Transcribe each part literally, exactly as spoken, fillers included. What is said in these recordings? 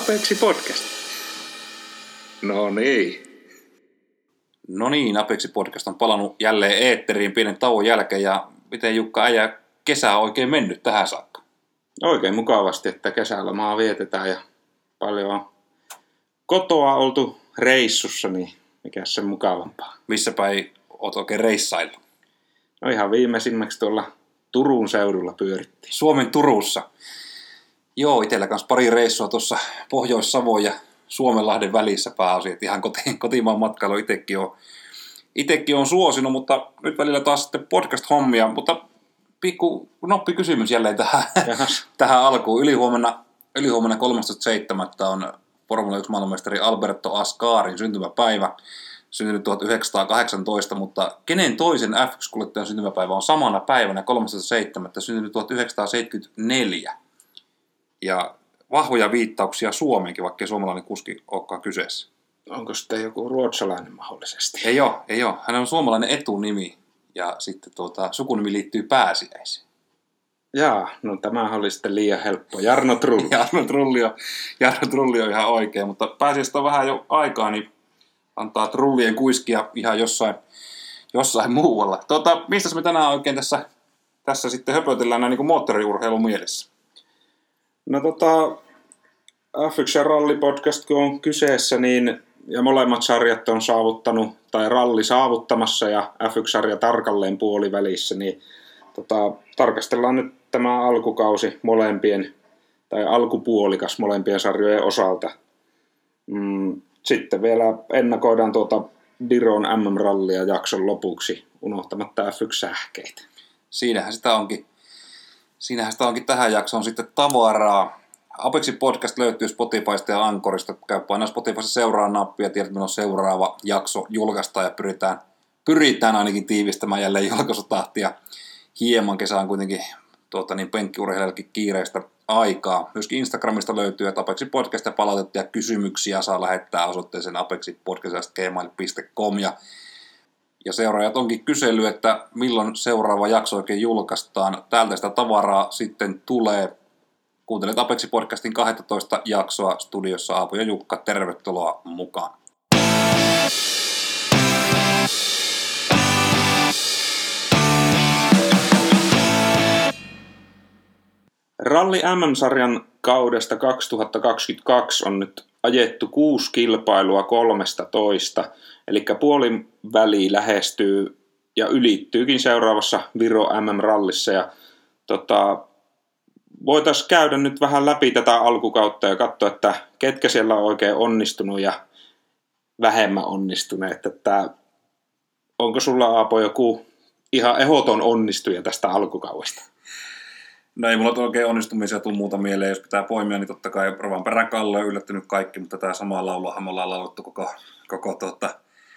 Apeksi Podcast. No niin. No niin, Apeksi Podcast on palannut jälleen eetteriin pienen tauon jälkeen. Ja miten Jukka äijä kesä on oikein mennyt tähän saakka? Oikein mukavasti, että kesälomaa vietetään ja paljon on kotoa oltu reissussa, niin mikä sen mukavampaa. Missä päin oot oikein reissaillut? No ihan viimeisimmäksi tuolla Turun seudulla pyörittiin. Suomen Turussa. Joo, itsellä kanssa pari reissua tuossa Pohjois-Savon ja Suomenlahden välissä pääosin. Että ihan koti, kotimaan matkailu itsekin on, itsekin on suosinut, mutta nyt välillä taas sitten podcast-hommia. Mutta pikku noppi kysymys jälleen tähän, tähän alkuun. Ylihuomenna, ylihuomenna kolmastoista seitsemättä on Formula yksi maailmanmestari Alberto Ascarin syntymäpäivä. Syntynyt tuhatyhdeksänsataakahdeksantoista, mutta kenen toisen F yksi -kuljettajan syntymäpäivä on samana päivänä kolmastoista seitsemättä syntynyt tuhatyhdeksänsataaseitsemänkymmentäneljä. Ja vahvoja viittauksia Suomeenkin, vaikka ei suomalainen kuski olekaan kyseessä. Onko sitten joku ruotsalainen mahdollisesti? Ei ole, ei ole. Hän on suomalainen etunimi ja sitten tuota, sukunimi liittyy Pääsiäiseen. Jaa, no tämä oli sitten liian helppo. Jarno Trulli. Jarno Trulli on, Jarno Trulli on ihan oikein, mutta pääsiäistä on vähän jo aikaa, niin antaa trullien kuiskia ihan jossain, jossain muualla. Tuota, mistä me tänään oikein tässä, tässä sitten höpötellään näin niin kuin moottoriurheilun mielessä? No tota, F yksi Ralli-podcast kun on kyseessä, niin ja molemmat sarjat on saavuttanut, tai ralli saavuttamassa ja F yksi-sarja tarkalleen puolivälissä, niin tota, tarkastellaan nyt tämä alkukausi molempien, tai alkupuolikas molempien sarjojen osalta. Mm, sitten vielä ennakoidaan tuota Diron M M-rallia jakson lopuksi, unohtamatta F yksi-sähkeitä. Siinähän sitä onkin. Siinähän sitä onkin tähän jaksoon sitten tavaraa. Apeksi Podcast löytyy Spotifysta ja Ankorista. Käy painaa Spotifysta seuraa nappia ja tiedät, milloin seuraava jakso julkaistaan ja pyritään, pyritään ainakin tiivistämään jälleen julkaisutahtia. Hieman kesä on kuitenkin tuota, niin penkkiurheilijallekin kiireistä aikaa. Myöskin Instagramista löytyy, että Apeksi Podcast ja palautetta ja kysymyksiä saa lähettää osoitteeseen apexipodcast at gmail dot com. Ja Ja seuraajat onkin kysely, että milloin seuraava jakso oikein julkaistaan. Täältä sitä tavaraa sitten tulee. Kuuntelet Apeksi Podcastin kaksitoista jaksoa. Studiossa Aapo ja Jukka. Tervetuloa mukaan. Ralli M M-sarjan kaudesta kaksituhattakaksikymmentäkaksi on nyt ajettu kuusi kilpailua kolmetoista, eli puoliväli lähestyy ja ylittyykin seuraavassa Viro M M-rallissa. Ja, tota, voitaisiin käydä nyt vähän läpi tätä alkukautta ja katsoa, että ketkä siellä on oikein onnistunut ja vähemmän onnistuneet. Että onko sulla, Aapo, joku ihan ehdoton onnistuja tästä alkukaudesta? No ei mulla oikein onnistumisia tule muuta mieleen. Jos pitää poimia, niin totta kai Rovanperä Kalle on yllättynyt kaikki, mutta tämä sama lauluahan me ollaan laulettu koko, koko tuota,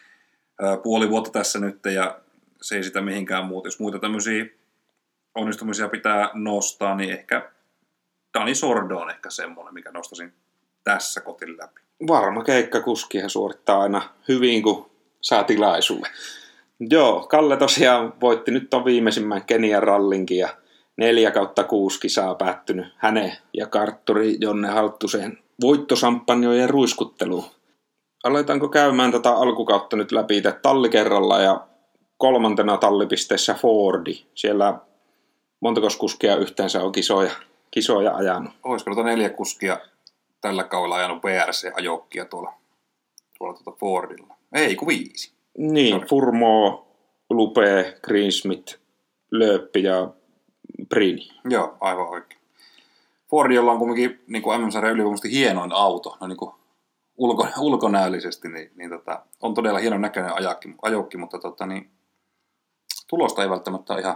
puoli vuotta tässä nyt, ja se ei sitä mihinkään muuta. Jos muita tämmöisiä onnistumisia pitää nostaa, niin ehkä Dani Sordo on ehkä semmoinen, mikä nostasin tässä kotin läpi. Varma keikkakuski, hän suorittaa aina hyvin, kun saa tilaisuuden. Joo, Kalle tosiaan voitti nyt ton viimeisimmän Kenian rallinkin, ja neljä kautta kuusi kisaa päättynyt hänen ja kartturi Jonne Halttusen voittosamppanjojen ruiskutteluun. Aletaanko käymään tätä alkukautta nyt läpi talli kerralla, ja kolmantena tallipisteessä Fordi. Siellä montako kuskia yhteensä on kisoja, kisoja ajanut? Olisiko tuota neljä kuskia tällä kaudella ajanut B R C-ajoukkia tuolla, tuolla tuota Fordilla? Ei, kun viisi. Niin, Sorry. Furmo, Lupe, Greensmith, Lööppi ja Brini. Joo, aivan oikein. Fordilla on kuitenkin niin kuin M M-sarjan ylivoimaisesti hienoin auto, no niin kuin ulko, ulkonäöllisesti, niin, niin tota, on todella hienon näköinen ajakki, ajoukki, mutta tota, niin, tulosta ei välttämättä ihan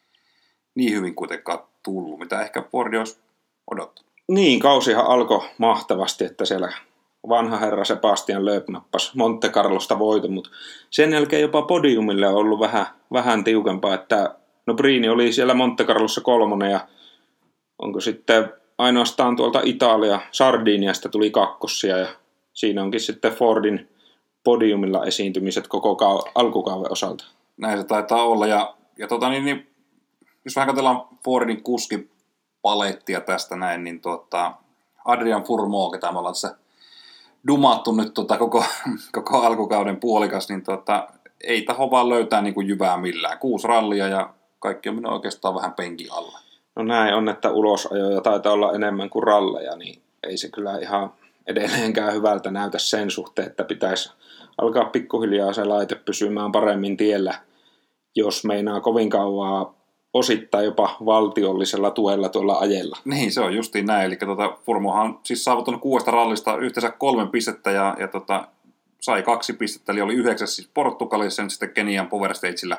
niin hyvin kuitenkaan tullut, mitä ehkä Fordi olisi odottanut. Niin, kausihan alkoi mahtavasti, että siellä vanha herra Sebastian Loeb nappasi Monte Carlosta voiton, mutta sen jälkeen jopa podiumille on ollut vähän, vähän tiukempaa, että no Brini oli siellä Monte Carlossa kolmonen, ja onko sitten ainoastaan tuolta Italia, Sardiniasta tuli kakkossia, ja siinä onkin sitten Fordin podiumilla esiintymiset koko ka- alkukauden osalta. Näin se taitaa olla, ja, ja tota niin, niin, jos vähän katsellaan Fordin kuskipalettia tästä näin, niin tuota, Adrian Furmoo, ketä me ollaan tässä dumattu nyt tota koko, koko alkukauden puolikas, niin tota, ei taho vaan löytää niin kuin jyvää millään. Kuusi rallia ja kaikki on mennyt oikeastaan vähän penkin alla. No näin on, että ulosajoja taitaa olla enemmän kuin ralleja, niin ei se kyllä ihan edelleenkään hyvältä näytä sen suhteen, että pitäisi alkaa pikkuhiljaa se laite pysymään paremmin tiellä, jos meinaa kovin kauan osittain jopa valtiollisella tuella tuolla ajella. Niin, se on justiin näin. Eli tota, Furmohan on siis saavuttanut kuudesta rallista yhteensä kolme pistettä ja, ja tota, sai kaksi pistettä, eli oli yhdeksäs siis Portugalissa ja sitten Kenian Power Stagella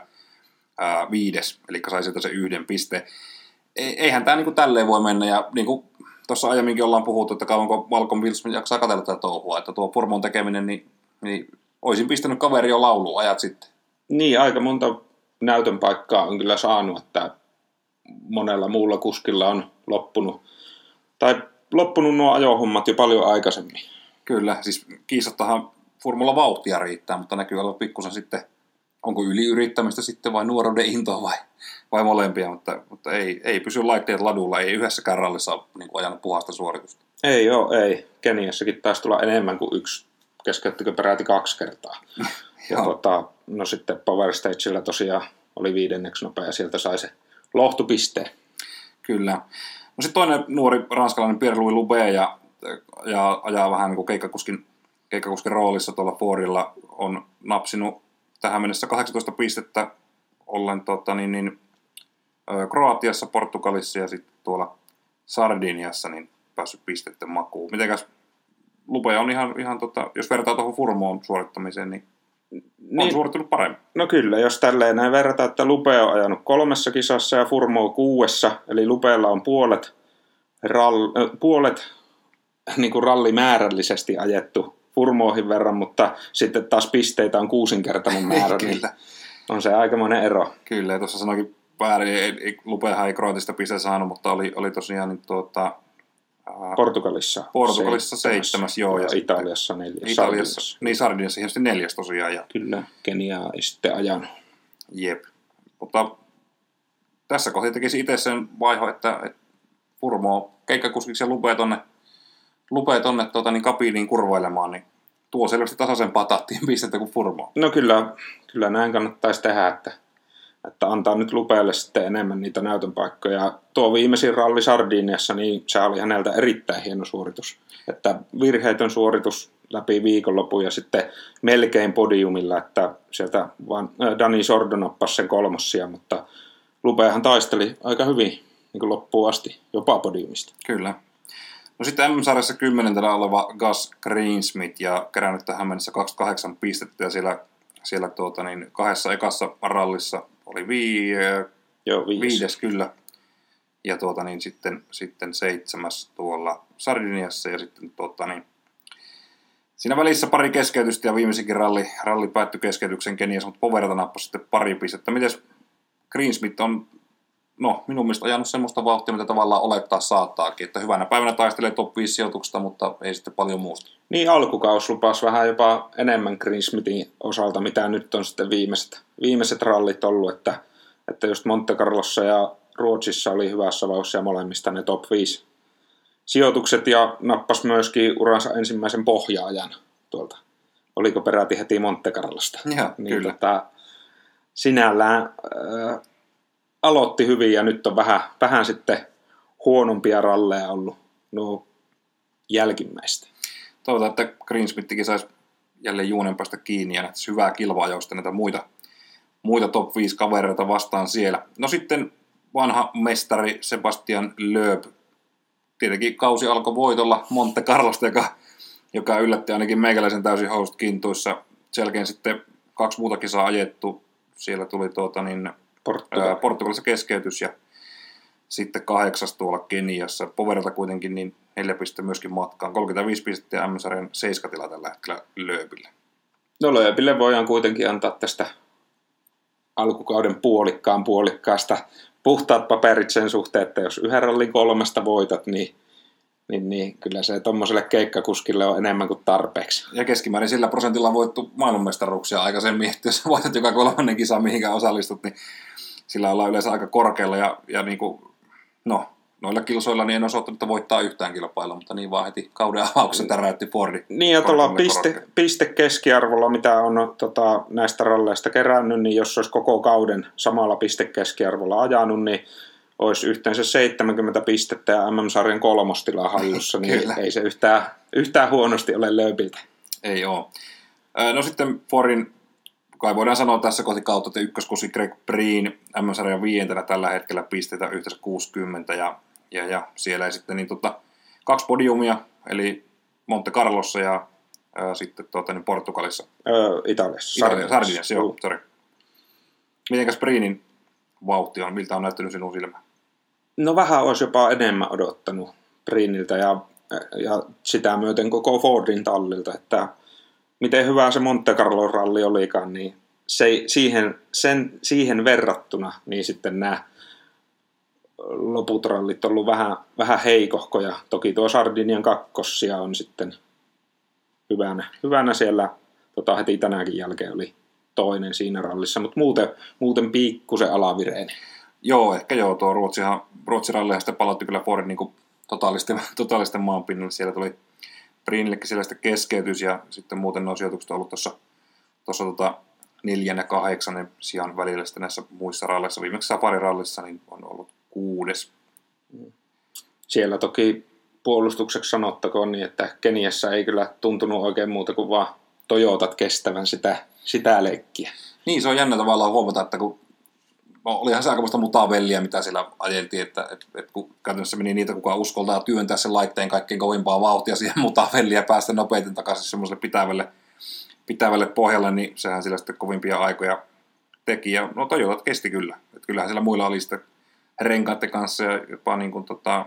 ää, viides, eli sai sieltä se yhden pisteen. E, eihän tämä niinku tälleen voi mennä, ja niin kuin tuossa aiemminkin ollaan puhuttu, että kauanko Malcolm Wilson jaksaa katsella tätä touhua, että tuo Furmon tekeminen, niin, niin olisin pistänyt kaveri jo lauluun ajat sitten. Niin, aika monta näytön paikkaa on kyllä saanut, että monella muulla kuskilla on loppunut, tai loppunut nuo ajohommat jo paljon aikaisemmin. Kyllä, siis kiistattahan Furmolla vauhtia riittää, mutta näkyy olla pikkusen sitten, onko yliyrittämistä sitten vai nuoruuden intoa vai, vai molempia, mutta, mutta ei, ei pysy laitteet ladulla, ei yhdessäkään rallissa ole niin kuin ajanut puhasta suoritusta. Ei joo, ei. Keniassakin taisi tulla enemmän kuin yksi, keskeyttikö peräti kaksi kertaa. Ja tota, no sitten Power Stagella tosiaan oli viidenneksi nopea ja sieltä sai se lohtupisteen. Kyllä. No sitten toinen nuori ranskalainen Pierre-Louis Loubet ja, ja ajaa vähän niin kuin keikkakuskin, keikkakuskin roolissa tuolla Fordilla, on napsinut tähän mennessä kahdeksantoista pistettä ollen tota, niin, niin, Kroatiassa, Portugalissa ja sitten tuolla Sardiniassa niin päässyt pistetten makuun. Mitenkäs Loubet on ihan, ihan tota, jos vertaa tuohon Furmoon suorittamiseen, niin on niin suorittunut paremmin. No kyllä, jos tälleen näin verrataan, että Loubet on ajanut kolmessa kisassa ja Furmoo kuudessa, eli Loubetlla on puolet, rall, äh, puolet niin kuin rallimäärällisesti ajettu Furmoohin verran, mutta sitten taas pisteitä on kuusinkertainen määrä, niin on se aikamoinen ero. Kyllä, ja tuossa sanoikin väärin, Loubethan ei Kroatista pistettä saanut, mutta oli, oli tosiaan niin tuota, Portugalissa. Portugalissa seitsemäs, seitsemäs joo. Ja, ja Italiassa neljäs. Italiassa, niin Sardiniassa hienosti neljäs tosiaan. Ja kyllä, Keniaa ei sitten ajanut. Jep. Mutta tässä kohtaa tekisi itse sen vaiho, että, että Furmoo keikkakuskiksi ja Loubet tonne, Loubet tonne tuota, niin kabiiniin kurvailemaan, niin tuo selvästi tasaisempaa tahtiin pistettä kuin Furmoo. No kyllä, kyllä näin kannattaisi tehdä, että että antaa nyt Loubetlle sitten enemmän niitä näytön paikkoja. Tuo viimeisin ralli Sardiniassa, niin se oli häneltä erittäin hieno suoritus. Että virheetön suoritus läpi viikonlopun ja sitten melkein podiumilla, että sieltä vaan Dani Sordo nappasi sen kolmossia, mutta Loubethan taisteli aika hyvin niin kuin loppuun asti, jopa podiumista. Kyllä. No sitten M M-sarjassa kymmenentenä oleva Gus Greensmith ja kerännyt tähän mennessä kaksikymmentäkahdeksan pistettä ja siellä, siellä tuota niin, kahdessa ekassa rallissa oli vii, Joo, viides. viides kyllä. Ja tuota niin, sitten, sitten seitsemäs tuolla Sardiniassa ja sitten tuota niin, siinä välissä pari keskeytystä ja viimeisinkin ralli, ralli päättyi keskeytyksen Keniassa, mutta Poverta nappasi sitten pari pistettä. Mites Greensmith on, no minun mielestä ajanut semmoista vauhtia, mitä tavallaan olettaa saattaakin, että hyvänä päivänä taistelee top viisi sijoituksesta, mutta ei sitten paljon muusta. Niin, alkukaus lupasi vähän jopa enemmän Greensmithin osalta, mitä nyt on sitten viimeiset, viimeiset rallit ollut, että, että just Monte Carlossa ja Ruotsissa oli hyvässä vauhdissa ja molemmista ne top viisi sijoitukset ja nappasi myöskin uransa ensimmäisen pohjaajan tuolta. Oliko peräti heti Monte Carlosta? Ja, niin, kyllä. Tota, sinällään äh, aloitti hyvin ja nyt on vähän, vähän sitten huonompia ralleja ollut nuo jälkimmäistä. Toivotaan, että Greensmithikin saisi jälleen juunen päästä kiinni ja nähtäisi hyvää kilva-ajausta näitä muita, muita top viisi kavereita vastaan siellä. No sitten vanha mestari Sebastian Loeb. Tietenkin kausi alkoi voitolla Monte Carlosta, joka, joka yllätti ainakin meikäläisen täysin housut kintuissa. Sen jälkeen sitten kaksi muuta kisaa ajettu. Siellä tuli tuota niin, Portugal. ää, Portugalissa keskeytys ja sitten kahdeksas tuolla Keniassa. Poverilta kuitenkin niin neljä pistettä myöskin matkaan. kolmekymmentäviisi pistettä ja M-sarjan seiskatila tällä hetkellä Loebille. No Loebille voidaan kuitenkin antaa tästä alkukauden puolikkaan puolikkaasta puhtaat paperit sen suhteen, että jos yhden rallin kolmesta voitat, niin, niin, niin kyllä se tuommoiselle keikkakuskille on enemmän kuin tarpeeksi. Ja keskimäärin sillä prosentilla on voittu maailmanmestaruuksia aikaisemmin, että jos voitat joka kolmannen kisa, mihinkä osallistut, niin sillä ollaan yleensä aika korkealla ja, ja niin kuin, no, noilla kilsoilla niin en osoittanut, että voittaa yhtään kilpailua, mutta niin vaan heti kauden avauksessa täräytti Fordi. Niin ja tuolla piste, piste keskiarvolla, mitä on tota, näistä ralleista kerännyt, niin jos olisi koko kauden samalla pistekeskiarvolla ajanut, niin olisi yhteensä seitsemänkymmentä pistettä ja M M-sarjan kolmostilaa hallussa, niin ei se yhtään, yhtään huonosti ole Lööpiltä. Ei ole. No sitten Fordin, kai voidaan sanoa tässä kohti kautta, että ykköskosi Greg Breen M M-sarjan viientenä tällä hetkellä pisteitä yhteensä kuusikymmentä ja, ja, ja siellä ei sitten niin tota, kaksi podiumia, eli Monte Carlossa ja ää, sitten tuota, niin Portugalissa. Öö, Italiassa. Italiassa, Sardiniassa, joo, sori. Mitenkäs Breenin vauhti on, miltä on näyttänyt sinun silmään? No vähän olisi jopa enemmän odottanut Breeniltä ja, ja sitä myöten koko Fordin tallilta, että miten hyvä se Monte Carlo ralli olikaan, niin se, siihen, sen, siihen verrattuna niin sitten nämä loput rallit on ollut vähän, vähän heikohkoja. Toki tuo Sardinian kakkossia on sitten hyvänä, hyvänä siellä, tota heti tänäkin jälkeen oli toinen siinä rallissa, mutta muuten, muuten pikkusen alavireinen. Joo, ehkä joo, tuo Ruotsihan, Ruotsin rallihan sitten palautti kyllä Fordin niin kuin totaalisten, totaalisten maanpinnalle. Siellä tuli Breenillekin siellä sitten keskeytys ja sitten muuten nuo sijoitukset on ollut tuossa tuossa tota neljän ja kahdeksannen sijan välillä sitten näissä muissa ralleissa. Viimeksi Safari-rallissa niin on ollut kuudes. Siellä toki puolustukseksi sanottakoon niin, että Keniassa ei kyllä tuntunut oikein muuta kuin vaan Toyotat kestävän sitä, sitä leikkiä. Niin, se on jännä tavallaan huomata, että kun olihan se aikamoista mutavelliä, mitä siellä ajeltiin, että, että, että kun käytännössä meni niitä, kuka uskoltaa työntää sen laitteen kaikkein kovimpaa vauhtia siihen mutavelliä ja päästä nopeiten takaisin semmoiselle pitävälle, pitävälle pohjalle, niin sehän sillä sitten kovimpia aikoja teki. Ja no Toyotat kesti kyllä. Että kyllähän siellä muilla oli sitten renkaiden kanssa ja jopa niin kuin tota,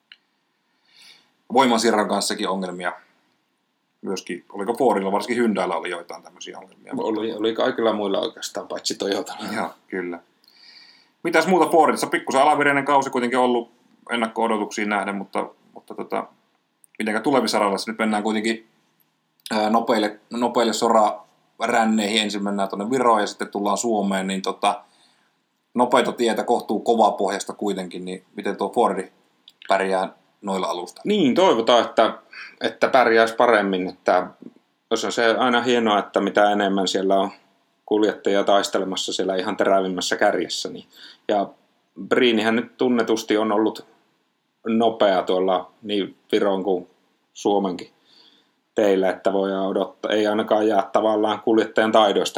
voimansiirron kanssakin ongelmia. Myöskin, oliko Fordilla, varsinkin Hyundailla oli joitain tämmöisiä ongelmia. Oli, oli kaikilla muilla oikeastaan, paitsi Toyotalla. Joo, kyllä. Mitäs muuta Fordissa? Pikkusen alavireinen kausi kuitenkin ollut ennakko-odotuksiin nähden, mutta, mutta tota, mitenkä tulevissa rallissa nyt mennään kuitenkin ää, nopeille, nopeille soraränneihin. Ensin mennään tuonne Viroon ja sitten tullaan Suomeen, niin tota, nopeita tietä kohtuu kovaa pohjasta kuitenkin, niin miten tuo Fordi pärjää noilla alusta? Niin, toivotaan, että, että pärjäisi paremmin. Että on se aina hienoa, että mitä enemmän siellä on kuljettajia taistelemassa siellä ihan terävimmässä kärjessä. Niin. Ja Breenihän nyt tunnetusti on ollut nopea tuolla niin Viron kuin Suomenkin teillä, että voidaan odottaa. Ei ainakaan jää tavallaan kuljettajan taidoista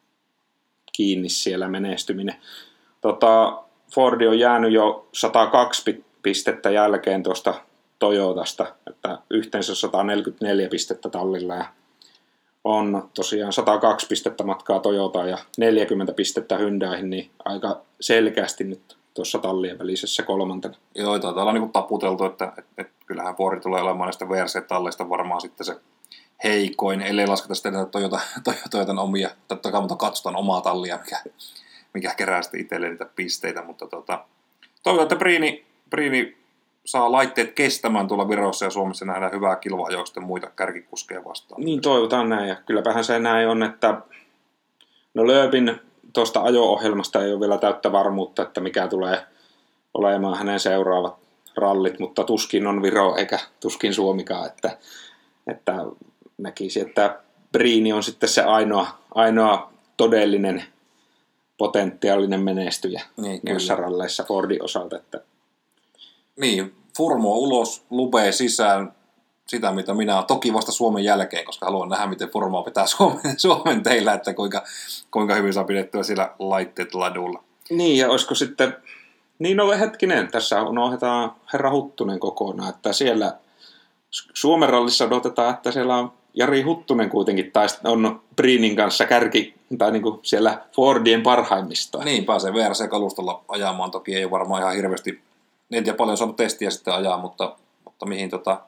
kiinni siellä menestyminen. Tota, Fordi on jäänyt jo sata kaksi pistettä jälkeen tuosta Toyotasta, että yhteensä sata neljäkymmentäneljä pistettä tallilla ja on tosiaan sata kaksi pistettä matkaa Toyotaan ja neljäkymmentä pistettä Hyundaihin, niin aika selkeästi nyt tuossa tallien välisessä kolmantena. Joo, taitaa olla niin taputeltu, että, että, että kyllähän Fordi tulee olemaan näistä V R C-talleista varmaan sitten se heikoin, ellei lasketa sitten näitä Toyota, Toyotan omia, totta kai mutta katsotaan omaa tallia, mikä, mikä kerää sitten itselleen niitä pisteitä, mutta tota, toivotaan, että Breeni, Breeni saa laitteet kestämään tuolla Virossa ja Suomessa nähdään hyvää kilvaa sitten muita kärkikuskeja vastaan. Niin toivotaan näin ja kylläpähän se näin on, että no Lööpin tuosta ajo-ohjelmasta ei ole vielä täyttä varmuutta, että mikä tulee olemaan hänen seuraavat rallit, mutta tuskin on Viro eikä tuskin Suomikaan, että, että näkisi, että Breeni on sitten se ainoa, ainoa todellinen potentiaalinen menestyjä niin, noissa ralleissa Fordin osalta. Että niin, Furmo ulos, Lube sisään, sitä mitä minä olen toki vasta Suomen jälkeen, koska haluan nähdä, miten Furmoa pitää Suomen, Suomen teillä, että kuinka, kuinka hyvin saa pidettyä siellä laitteet ladulla. Niin, ja olisiko sitten, niin no hetkinen, tässä unohdetaan Herra Huttunen kokonaan, että siellä Suomen rallissa odotetaan, että siellä on Jari Huttunen kuitenkin, tai on Breenin kanssa kärki, tai niin kuin siellä Fordien parhaimmistoa. Niin, pääsee V R C-kalustolla ajamaan, toki ei varmaan ihan hirveästi. En tiedä paljon saanut testiä sitten ajaa, mutta, mutta mihin tota,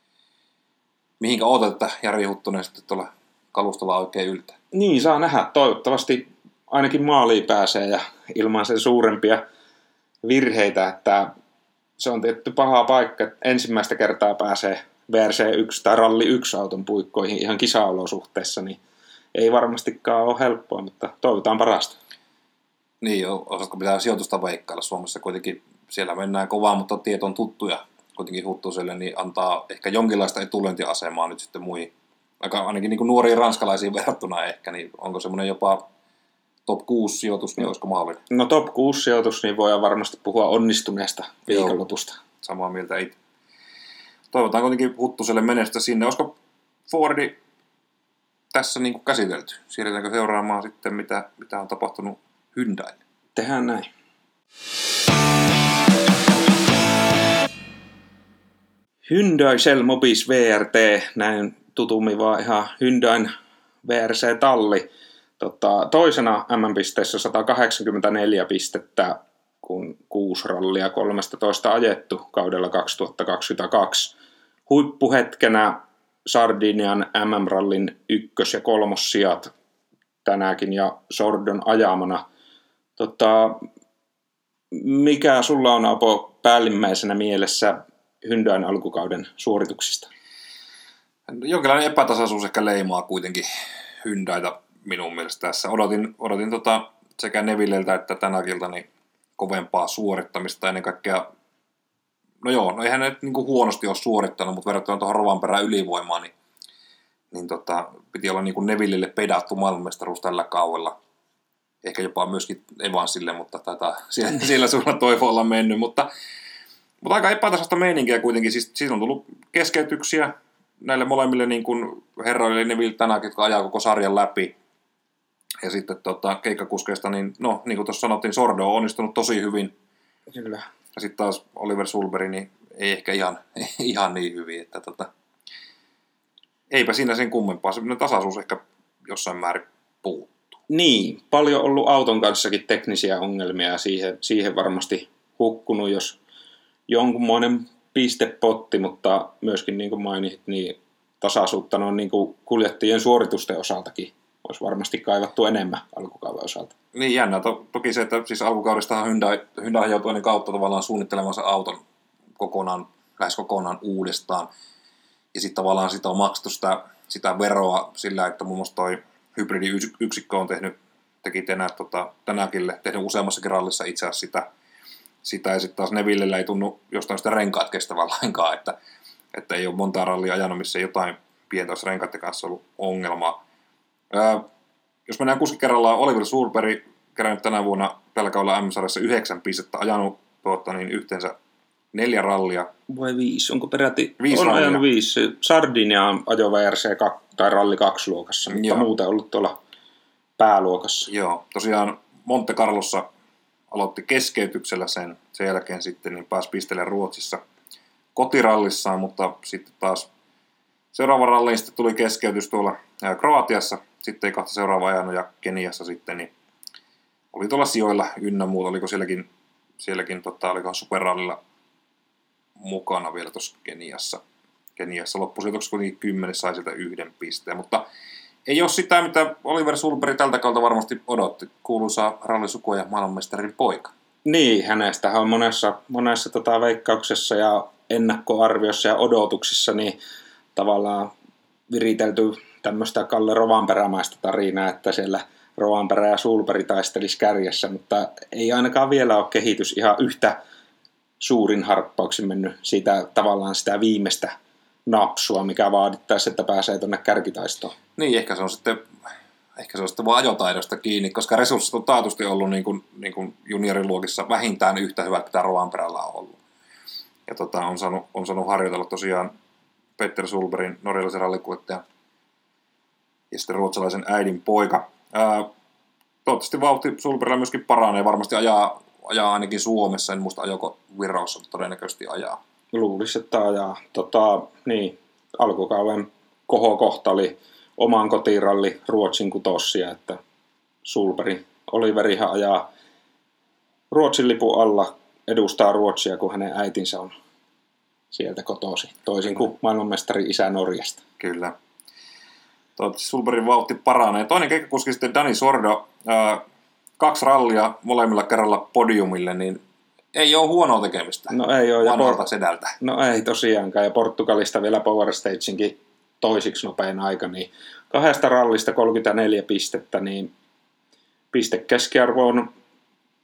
mihinkä odotat, että Jari Huttunen sitten tuolla kalustolla oikein yltää? Niin, saa nähdä. Toivottavasti ainakin maaliin pääsee ja ilman sen suurempia virheitä, että se on tietty paha paikka, että ensimmäistä kertaa pääsee V R C yksi tai Ralli yksi auton puikkoihin ihan kisaolosuhteessa, niin ei varmastikaan ole helppoa, mutta toivotaan parasta. Niin, osaatko pitää sijoitusta veikkailla Suomessa kuitenkin siellä mennään kovaa, mutta tiet on tuttuja kuitenkin Huttuselle, niin antaa ehkä jonkinlaista etulyöntiasemaa nyt sitten muihin, aika ainakin niin kuin nuoriin ranskalaisiin verrattuna ehkä, niin onko semmoinen jopa top kuusi sijoitus, niin olisiko mahdollinen? No top kuusi sijoitus, niin voidaan varmasti puhua onnistuneesta viikonlopusta. Samaa mieltä itse. Toivotaan kuitenkin Huttuselle menestystä sinne. Olisiko Fordi tässä niin kuin käsitelty? Siirretäänkö seuraamaan sitten, mitä, mitä on tapahtunut Hyundaille? Tehdään näin. Hyundai Shell Mobis V R T, näin tutummin vaan ihan Hyundain V R C-talli. Tota, toisena M M-pisteessä sata kahdeksankymmentäneljä pistettä, kun kuusi rallia kolmetoista ajettu kaudella kaksituhattakaksikymmentäkaksi. Huippuhetkenä Sardinian M M-rallin ykkös- ja kolmossijat tänäkin ja Sordon ajamana. Tota, mikä sulla on, Apo, päällimmäisenä mielessä Hyundain alkukauden suorituksista? Jonkinlainen epätasaisuus ehkä leimaa kuitenkin Hyundaita minun mielestä tässä. Odotin, odotin tota sekä Nevilleltä että tänäkiltä niin kovempaa suorittamista ennen kaikkea. No joo, no eihän ne niin kuin huonosti ole suorittanut, mutta verrattuna tuohon Rovanperän ylivoimaan, niin, niin tota, piti olla niin kuin Nevillelle pedattu maailmanmestaruus tällä kaudella. Ehkä jopa myöskin Evansille, mutta taitaa sillä, sillä suunnalla toivo olla mennyt. Mutta, mutta aika epätasaista meininkiä kuitenkin. Siis, siis on tullut keskeytyksiä näille molemmille niin kuin herroille Neville tänäkin, jotka ajaa koko sarjan läpi. Ja sitten tota, keikkakuskeista, niin no, niin kuin tuossa sanottiin, Sordo on onnistunut tosi hyvin. Kyllä. Ja sitten taas Oliver Sulberg, niin ei ehkä ihan, ihan niin hyvin, että tota, eipä siinä sen kummempaa. Sellainen tasaisuus ehkä jossain määrin puuttuu. Niin, paljon ollut auton kanssakin teknisiä ongelmia ja siihen, siihen varmasti hukkunut, jos jonkunmoinen pistepotti, mutta myöskin niin kuin mainit, niin tasaisuutta noin niin kuin kuljettajien suoritusten osaltakin olisi varmasti kaivattu enemmän alkukauden osalta. Niin jännä. To, toki se, että siis alkukaudestahan Hyundai, Hyundai joutui ennen kautta tavallaan suunnittelemaan sen auton kokonaan, lähes kokonaan uudestaan. Ja sitten tavallaan sitä on maksettu sitä, sitä veroa sillä, että muun muassa toi hybridiyksikkö on tehnyt, teki tänä, tota, tänäkin tehnyt useammassakin rallissa itse asiassa sitä. sitä ja sitten taas Nevillellä ei tunnu jostain sitä renkaat kestävän lainkaan, että, että ei ole montaa rallia ajanut, missä jotain pientä olisi renkaiden kanssa ollut ongelmaa. Ää, jos mennään kuski kerrallaan, Oliver Sulberg kerännyt tänä vuonna tällä kaudella M M-sarjassa yhdeksän pistettä, ajanut tuota, niin yhteensä neljä rallia. Vai viisi? Onko peräti? Viisi on rallia. ajanut viisi. Sardinia on ajo V R C tai ralli kaksi luokassa, mutta Joo. muuten ollut tuolla pääluokassa. Joo, tosiaan Monte Carlossa aloitti keskeytyksellä sen, sen jälkeen sitten niin pääsi pisteelle Ruotsissa kotirallissaan, mutta sitten taas seuraava ralliin sitten tuli keskeytys tuolla Kroatiassa, sitten ei kahta seuraavaa ajanut ja Keniassa sitten, niin oli tuolla sijoilla ynnä muuta, oliko sielläkin, sielläkin tota, oliko superrallilla mukana vielä tuossa Keniassa. Keniassa loppusijoituksessa kuitenkin kymmenen sai sieltä yhden pisteen, mutta ei ole sitä, mitä Oliver Sulberg tältä kautta varmasti odotti. Kuuluisa rallisukua ja maailmanmestarin poika. Niin, hänestähän on monessa, monessa tota veikkauksessa ja ennakkoarviossa ja odotuksissa niin tavallaan viritelty tämmöistä Kalle Rovanperämäistä tarinaa, että siellä Rovanperä ja Sulberg taistelisi kärjessä, mutta ei ainakaan vielä ole kehitys ihan yhtä suurin harppauksin mennyt siitä tavallaan sitä viimeistä napsua, mikä vaadittaisi, että pääsee tuonne kärkitaistoon. Niin, ehkä se on sitten, ehkä se on sitten vaan ajotaidosta kiinni, koska resurssit on taatusti ollut niin kuin, niin kuin junioriluokissa vähintään yhtä hyvät, mitä Rovanperällä on ollut. Ja tota, on, saanut, on saanut harjoitella tosiaan Petter Sulbergin norjalaisen rallikuljettajan ja sitten ruotsalaisen äidin poika. Ää, toivottavasti vauhti Sulbergilla myöskin paranee, varmasti ajaa, ajaa ainakin Suomessa, en muista ajoko Virossa, mutta todennäköisesti ajaa. Luulisi, että ajaa. Tota, niin, alkukauden kohokohta oli oman kotiralli Ruotsin kutossia, että Sulberg Oliverihan ajaa Ruotsin lipun alla, edustaa Ruotsia, kun hänen äitinsä on sieltä kotosi, toisin kuin maailmanmestari isä Norjasta. Kyllä. Toivottavasti Sulbergin vauhti paranee. Toinen keikkakuski sitten Dani Sordo, ää, kaksi rallia molemmilla kerralla podiumille, niin ei ole huonoa tekemistä. No ei ole. Vanhalta sedältä. No ei tosiaankaan, ja Portugalista vielä Power Staginkin toisiksi nopein aika, niin kahdesta rallista kolmekymmentäneljä pistettä, niin pistekeskiarvo on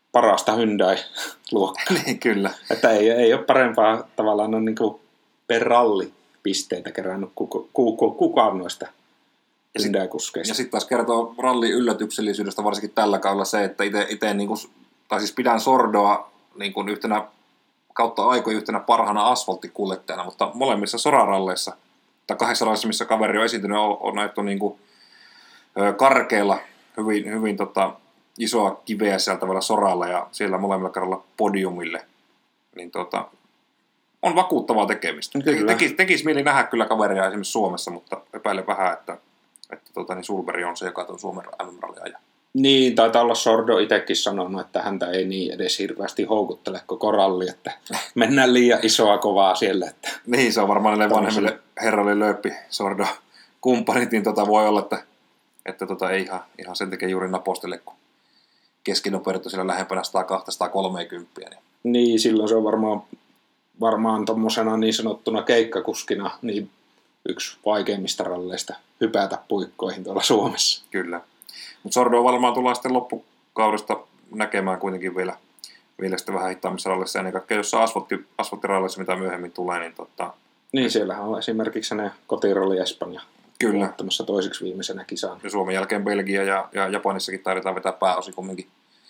parasta Hyundai-luokkaa. Niin, kyllä. Että ei, ei ole parempaa tavallaan on niin kuin per ralli pisteitä kerännyt kuka, kuka, kukaan noista Hyundai-kuskeista. Ja sitten taas kertoo rallin yllätyksellisyydestä varsinkin tällä kaudella se, että itse niin kuin, tai siis pidän Sordoa niin kuin yhtenä kautta aikoja yhtenä parhaana asfalttikuljettajana, mutta molemmissa soraralleissa, tai kahdessa rallissa, missä kaveri on esiintynyt, on, on näytty niin kuin, ö, karkeilla hyvin, hyvin tota, isoa kiveä sieltävällä soralla ja siellä molemmilla kerralla podiumille, niin tota, on vakuuttavaa tekemistä. Tekisi, tekisi mieli nähdä kyllä kaveria esimerkiksi Suomessa, mutta epäilen vähän, että, että tota, niin Sulberg on se, joka tuon Suomen M M-ralli ajaa. Niin, taitaa olla Sordo itsekin sanonut, että häntä ei niin edes hirveästi houkuttele koko ralli, että mennään liian isoa kovaa siellä. Että niin, se on varmaan näille vanhemmille herralle lööppi Sordo kumppanit, niin tota voi olla, että, että tota ei ihan, ihan sen takia juuri napostele, kun keskinopeudet on siellä lähempänä sata kaksikymmentä. Niin. niin, silloin se on varmaan, varmaan tommosena niin sanottuna keikkakuskina niin yksi vaikeimmista ralleista hypätä puikkoihin tuolla Suomessa. Kyllä. Mutta Sordo varmaan tullaan sitten loppukaudesta näkemään kuitenkin vielä, vielä sitten vähän hitaammissa rallissa. Ennen kaikkea jossain asfaltti, asfalttirallissa, mitä myöhemmin tulee. Niin, tota, niin siellähän on esimerkiksi ne kotiralli Espanja. Kyllä. Ottamassa toiseksi viimeisenä kisaan. Ja Suomen jälkeen Belgia ja, ja Japanissakin taidetaan vetää pääosin kumminkin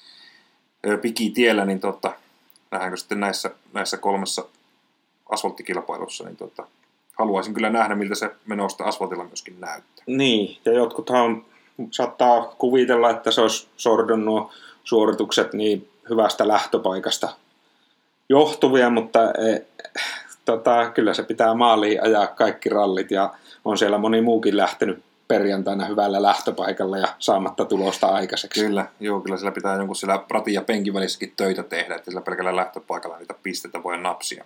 pikitiellä. Niin tota, nähdäänkö sitten näissä, näissä kolmessa asfalttikilpailussa. Niin tota, haluaisin kyllä nähdä, miltä se menosta asfaltilla myöskin näyttää. Niin, ja jotkuthan on saattaa kuvitella, että se olisi Sordon nuo suoritukset niin hyvästä lähtöpaikasta johtuvia, mutta e, tota, kyllä se pitää maaliin ajaa kaikki rallit ja on siellä moni muukin lähtenyt perjantaina hyvällä lähtöpaikalla ja saamatta tulosta aikaiseksi. Kyllä, joo, kyllä siellä pitää jonkun siellä ratin ja penkin välissäkin töitä tehdä, että sillä pelkällä lähtöpaikalla niitä pisteitä voi napsia.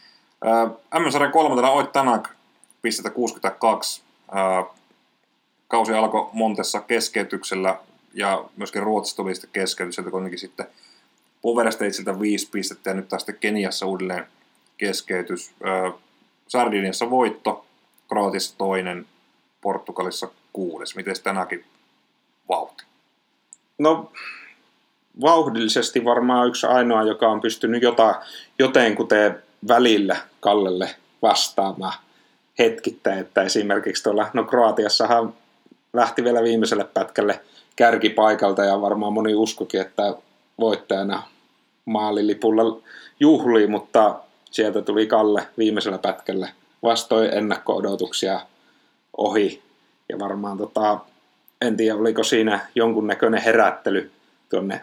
M M-sarjan kolmantena Ott Tanak, pistettä kuusikymmentäkaksi. Ää, kausi alkoi Montessa keskeytyksellä ja myöskin Ruotsissa tuli sitten keskeytys, sieltä kuitenkin sitten Power Stageilta viisi pistettä ja nyt taas sitten Keniassa uudelleen keskeytys. Ää, Sardiniassa voitto, Kroatiassa toinen, Portugalissa kuudes. Miten tänäkin vauhti? No vauhdillisesti varmaan yksi ainoa, joka on pystynyt jotain, jotenkuten välillä Kallelle vastaamaan hetkittäin, että esimerkiksi tuolla, no Kroatiassahan lähti vielä viimeiselle pätkälle kärkipaikalta ja varmaan moni uskokin, että voittajana maalilipulla juhlii, mutta sieltä tuli Kalle viimeisellä pätkällä vastoin ennakko-odotuksia ohi ja varmaan tota, en tiedä oliko siinä jonkunnäköinen herättely tuonne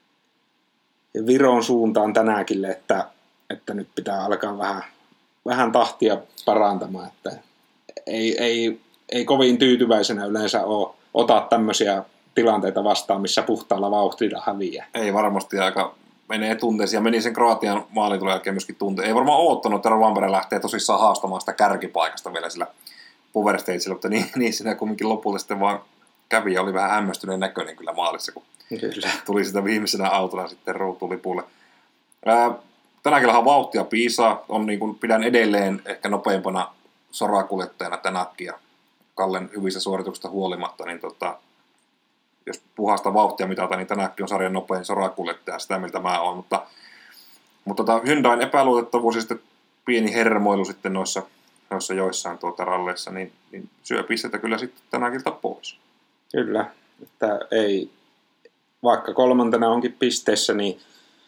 Viron suuntaan tänäänkin, että, että nyt pitää alkaa vähän, vähän tahtia parantamaan, että ei, ei, ei kovin tyytyväisenä yleensä ole ota tämmöisiä tilanteita vastaan, missä puhtaalla vauhtilla häviää. Ei varmasti aika menee tunteisiin ja meni sen Kroatian maalin tulee jälkeen myöskin tunteisiin. Ei varmaan oottanut, että Rovanperä lähtee tosissaan haastamaan sitä kärkipaikasta vielä sillä Power Stagella, mutta niin, niin siinä kumminkin lopulta sitten vaan kävi ja oli vähän hämmästyneen näköinen kyllä maalissa, kun kyllä tuli sitä viimeisenä autona sitten ruutulipulle. Ää, tänäkin vauhtia piisaa, on niin kuin, pidän edelleen ehkä nopeimpana sorakuljettajana tänäkin ja Kallen hyvistä suorituksista huolimatta, niin tota, jos puhasta vauhtia mitata, niin tänäkin on sarjan nopein sorakuljettaja, sitä miltä mä oon, mutta, mutta tota, Hyundain epäluotettavuus ja sitten pieni hermoilu sitten noissa, noissa joissain tuota ralleissa, niin, niin syö pistettä kyllä sitten tänäkin pois. Kyllä, että ei, vaikka kolmantena onkin pisteessä, niin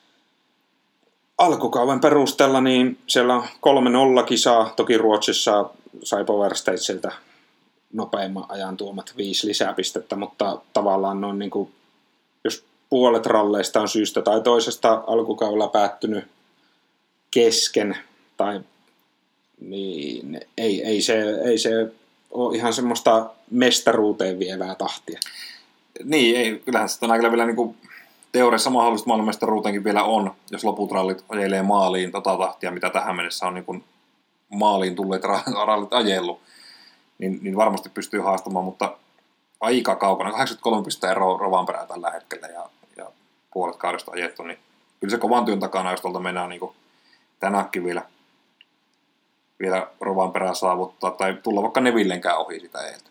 alkukauden perusteella niin siellä on kolme nolla kisaa, toki Ruotsissa sai Power Stageilta nopeimman ajan tuomat viisi lisäpistettä, mutta tavallaan noin niin kuin, jos puolet ralleista on syystä tai toisesta alkukaudella päättynyt kesken, tai niin ei, ei, se, ei se ole ihan semmoista mestaruuteen vievää tahtia. Niin, ei, kyllähän sitä on vielä niin kuin teoriassa mahdollista maailmanmestaruuteenkin vielä on, jos loput rallit ajelee maaliin tota tahtia, mitä tähän mennessä on niin kuin maaliin tulleet rallit ajellut, niin, niin varmasti pystyy haastamaan, mutta aika kaukana, kahdeksankymmentäkolme pistettä eroa Rovanperää tällä hetkellä ja, ja puolet kaudesta ajettu, niin kyllä se kovan työn takana, jos tuolta mennään niin kuin tänäkin vielä, vielä Rovanperää saavuttaa tai tulla vaikka Nevillenkään ohi sitä eiltä.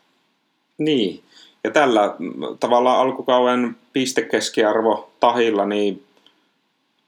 Niin, ja tällä tavallaan alkukauden pistekeskiarvo tahilla, niin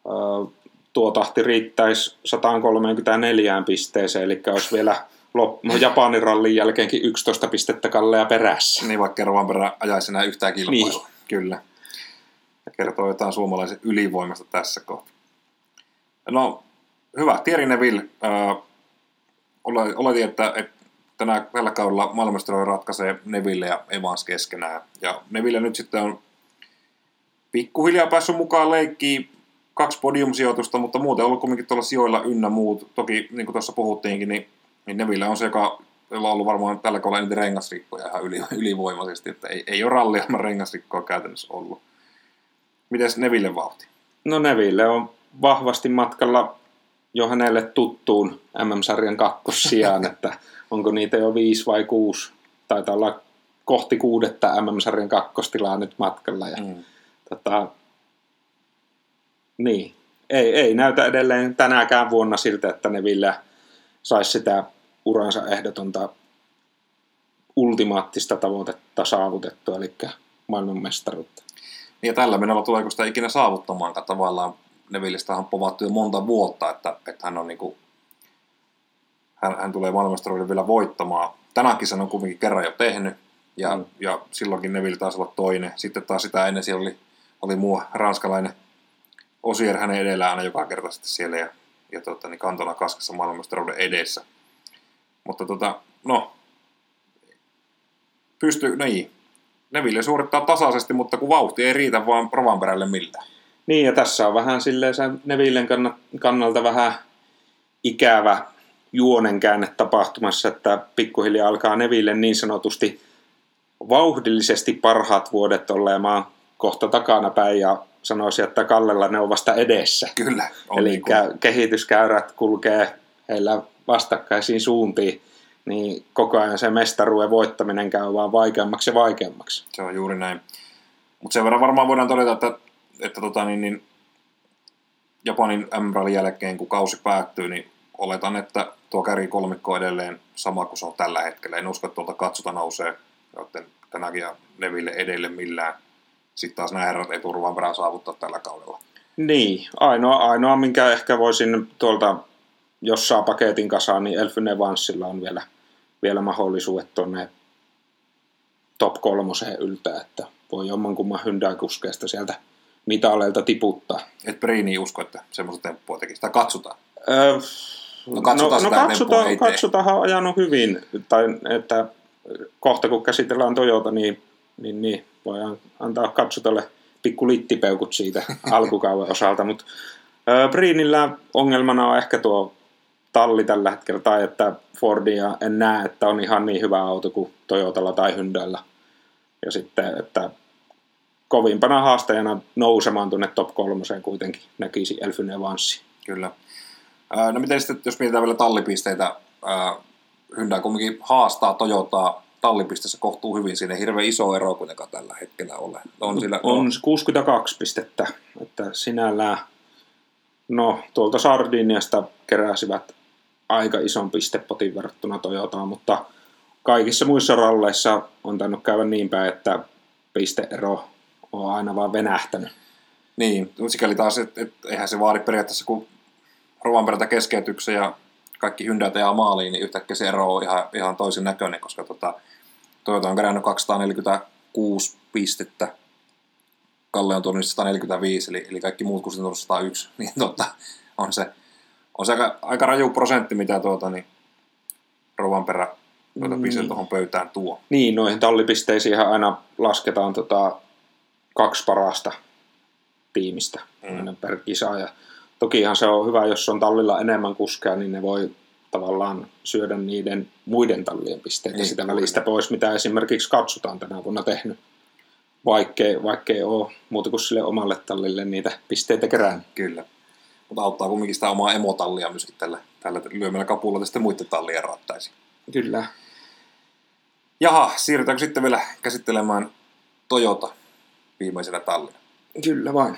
tuo tahti riittäisi sata kolmekymmentäneljä pisteeseen, eli olisi vielä lop- Japanin rallin jälkeenkin yksitoista pistettä Kallea perässä. Niin, vaikka Rovanperä ajaisi enää yhtään kilpailua. Niin. Kyllä. Ja kertoo jotain suomalaisen ylivoimasta tässä kohtaa. No, hyvä. Thierry Neuville. Äh, oletin, että, että tänä, tällä kaudella maailmanmestaruuden ratkaisee Neuville ja Evans keskenään. Ja Neuville nyt sitten on pikkuhiljaa päässyt mukaan leikkiin, kaksi podiumsijoitusta, mutta muuten on ollut kuitenkin tuolla sijoilla ynnä muut. Toki, niin kuin tuossa puhuttiinkin, niin, niin Neuville on se, joka on ollut varmaan tällä kaudella eniten rengasrikkoja ihan yli, ylivoimaisesti, että ei, ei ole rallia ilman rengasrikkoa käytännössä ollut. Mites Neuville vauhti? No Neuville on vahvasti matkalla jo hänelle tuttuun M M-sarjan kakkossijaan, että onko niitä jo viisi vai kuusi. Taitaa olla kohti kuudetta M M-sarjan kakkostilaa nyt matkalla. Ja, mm. tota, niin, ei, ei näytä edelleen tänäkään vuonna siltä, että Neuville saisi sitä uransa ehdotonta ultimaattista tavoitetta saavutettua, eli maailmanmestaruutta. Ja tällä menolla tuleeko sitä ikinä saavuttamaankaan tavallaan. Neuvillestä on povattu jo monta vuotta, että, että hän, on niin kuin, hän, hän tulee maailmanmestaruuden vielä voittamaan. Tänä kisana on kuitenkin kerran jo tehnyt, ja, mm. ja silloinkin Neuville taisi olla toinen. Sitten taas sitä ennen siellä oli, oli muu ranskalainen Osier hänen edellään aina joka kerta sitten siellä, ja, ja tota, niin kantona kaskassa maailmanmestaruuden edessä. Mutta tota, no, pystyy, niin, Neuville suorittaa tasaisesti, mutta kun vauhti ei riitä vaan Rovanperälle millään. Niin, ja tässä on vähän silleen se Neuvillen kannalta vähän ikävä juonenkäänne tapahtumassa, että pikkuhiljaa alkaa Neuville niin sanotusti vauhdillisesti parhaat vuodet olemaan kohta takana päin, ja sanoisin, että Kallella ne on vasta edessä. Kyllä. Eli niin kuin kehityskäyrät kulkee heillä vastakkaisiin suuntiin, niin koko ajan se mestaruuden voittaminen käy vaan vaikeammaksi ja vaikeammaksi. Se on juuri näin. Mutta sen verran varmaan voidaan todeta, että että tota, niin, niin Japanin M-rallin jälkeen, kun kausi päättyy, niin oletan, että tuo kärkikolmikko on edelleen sama kuin se on tällä hetkellä. En usko, että tuolta katsota nousee, joten tänäkin ja Neuville edelle millään. Sitten taas nämä herrat ei turvaan perään saavuttaa tällä kaudella. Niin, ainoa, ainoa minkä ehkä voisin tuolta, jos saa paketin kasaan, niin Elfyn Evansilla on vielä, vielä mahdollisuudet tuonne top kolmoseen yltää, että voi jommankumman Hyundai-kuskeesta sieltä mitaleilta tiputtaa. Et Brini usko, että semmoista temppua tekisi. Tai katsotaan. Öö, no katsotaan no, no katsotaan, katsotaan on ajanut hyvin. Tai että kohta kun käsitellään Toyota, niin, niin, niin voidaan antaa katsotalle pikku littipeukut siitä alkukauden osalta. Mutta öö, Brinillä ongelmana on ehkä tuo talli tällä hetkellä, tai että Fordia en näe, että on ihan niin hyvä auto kuin Toyotalla tai Hyundailla. Ja sitten, että kovimpana haastajana nousemaan tuonne top kolmoseen kuitenkin näkisi Elfyn Evansin. Kyllä. No miten sitten, jos mietitään vielä tallipisteitä, Hyundai kuitenkin haastaa Toyotaa tallipisteessä kohtuu hyvin. Siinä ei hirveän iso ero kuitenkaan tällä hetkellä ole. On, sillä, on no. kuusikymmentäkaksi pistettä, että sinällään, no tuolta Sardiniasta keräsivät aika ison pistepotin verrattuna Toyotaan, mutta kaikissa muissa ralleissa on tainnut käydä niin päin, että pisteero on aina vaan venähtänyt. Niin, sikäli taas, että et, eihän se vaadi periaatteessa, kun Rovanperältä keskeytyksen ja kaikki Hyundai ajaa maaliin, niin yhtäkkiä se ero on ihan, ihan toisen näköinen, koska tota, Toyota on kerännyt kaksisataaneljäkymmentäkuusi pistettä, Kalle on tuonut sata neljäkymmentäviisi, eli, eli kaikki muut kuitenkin on sata yksi, niin tota, on se, on se aika, aika raju prosentti, mitä tuota, niin Rovanperä tuota mm. pistettä tuohon pöytään tuo. Niin, noihin tallipisteisiin aina lasketaan tota, kaksi parasta tiimistä mm. per kisa. Ja tokihan se on hyvä, jos on tallilla enemmän kuskeja, niin ne voi tavallaan syödä niiden muiden tallien pisteitä niin, sitä välistä pois, mitä esimerkiksi katsotaan tänä vuonna tehnyt. Vaikkei, vaikkei ole muuta kuin sille omalle tallille niitä pisteitä kerään. Kyllä. Mutta auttaa kumminkin sitä omaa emotallia myöskin tällä, tällä lyömällä kapulla sitten muiden tallien rattaisiin. Kyllä. Jaha, siirrytäänkö sitten vielä käsittelemään Toyota viimeisenä tallina? Kyllä vain.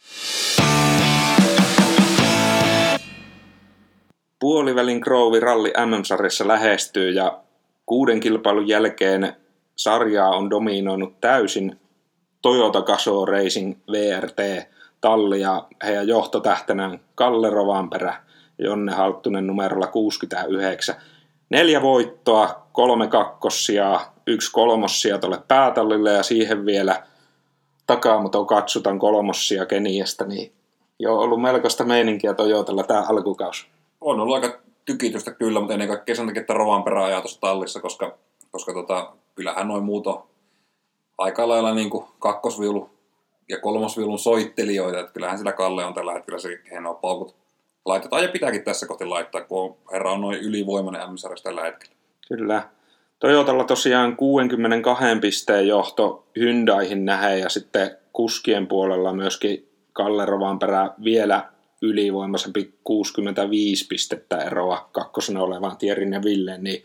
Puolivälin Grove Rally M M-sarjassa lähestyy ja kuuden kilpailun jälkeen sarjaa on dominoinut täysin Toyota Gazoo Racing V R T talli ja heidän johtotähtenään Kalle Rovanperä, Jonne Halttunen numerolla kuusikymmentäyhdeksän. Neljä voittoa, kolme kakkossia, yksi kolmossia tuolle päätallille ja siihen vielä Takamoto Katsutan kolmossia Keniasta, niin jo on ollut melkoista meininkiä Toyotalla tämä alkukausi. On ollut aika tykitystä kyllä, mutta ennen kaikkea sen takia, että Rovanperä ajaa tuossa tallissa, koska, koska tota, kyllähän noin muut on aika lailla niin kuin kakkosviulu ja kolmosviulun soittelijoita, että kyllähän sillä Kalle on tällä hetkellä se hienoa paukut laitetaan ja pitääkin tässä kohti laittaa, kun herra on noin ylivoimainen M-sarjassa tällä hetkellä. Kyllä. Toyotalla tosiaan kuusikymmentäkaksi pisteen johto Hyundaihin nähden ja sitten kuskien puolella myöskin Kalle Rovanperä vielä ylivoimaisempi kuusikymmentäviisi pistettä eroa kakkosena olevaan Thierryn ja Villeen, niin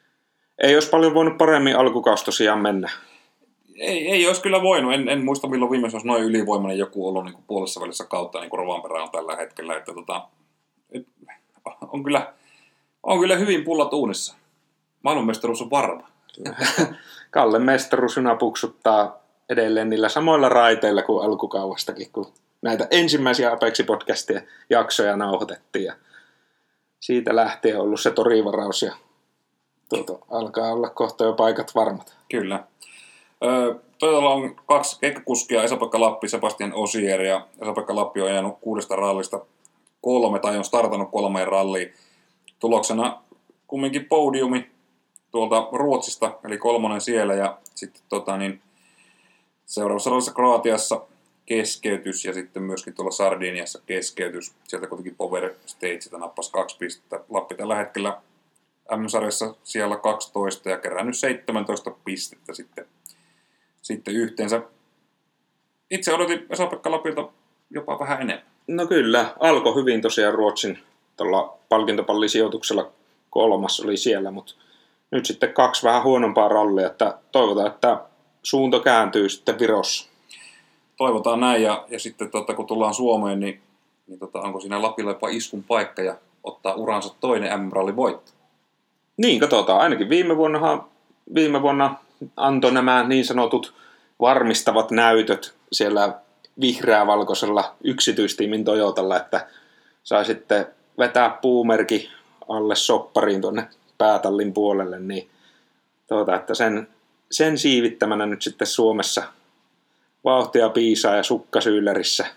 ei olisi paljon voinut paremmin alkukausi tosiaan mennä. Ei, ei olisi kyllä voinut. En, en muista milloin viimeisen olisi noin ylivoimainen joku ollut niin kuin puolessa välissä kautta, niin kuin Rovanperä on tällä hetkellä. Että, tota, et, on, kyllä, on kyllä hyvin pullat uunissa. Maailmanmestaruus on varma. Kalle mestaruusjuna puksuttaa edelleen niillä samoilla raiteilla kuin alkukauvastakin, kun näitä ensimmäisiä Apex-podcastien jaksoja nauhoitettiin. Ja siitä lähtien on ollut se torivaraus ja tuota, alkaa olla kohta jo paikat varmat. Kyllä. Toyotalla on kaksi keikkakuskia, Esa-Pekka Lappi, Sebastian Osier, ja Esa-Pekka Lappi on ajanut kuudesta rallista kolme, tai on startannut kolmeen ralliin. Tuloksena kumminkin podiumi tuolta Ruotsista, eli kolmonen siellä, ja sitten tota, niin, seuraavassa rallissa Kroatiassa keskeytys, ja sitten myöskin tuolla Sardiniassa keskeytys. Sieltä kuitenkin Power Stageilta nappasi kaksi pistettä. Lappi tällä hetkellä M-sarjassa siellä kaksitoista ja kerännyt seitsemäntoista pistettä sitten, sitten yhteensä. Itse odotin Esa-Pekka Lapilta jopa vähän enemmän. No kyllä, alkoi hyvin tosiaan Ruotsin tuolla palkintopallisijoituksella kolmas oli siellä, mutta nyt sitten kaksi vähän huonompaa rallia, että toivotaan, että suunta kääntyy sitten Virossa. Toivotaan näin, ja, ja sitten tota, kun tullaan Suomeen, niin, niin tota, onko siinä Lapilla jopa iskun paikka ja ottaa uransa toinen M-rallin voitto? Niin, katsotaan. Ainakin viime vuonna, viime vuonna antoi nämä niin sanotut varmistavat näytöt siellä vihreä-valkoisella yksityistiimin Toyotalla, että sai sitten vetää puumerki alle soppariin tuonne päätallin puolelle, niin tuota, että sen, sen siivittämänä nyt sitten Suomessa vauhtia piisaa ja sukkasyylerissä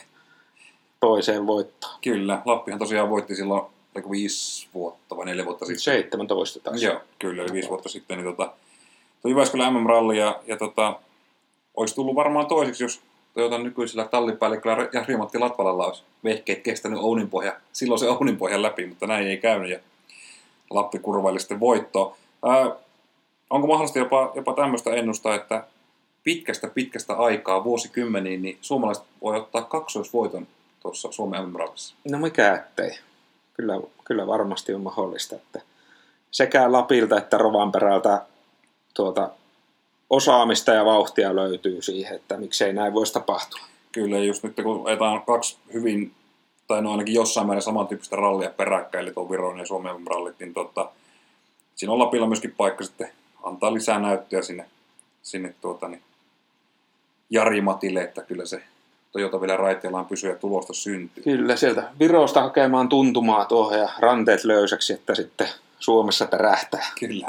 toiseen voittoon. Kyllä, Lappihan tosiaan voitti silloin oliko viisi vuotta vai neljä vuotta sitten? seitsemäntoista taisi. Joo, kyllä, eli viisi vuotta sitten. Niin tota, tuo Jyväskylän M M-ralli ja, ja tota, olisi tullut varmaan toiseksi, jos Toyotan nykyisellä tallipäällikköllä Jari-Matti Latvalalla olisi vehkeet kestänyt Ouninpohja, silloin se Ouninpohjan läpi, mutta näin ei käynyt ja Lappi kurvaili sitten voittoa. Ää, onko mahdollista jopa, jopa tämmöistä ennustaa, että pitkästä pitkästä aikaa, vuosikymmeniin, niin suomalaiset voi ottaa kaksoisvoiton tuossa Suomen M M-rallissa? No mikä ettei. Kyllä, kyllä varmasti on mahdollista, että sekä Lapilta että Rovanperältä tuota, osaamista ja vauhtia löytyy siihen, että miksei näin voisi tapahtua. Kyllä, just nyt kun ajetaan kaksi hyvin, tai no ainakin jossain määrin samantyyppistä rallia peräkkäin, eli tuo Viron ja Suomen rallit, niin tota, siinä on Lapilla myöskin paikka sitten antaa lisää näyttöä sinne, sinne tuota, niin Jari-Matille, että kyllä se Toyota vielä raiteillaan pysyy ja tulosta syntyy. Kyllä, sieltä Virosta hakemaan tuntumaa tuohon ja ranteet löysäksi, että sitten Suomessa tärähtää. Kyllä.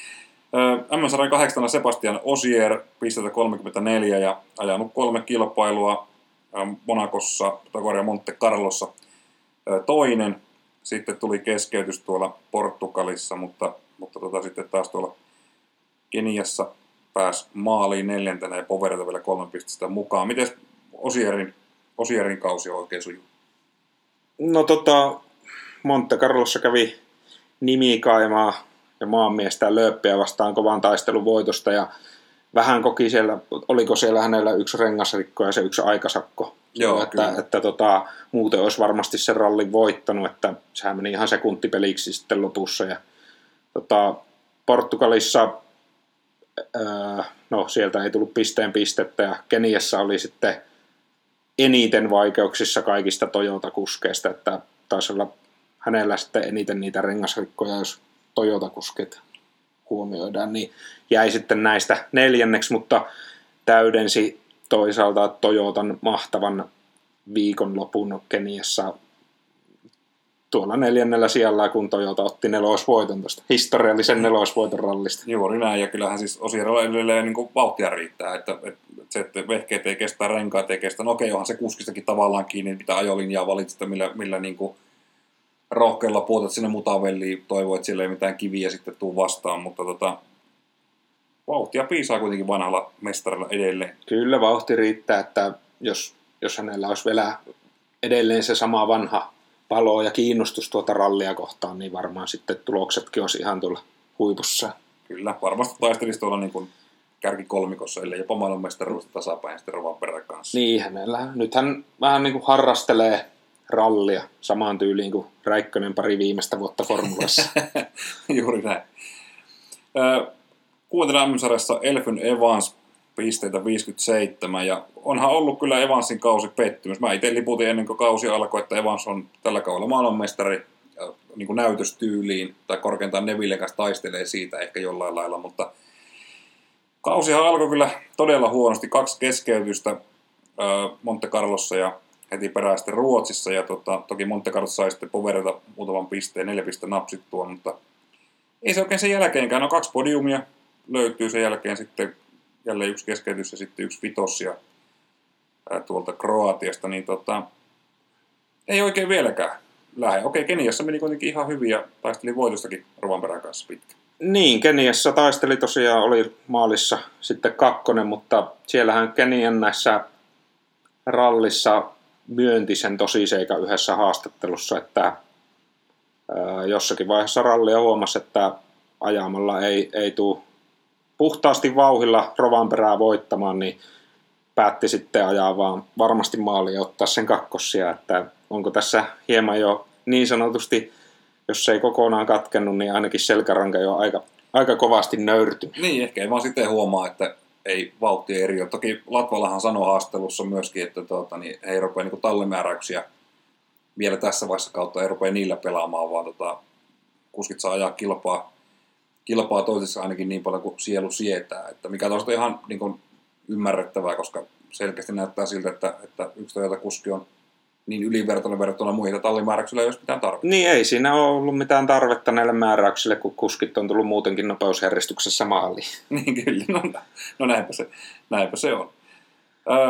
M S-sarjan kahdeksana Sebastian Osier, pistettä kolmekymmentäneljä ja ajanut kolme kilpailua Monacossa, Takoria Monte Carlossa toinen. Sitten tuli keskeytys tuolla Portugalissa, mutta, mutta tota, sitten taas tuolla Keniassa pääsi maaliin neljäntenä ja Poverilta vielä kolme pistettä mukaan. Miten Osierin, Osierin kausi on oikein sujuu? No tota, Monte Carlossa kävi nimikaimaa ja maanmiestä Lööppiä vastaan kovan taistelun voitosta ja vähän koki siellä, oliko siellä hänellä yksi rengasrikko ja se yksi aikasakko. Joo, että, kyllä. että tota, muuten olisi varmasti sen rallin voittanut, että sehän meni ihan sekuntipeliksi sitten lopussa. Ja, tota, Portugalissa, ää, no sieltä ei tullut pisteen pistettä ja Keniassa oli sitten eniten vaikeuksissa kaikista Toyota-kuskeista, että taisi olla hänellä sitten eniten niitä rengasrikkoja, jos Toyota-kusket huomioidaan, niin jäi sitten näistä neljänneksi, mutta täydensi toisaalta Toyotan mahtavan viikonlopun Keniassa tuolla neljännellä sijalla, kun Toyota otti nelosvoiton tuosta historiallisen nelosvoiton rallista. Juuri näin, ja kyllähän siis Osieralla edelleen niin kuin vauhtia riittää, että, että se, että vehkeet ei kestä, renkaat ei kestä. No okei, onhan se kuskistakin tavallaan kiinni, mitä ajolinjaa valitset, millä, millä niin kuin rohkealla puolet sinne mutavelliin, toivoo, että siellä ei mitään kiviä sitten tuu vastaan, mutta tota, vauhtia piisaa kuitenkin vanhalla mestarilla edelleen. Kyllä vauhti riittää, että jos, jos hänellä olisi vielä edelleen se sama vanha palo ja kiinnostus tuota rallia kohtaan, niin varmaan sitten tuloksetkin olisi ihan tuolla huipussa. Kyllä, varmasti taistelisi tuolla niin kuin kärkikolmikossa, ellei jopa maailmanmestaruudesta tasapäin sitten Rovanperän kanssa. Niin, hänellä. Nyt hän vähän niin kuin harrastelee rallia samaan tyyliin kuin Räikkönen pari viimeistä vuotta formulassa. Juuri näin. Kuuntelen M M-sarjassa Elfyn Evans pisteitä viisikymmentäseitsemän, ja onhan ollut kyllä Evansin kausi pettymys. Mä itse liputin ennen kuin kausi alkoi, että Evans on tällä kaudella maailmanmestari niin kuin näytöstyyliin, tai korkeintaan Neville kanssa taistelee siitä ehkä jollain lailla, mutta kausihan alkoi kyllä todella huonosti. Kaksi keskeytystä Monte Carlossa ja heti perään sitten Ruotsissa, ja tota, toki Monte Carlossa sai sitten poverata muutaman pisteen, neljä pistettä napsittua, mutta ei se oikein sen jälkeenkään. No kaksi podiumia löytyy sen jälkeen sitten jälleen yksi keskeytys ja sitten yksi vitossia tuolta Kroatiasta, niin tota, ei oikein vieläkään lähde. Okei, Keniassa meni kuitenkin ihan hyvin ja taisteli voitostakin Rovanperän kanssa pitkä. Niin, Keniassa taisteli tosiaan, oli maalissa sitten kakkonen, mutta siellähän Kenian näissä rallissa myönti sen tosiseikan yhdessä haastattelussa, että ää, jossakin vaiheessa rallia huomasi, että ajamalla ei, ei tule puhtaasti vauhilla Rovanperää voittamaan, niin päätti sitten ajaa vaan varmasti maaliin ja ottaa sen kakkossia, että onko tässä hieman jo niin sanotusti, jos ei kokonaan katkennut, niin ainakin selkäranka jo aika, aika kovasti nöyrtynyt. Niin, ehkä ei vaan sitten huomaa, että ei vauhtia eri ole. Toki Latvalahan sanoi haastattelussa myöskin, että tuota, niin he ei rupea niin tallimääräyksiä vielä tässä vaiheessa kautta, ei rupea niillä pelaamaan, vaan tota, kuskit saa ajaa kilpaa, kilpaa toisessa ainakin niin paljon kuin sielu sietää, että mikä toisaalta ihan niin kuin ymmärrettävää, koska selkeästi näyttää siltä, että, että yksi Toyota-kuski on niin ylivertainen verrattuna muihin, tallimääräyksillä ei olisi mitään tarvetta. Niin, ei siinä ole ollut mitään tarvetta näille määräyksille, kun kuskit on tullut muutenkin nopeusjärjestyksessä maaliin. Niin kyllä, no, no näinpä, se, näinpä se on. Öö,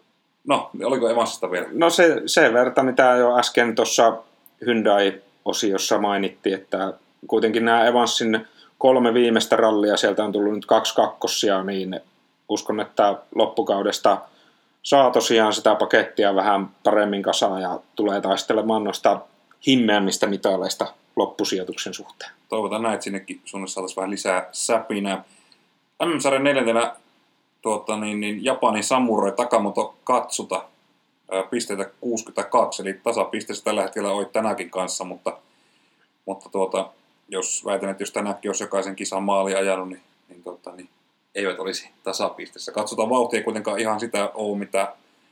no, oliko Evansista vielä? No se, se verta, mitä jo äsken tuossa Hyundai-osiossa mainittiin, että kuitenkin nämä Evansin kolme viimeistä rallia, sieltä on tullut nyt kaksi kakkossia, niin uskon, että loppukaudesta saa tosiaan sitä pakettia vähän paremmin kasaan ja tulee taistelemaan noista himmeämmistä mitaleista loppusijoituksen suhteen. Toivotaan näin, että sinnekin suunnassa saataisiin vähän lisää säpinää. M M-sarjan neljäntenä tuota, niin, niin Japanin Samurai Takamoto Katsuta ää, pisteitä kuusikymmentäkaksi, eli tasapisteessä tällä hetkellä oli tänäkin kanssa, mutta, mutta tuota, jos väitän, että jos tänäkin olisi jokaisen kisan maali ajanut, niin, niin, tuota, niin eivät olisi tasapisteessä. Katsotaan, vauhtia ei kuitenkaan ihan sitä ole, mitä,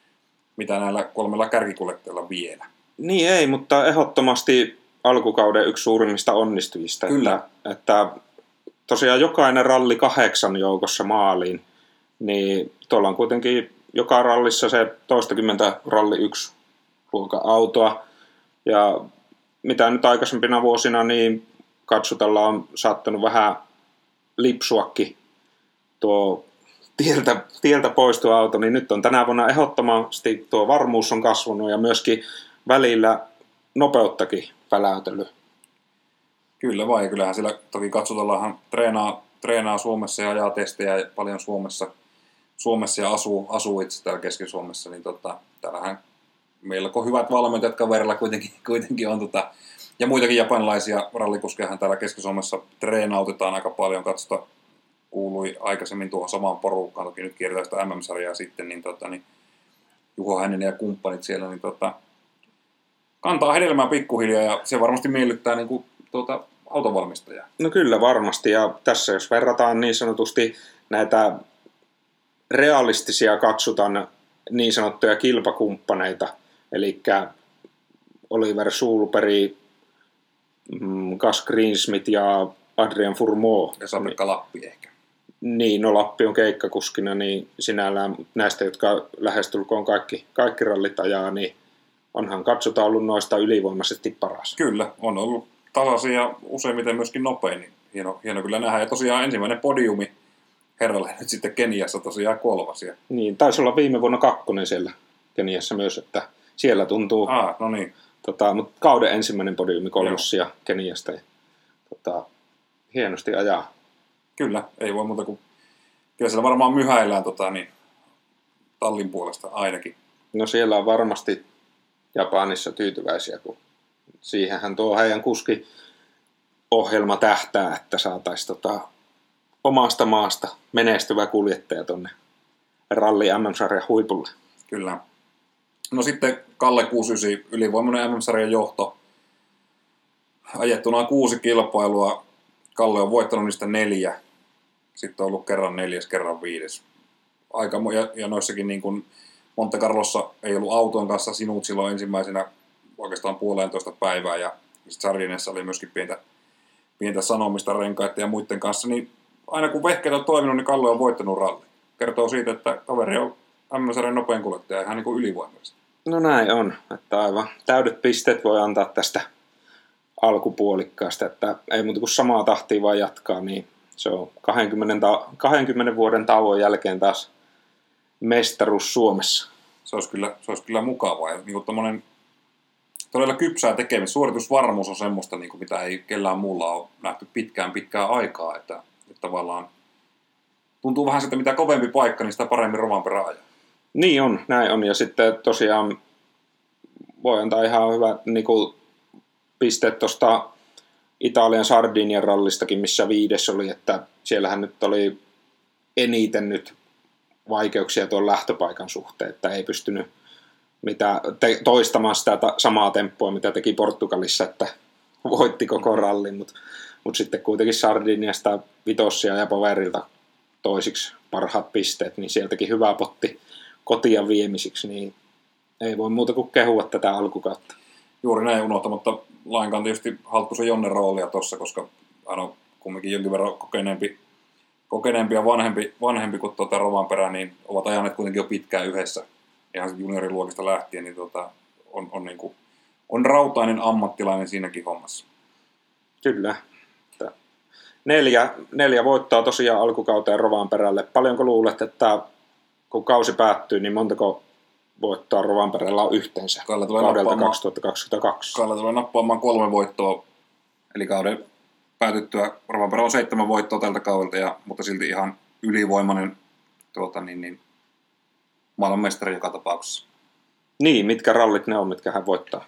mitä näillä kolmella kärkikuljettajalla vielä. Niin ei, mutta ehdottomasti alkukauden yksi suurimmista onnistujista. Kyllä. Että, että tosiaan jokainen ralli kahdeksan joukossa maaliin, niin tuolla on kuitenkin joka rallissa se toistakymmentä ralli yksi luokan autoa. Ja mitä nyt aikaisempina vuosina, niin Katsutalla on saattanut vähän lipsuakin tuo tieltä, tieltä poistua auto, niin nyt on tänä vuonna ehdottomasti tuo varmuus on kasvanut ja myöskin välillä nopeuttakin väläytellyt. Kyllä vai, kyllähän siellä toki Katsutellahan treenaa, treenaa Suomessa ja ajaa testejä paljon Suomessa, Suomessa ja asuu, asuu itse täällä Keski-Suomessa, niin tota, täällähän melko hyvät valmentajat kaverilla kuitenkin, kuitenkin on, tota, ja muitakin japanilaisia rallikuskejahan täällä Keski-Suomessa treenautetaan aika paljon. Katsotaan, kuului aikaisemmin tuohon samaan porukkaan, toki nyt kierretään sitä M M-sarjaa sitten, niin, tota, niin Juho Hänninen ja kumppanit siellä, niin tota, kantaa hedelmää pikkuhiljaa ja se varmasti miellyttää niin kuin, tuota, autovalmistajaa. No kyllä varmasti, ja tässä jos verrataan niin sanotusti näitä realistisia Katsutan niin sanottuja kilpakumppaneita, eli Oliver Sulperi, Gus Greensmith ja Adrian Fourmeau. Ja Sapekka Lappi ehkä. Niin, no Lappi on keikkakuskina, niin sinällään näistä, jotka lähestulkoon kaikki, kaikki rallit ajaa, niin onhan katsotaan ollut noista ylivoimaisesti paras. Kyllä, on ollut tasaisin ja useimmiten myöskin nopein. Niin hieno, hieno kyllä nähdä. Ja tosiaan ensimmäinen podiumi herralle nyt sitten Keniassa tosiaan kolmasia. Niin, taisi olla viime vuonna kakkonen siellä Keniassa myös, että siellä tuntuu, Ah, no niin. tota, mutta kauden ensimmäinen podiumi kolmosia Keniasta. Ja, tota, hienosti ajaa. Kyllä, ei voi muuta kuin, kyllä siellä varmaan myhäillään tota, niin, tallin puolesta ainakin. No siellä on varmasti Japanissa tyytyväisiä, kun siihenhän tuo heidän kuski-ohjelma tähtää, että saataisiin tota, omasta maasta menestyvä kuljettaja tuonne ralli M M-sarjan huipulle. Kyllä. No sitten Kalle kuusikymmentäyhdeksän, ylivoimainen M M-sarjan johto. Ajettuna kuusi kilpailua. Kalle on voittanut niistä neljä. Sitten on ollut kerran neljäs, kerran viides. Aika, ja, ja noissakin niin kuin Monte Carlossa ei ollut auton kanssa sinut silloin ensimmäisenä oikeastaan puolentoista päivää. Ja sitten Sardinessa oli myöskin pientä, pientä sanomista renkaiden ja muiden kanssa. Niin aina kun vehkeet on toiminut, niin Kalle on voittanut ralli. Kertoo siitä, että kaveri on M M-sarjan nopein kuljettaja ihan niin kuin ylivoimaisesti. No näin on, että aivan täydet pisteet voi antaa tästä alkupuolikkaasta, että ei muuta kuin samaa tahtia vaan jatkaa, niin se on kaksikymmentä, kaksikymmentä vuoden tauon jälkeen taas mestaruus Suomessa. Se olisi kyllä, se olisi kyllä mukavaa. Ja niin kuin tommonen todella kypsää tekemistä. Suoritusvarmuus on semmoista, niin kuin mitä ei kellään muulla ole nähty pitkään pitkään aikaa. Että, että tavallaan tuntuu vähän sitä, mitä kovempi paikka, niin sitä paremmin Rovanperä ajaa. Niin on, näin on. Ja sitten tosiaan voi antaa ihan hyvät niin kuin pisteet tuosta Italian Sardinian rallistakin, missä viides oli, että siellähän nyt oli eniten nyt vaikeuksia tuon lähtöpaikan suhteen, että ei pystynyt mitä te, toistamaan sitä ta, samaa temppua, mitä teki Portugalissa, että voitti koko rallin, mutta mut sitten kuitenkin Sardiniasta vitossia ja Poverilta toisiksi parhaat pisteet, niin sieltäkin hyvä potti kotia viemisiksi, niin ei voi muuta kuin kehua tätä alkukautta. Juuri näin unohtamatta lainkaan tietysti Halttusen Jonnen roolia tuossa, koska hän on kumminkin jonkin verran kokeneempi, kokeneempi ja vanhempi, vanhempi kuin tuota Rovanperä, niin ovat ajaneet kuitenkin jo pitkään yhdessä. Ihan junioriluokista lähtien, niin tuota, on, on, niin kuin, on rautainen ammattilainen siinäkin hommassa. Kyllä. Neljä, neljä voittaa tosiaan alkukauteen Rovanperälle. Paljonko luulet, että kun kausi päättyy, niin montako voittaa Rovanperällä on yhteensä kaudelta kaksituhattakaksikymmentäkaksi? Kalle tulee nappaamaan kolme voittoa, eli kauden päätyttyä Rovanperällä on seitsemän voittoa tältä kaudelta, ja, mutta silti ihan ylivoimainen tuota, niin, niin, maailmanmestari joka tapauksessa. Niin, mitkä rallit ne on, mitkä hän voittaa?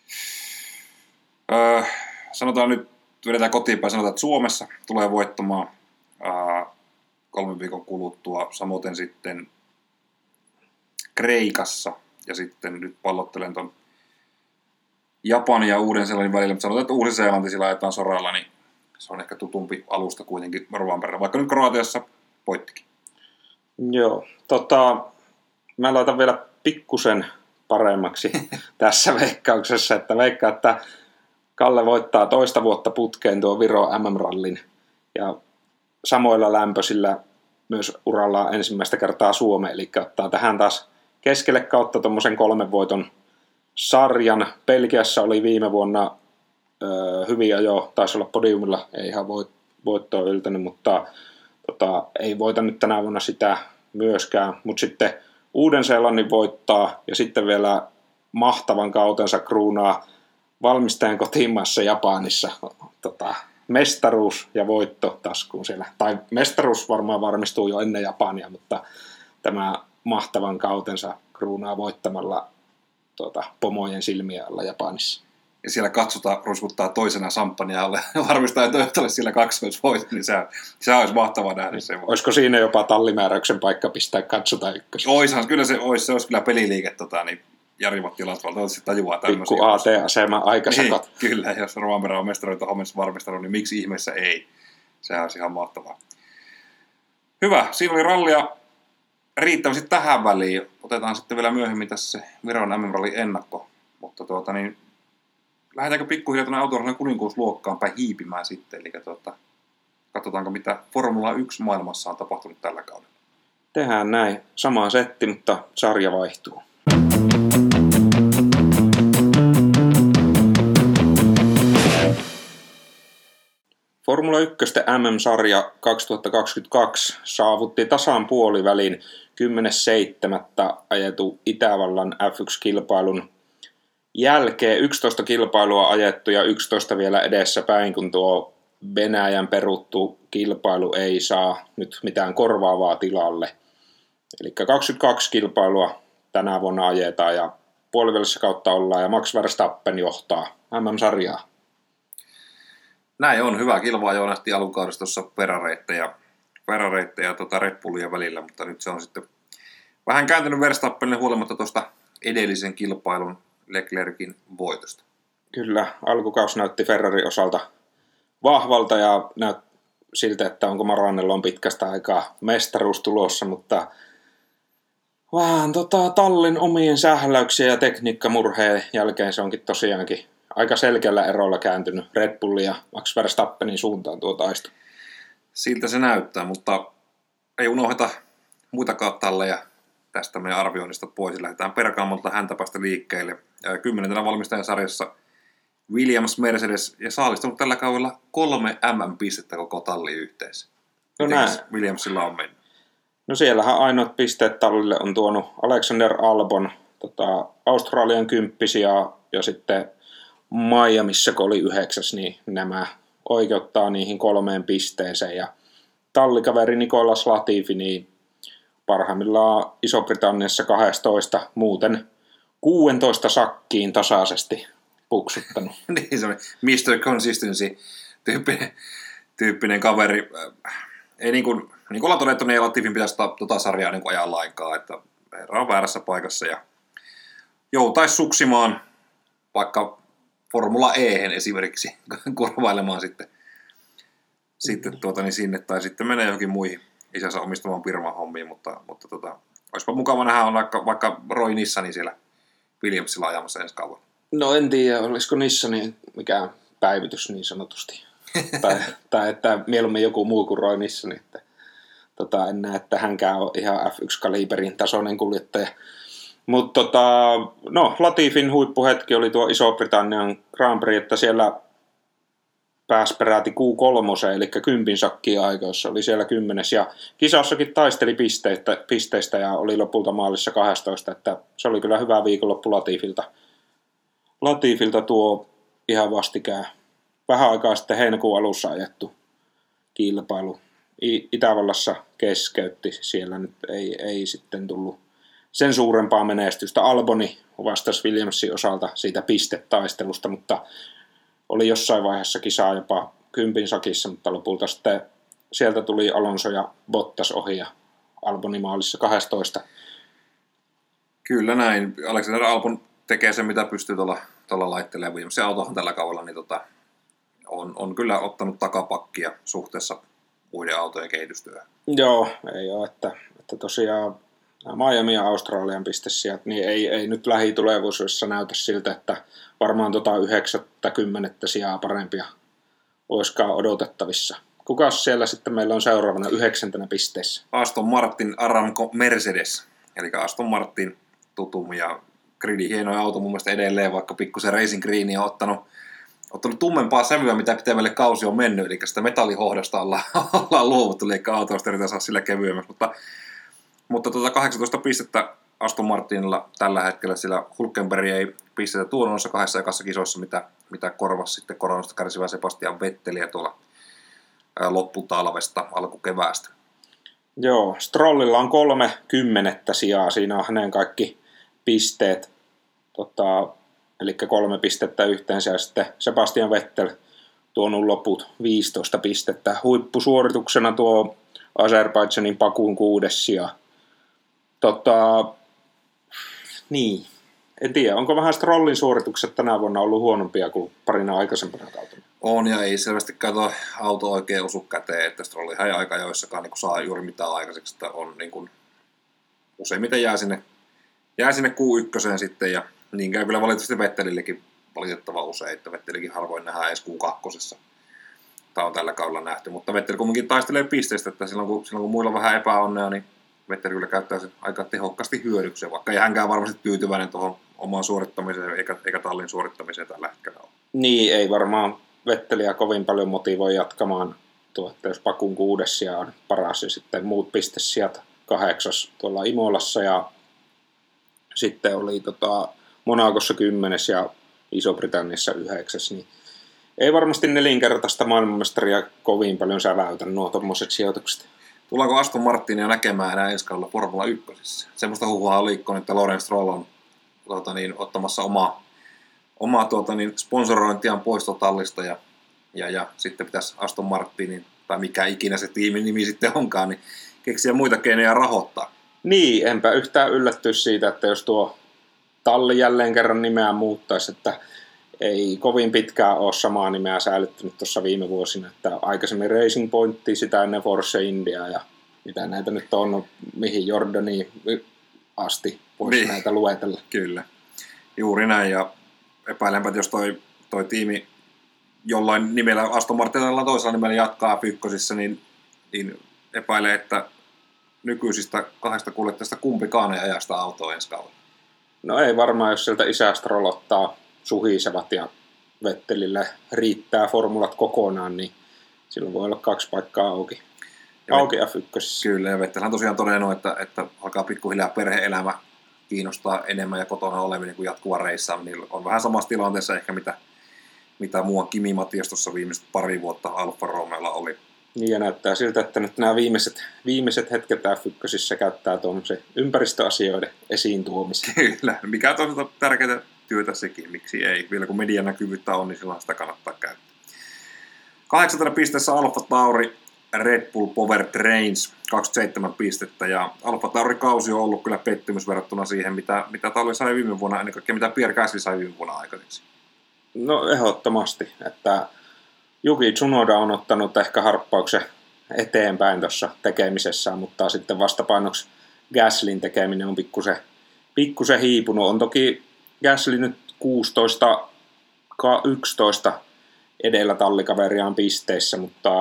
Öö, sanotaan nyt, vedetään kotiinpäin, sanotaan, että Suomessa tulee voittamaan öö, kolmen viikon kuluttua, samoin sitten Kreikassa, ja sitten nyt pallottelen ton Japanin ja Uuden-Seelannin välillä, mutta sanotaan, että Uusi-Seelanti sillä ajetaan soralla, niin se on ehkä tutumpi alusta kuitenkin Rovanperällä, vaikka nyt Kroatiassa voittikin. Joo, tota, mä laitan vielä pikkusen paremmaksi tässä veikkauksessa, että veikkaa, että Kalle voittaa toista vuotta putkeen tuo Viro M M-rallin ja samoilla lämpöisillä myös urallaan ensimmäistä kertaa Suomeen, eli ottaa tähän taas keskelle kautta tuommoisen kolmen voiton sarjan. Belgiassa oli viime vuonna ö, hyviä jo, taisi olla podiumilla, ei ihan voit, voittoa yltänyt, mutta tota, ei voita nyt tänä vuonna sitä myöskään, mutta sitten Uuden-Seelannin voittaa ja sitten vielä mahtavan kautensa kruunaa valmistajan kotimaassa Japanissa tota, mestaruus ja voitto taskuun siellä. Tai mestaruus varmaan varmistuu jo ennen Japania, mutta tämä mahtavan kautensa kruunaa voittamalla tuota, pomojen silmiä alla Japanissa. Ja siellä katsotaan, ruskuttaa toisena samppania alle ja varmistaa, että ole siellä kaksoisvoitot, niin se, se olisi mahtavaa nähdä se. Olisiko siinä jopa tallimääräyksen paikka pistää katsotaan ykkösen? Oishan, kyllä se olisi, se olisi kyllä peliliike, tota, niin Jari Matti Latvalta toivottavasti tajuaa tämmöisiä. Pikku A T-asema aikasakot. Niin, kyllä, jos Rovanperä on mestaroita hommissa varmistanut, niin miksi ihmeessä ei? Sehän olisi ihan mahtavaa. Hyvä, siinä oli rallia riittävästi tähän väliin. Otetaan sitten vielä myöhemmin tässä se Viron M M-rallin ennakko. Mutta tuota niin, lähdetäänkö pikkuhiljaa tuonne autorallin kuninkuusluokkaan päin hiipimään sitten. Eli tuota, katsotaanko mitä Formula yksi maailmassa on tapahtunut tällä kaudella. Tehdään näin. Sama setti, mutta sarja vaihtuu. Formula yksi M M-sarja kaksituhattakaksikymmentäkaksi saavutti tasan puolivälin kymmenes seitsemättä ajetun Itävallan F yksi -kilpailun jälkeen. yksitoista kilpailua ajettu ja yksitoista vielä edessä päin, kun tuo Venäjän peruttu kilpailu ei saa nyt mitään korvaavaa tilalle. Eli kaksikymmentäkaksi kilpailua tänä vuonna ajetaan ja puolivälissä kautta ollaan ja Max Verstappen johtaa M M-sarjaa. Näin on. Hyvä kilpaa jo nähtiin alkukaudessa tuossa Ferrareittejä, Ferrareittejä tota Red Bullia välillä, mutta nyt se on sitten vähän kääntynyt Verstappenille huolimatta tuosta edellisen kilpailun Leclerkin voitosta. Kyllä, alkukausi näytti Ferrarin osalta vahvalta ja näytti siltä, että onko Maranello on pitkästä aikaa mestaruus tulossa, mutta vähän tota, tallin omien sähläyksien ja tekniikkamurheen jälkeen se onkin tosiaankin aika selkeällä erolla kääntynyt Red Bullin ja Max Verstappenin suuntaan tuo taisto. Siltä se näyttää, mutta ei unohda muitakaan talleja tästä meidän arvioinnista pois. Lähdetään Pergamolta häntäpäästä liikkeelle. Kymmenentenä valmistajan sarjassa Williams, Mercedes ja saalistunut tällä kaudella kolme M M-pistettä koko talli yhteensä. No näin. Williamsilla on mennyt? No siellähän ainoat pisteet tallille on tuonut Alexander Albon, tota, Australian kymppisiä ja sitten Miamiissa, kun oli yhdeksäs, niin nämä oikeuttaa niihin kolmeen pisteeseen. Ja tallikaveri Nicolas Latifi, niin parhaimmillaan Iso-Britanniassa kaksitoista, muuten kuusitoista sakkiin tasaisesti puksuttanut. Niin se on mister Consistency tyyppinen, tyyppinen kaveri. Ei niin kuin, niin kuin ollaan todettu, niin Latifin pitäisi tota sarjaa niin kuin ajaa lainkaan, että herra on väärässä paikassa ja joutaisi suksimaan vaikka Formula Ehen esimerkiksi korvailemaan sitten, sitten tuota, niin sinne, tai sitten menee johonkin muihin isänsä omistamaan firman hommiin, mutta, mutta tota, olisipa mukava nähdä on vaikka, vaikka Roy Nissanin siellä Williamsilla ajamassa ensi kaudella. No en tiedä, olisiko Nissanin mikään päivitys niin sanotusti, tai, tai että mieluummin joku muu kuin Roy Nissan, että tota, en näe, että hänkään on ihan F yksi -kaliberin tasoinen kuljettaja. Mutta tota, no, Latifin huippuhetki oli tuo Iso-Britannian Grand Prix, että siellä pääsi peräti Q kolme, eli kympin sakkia aikoissa, oli siellä kymmenes, ja kisassakin taisteli pisteistä, pisteistä ja oli lopulta maalissa kaksitoista, että se oli kyllä hyvä viikonloppu Latifilta. Latifilta tuo ihan vastikään vähän aikaa sitten heinäkuun alussa ajettu kilpailu. Itävallassa keskeytti, siellä nyt ei, ei sitten tullut sen suurempaa menestystä. Alboni vastasi Williamsin osalta siitä pistetaistelusta, mutta oli jossain vaiheessa kisaa jopa kympin sakissa, mutta lopulta sitten sieltä tuli Alonso ja Bottas ohi ja Alboni maalissa kaksitoista. Kyllä näin. Alexander Albon tekee sen, mitä pystyy tuolla, tuolla laittelemaan. Williamsin autohan tällä kaudella niin tota, on, on kyllä ottanut takapakkia suhteessa muiden autojen kehitystyöhön. Joo, ei ole, että, että tosiaan Miami ja Australian pistesijat, niin ei, ei nyt lähitulevaisuudessa näytä siltä, että varmaan tota yhdeksänkymmentä sijaa parempia olisikaan odotettavissa. Kukas siellä sitten meillä on seuraavana yhdeksäntenä pisteessä? Aston Martin Aramco Mercedes, eli Aston Martin tutum ja gridi hieno auto mun mielestä edelleen, vaikka pikkusen Racing Green on ottanut, ottanut tummempaa sävyä, mitä pitemmälle kausi on mennyt, eli sitä metallihohdosta ollaan, ollaan luovuttu, eli autoista yritetään saada sillä kevyemmäksi, mutta Mutta tuota kahdeksantoista pistettä Aston Martinilla tällä hetkellä, sillä Hülkenberg ei pistetä tuonut noissa kahdessa ekassa kisoissa, mitä, mitä korvasi sitten koronasta kärsivää Sebastian Vetteliä tuolla lopputalvesta, alkukeväästä. Joo, Strollilla on kolme kymmenettä sijaa, siinä on hänen kaikki pisteet, tota, eli kolme pistettä yhteensä, ja sitten Sebastian Vettel tuonut loput viisitoista pistettä. Huippusuorituksena tuo Azerbaidžanin Bakuun kuudes sija. Tota, niin, en tiedä, onko vähän Strollin suoritukset tänä vuonna ollut huonompia kuin parina aikaisempana kautena? On, ja ei selvästi kato auto oikein osu käteen, että Strollihan ei aika joissakaan niin saa juuri mitään aikaiseksi, että on niin kuin, useimmiten jää sinne, jää sinne Q yksi sitten, ja niin käy kyllä valitettavasti Vettelillekin valitettava usein, että Vettelikin harvoin nähdään edes Q kaksi tämä on tällä kaudella nähty. Mutta Vettel kumminkin taistelee pisteistä, että silloin kun, silloin kun muilla on vähän epäonnea, niin Vettel kyllä käyttää sen aika tehokkaasti hyödykseen, vaikka ei hänkään varmasti tyytyväinen tuohon omaan suorittamiseen eikä, eikä tallin suorittamiseen tällä hetkellä ole. Niin, ei varmaan Vetteliä kovin paljon motivoi jatkamaan tuo, että jos Bakun kuudes sija on paras ja sitten muut pistesijat kahdeksas tuolla Imolassa ja sitten oli tota, Monacossa kymmenes ja Iso-Britanniassa yhdeksäs, niin ei varmasti nelinkertaista maailmanmestaria kovin paljon säväytä nuo tommoset sijoitukset. Tullaanko Aston Martinia näkemään enää ensi kaudella Formula ykkösessä? Semmoista huhua on liikkunut, että Lawrence Stroll on tuota, niin, ottamassa omaa, omaa tuota, niin, sponsorointiaan poistotallista ja, ja, ja sitten pitäisi Aston Martinin, tai mikä ikinä se tiimin nimi sitten onkaan, niin keksiä muita keinoja rahoittaa. Niin, enpä yhtään yllättyisi siitä, että jos tuo talli jälleen kerran nimeä muuttaisi, että ei kovin pitkään ole samaa nimeä säilyttänyt tuossa viime vuosina, että aikaisemmin Racing Pointti, sitä ennen Force India ja mitä näitä nyt on, mihin Jordaniin asti voisi niin näitä luetella. Kyllä, juuri näin ja epäilenpä, että jos toi, toi tiimi jollain nimellä, Aston Martinilla toisella nimellä jatkaa F yksi, niin, niin epäilee, että nykyisistä kahdesta kuljettajasta kumpikaan ei ajasta autoa ensi kaudella. No ei varmaan, jos sieltä isästä rolottaa suhisevat ja Vettelille riittää formulat kokonaan, niin silloin voi olla kaksi paikkaa auki. Ja auki F yksi. Kyllä, ja Vettelhän tosiaan todennut, että, että alkaa pikkuhiljaa perhe-elämä kiinnostaa enemmän ja kotona oleminen kuin jatkuva reissaa. Niin on vähän samassa tilanteessa ehkä, mitä, mitä muuan Kimi Matias tuossa viimeiset pari vuotta Alfa Romeolla oli. Niin ja näyttää siltä, että nyt nämä viimeiset, viimeiset hetket F yksi käyttää tuommoisen ympäristöasioiden esiin tuomisen. Kyllä, mikä on tärkeää työtä sekin, miksi ei. Vielä kun median näkyvyyttä on, niin silloin sitä kannattaa käyttää. Kahdeksantena pisteessä Alfa Tauri, Red Bull Power Trains, kaksikymmentäseitsemän pistettä. Ja Alfa Tauri kausi on ollut kyllä pettymys verrattuna siihen, mitä, mitä Talli sai viime vuonna, ennen kaikkea mitä Pierre Gasly sai viime vuonna aikaiseksi. No ehdottomasti, että Yuki Tsunoda on ottanut ehkä harppauksen eteenpäin tuossa tekemisessä, mutta sitten vastapainoksi Gaslyn tekeminen on pikkusen, pikkusen hiipunut. On toki Gasly nyt kuusitoista yksitoista edellä tallikaveriaan pisteissä, mutta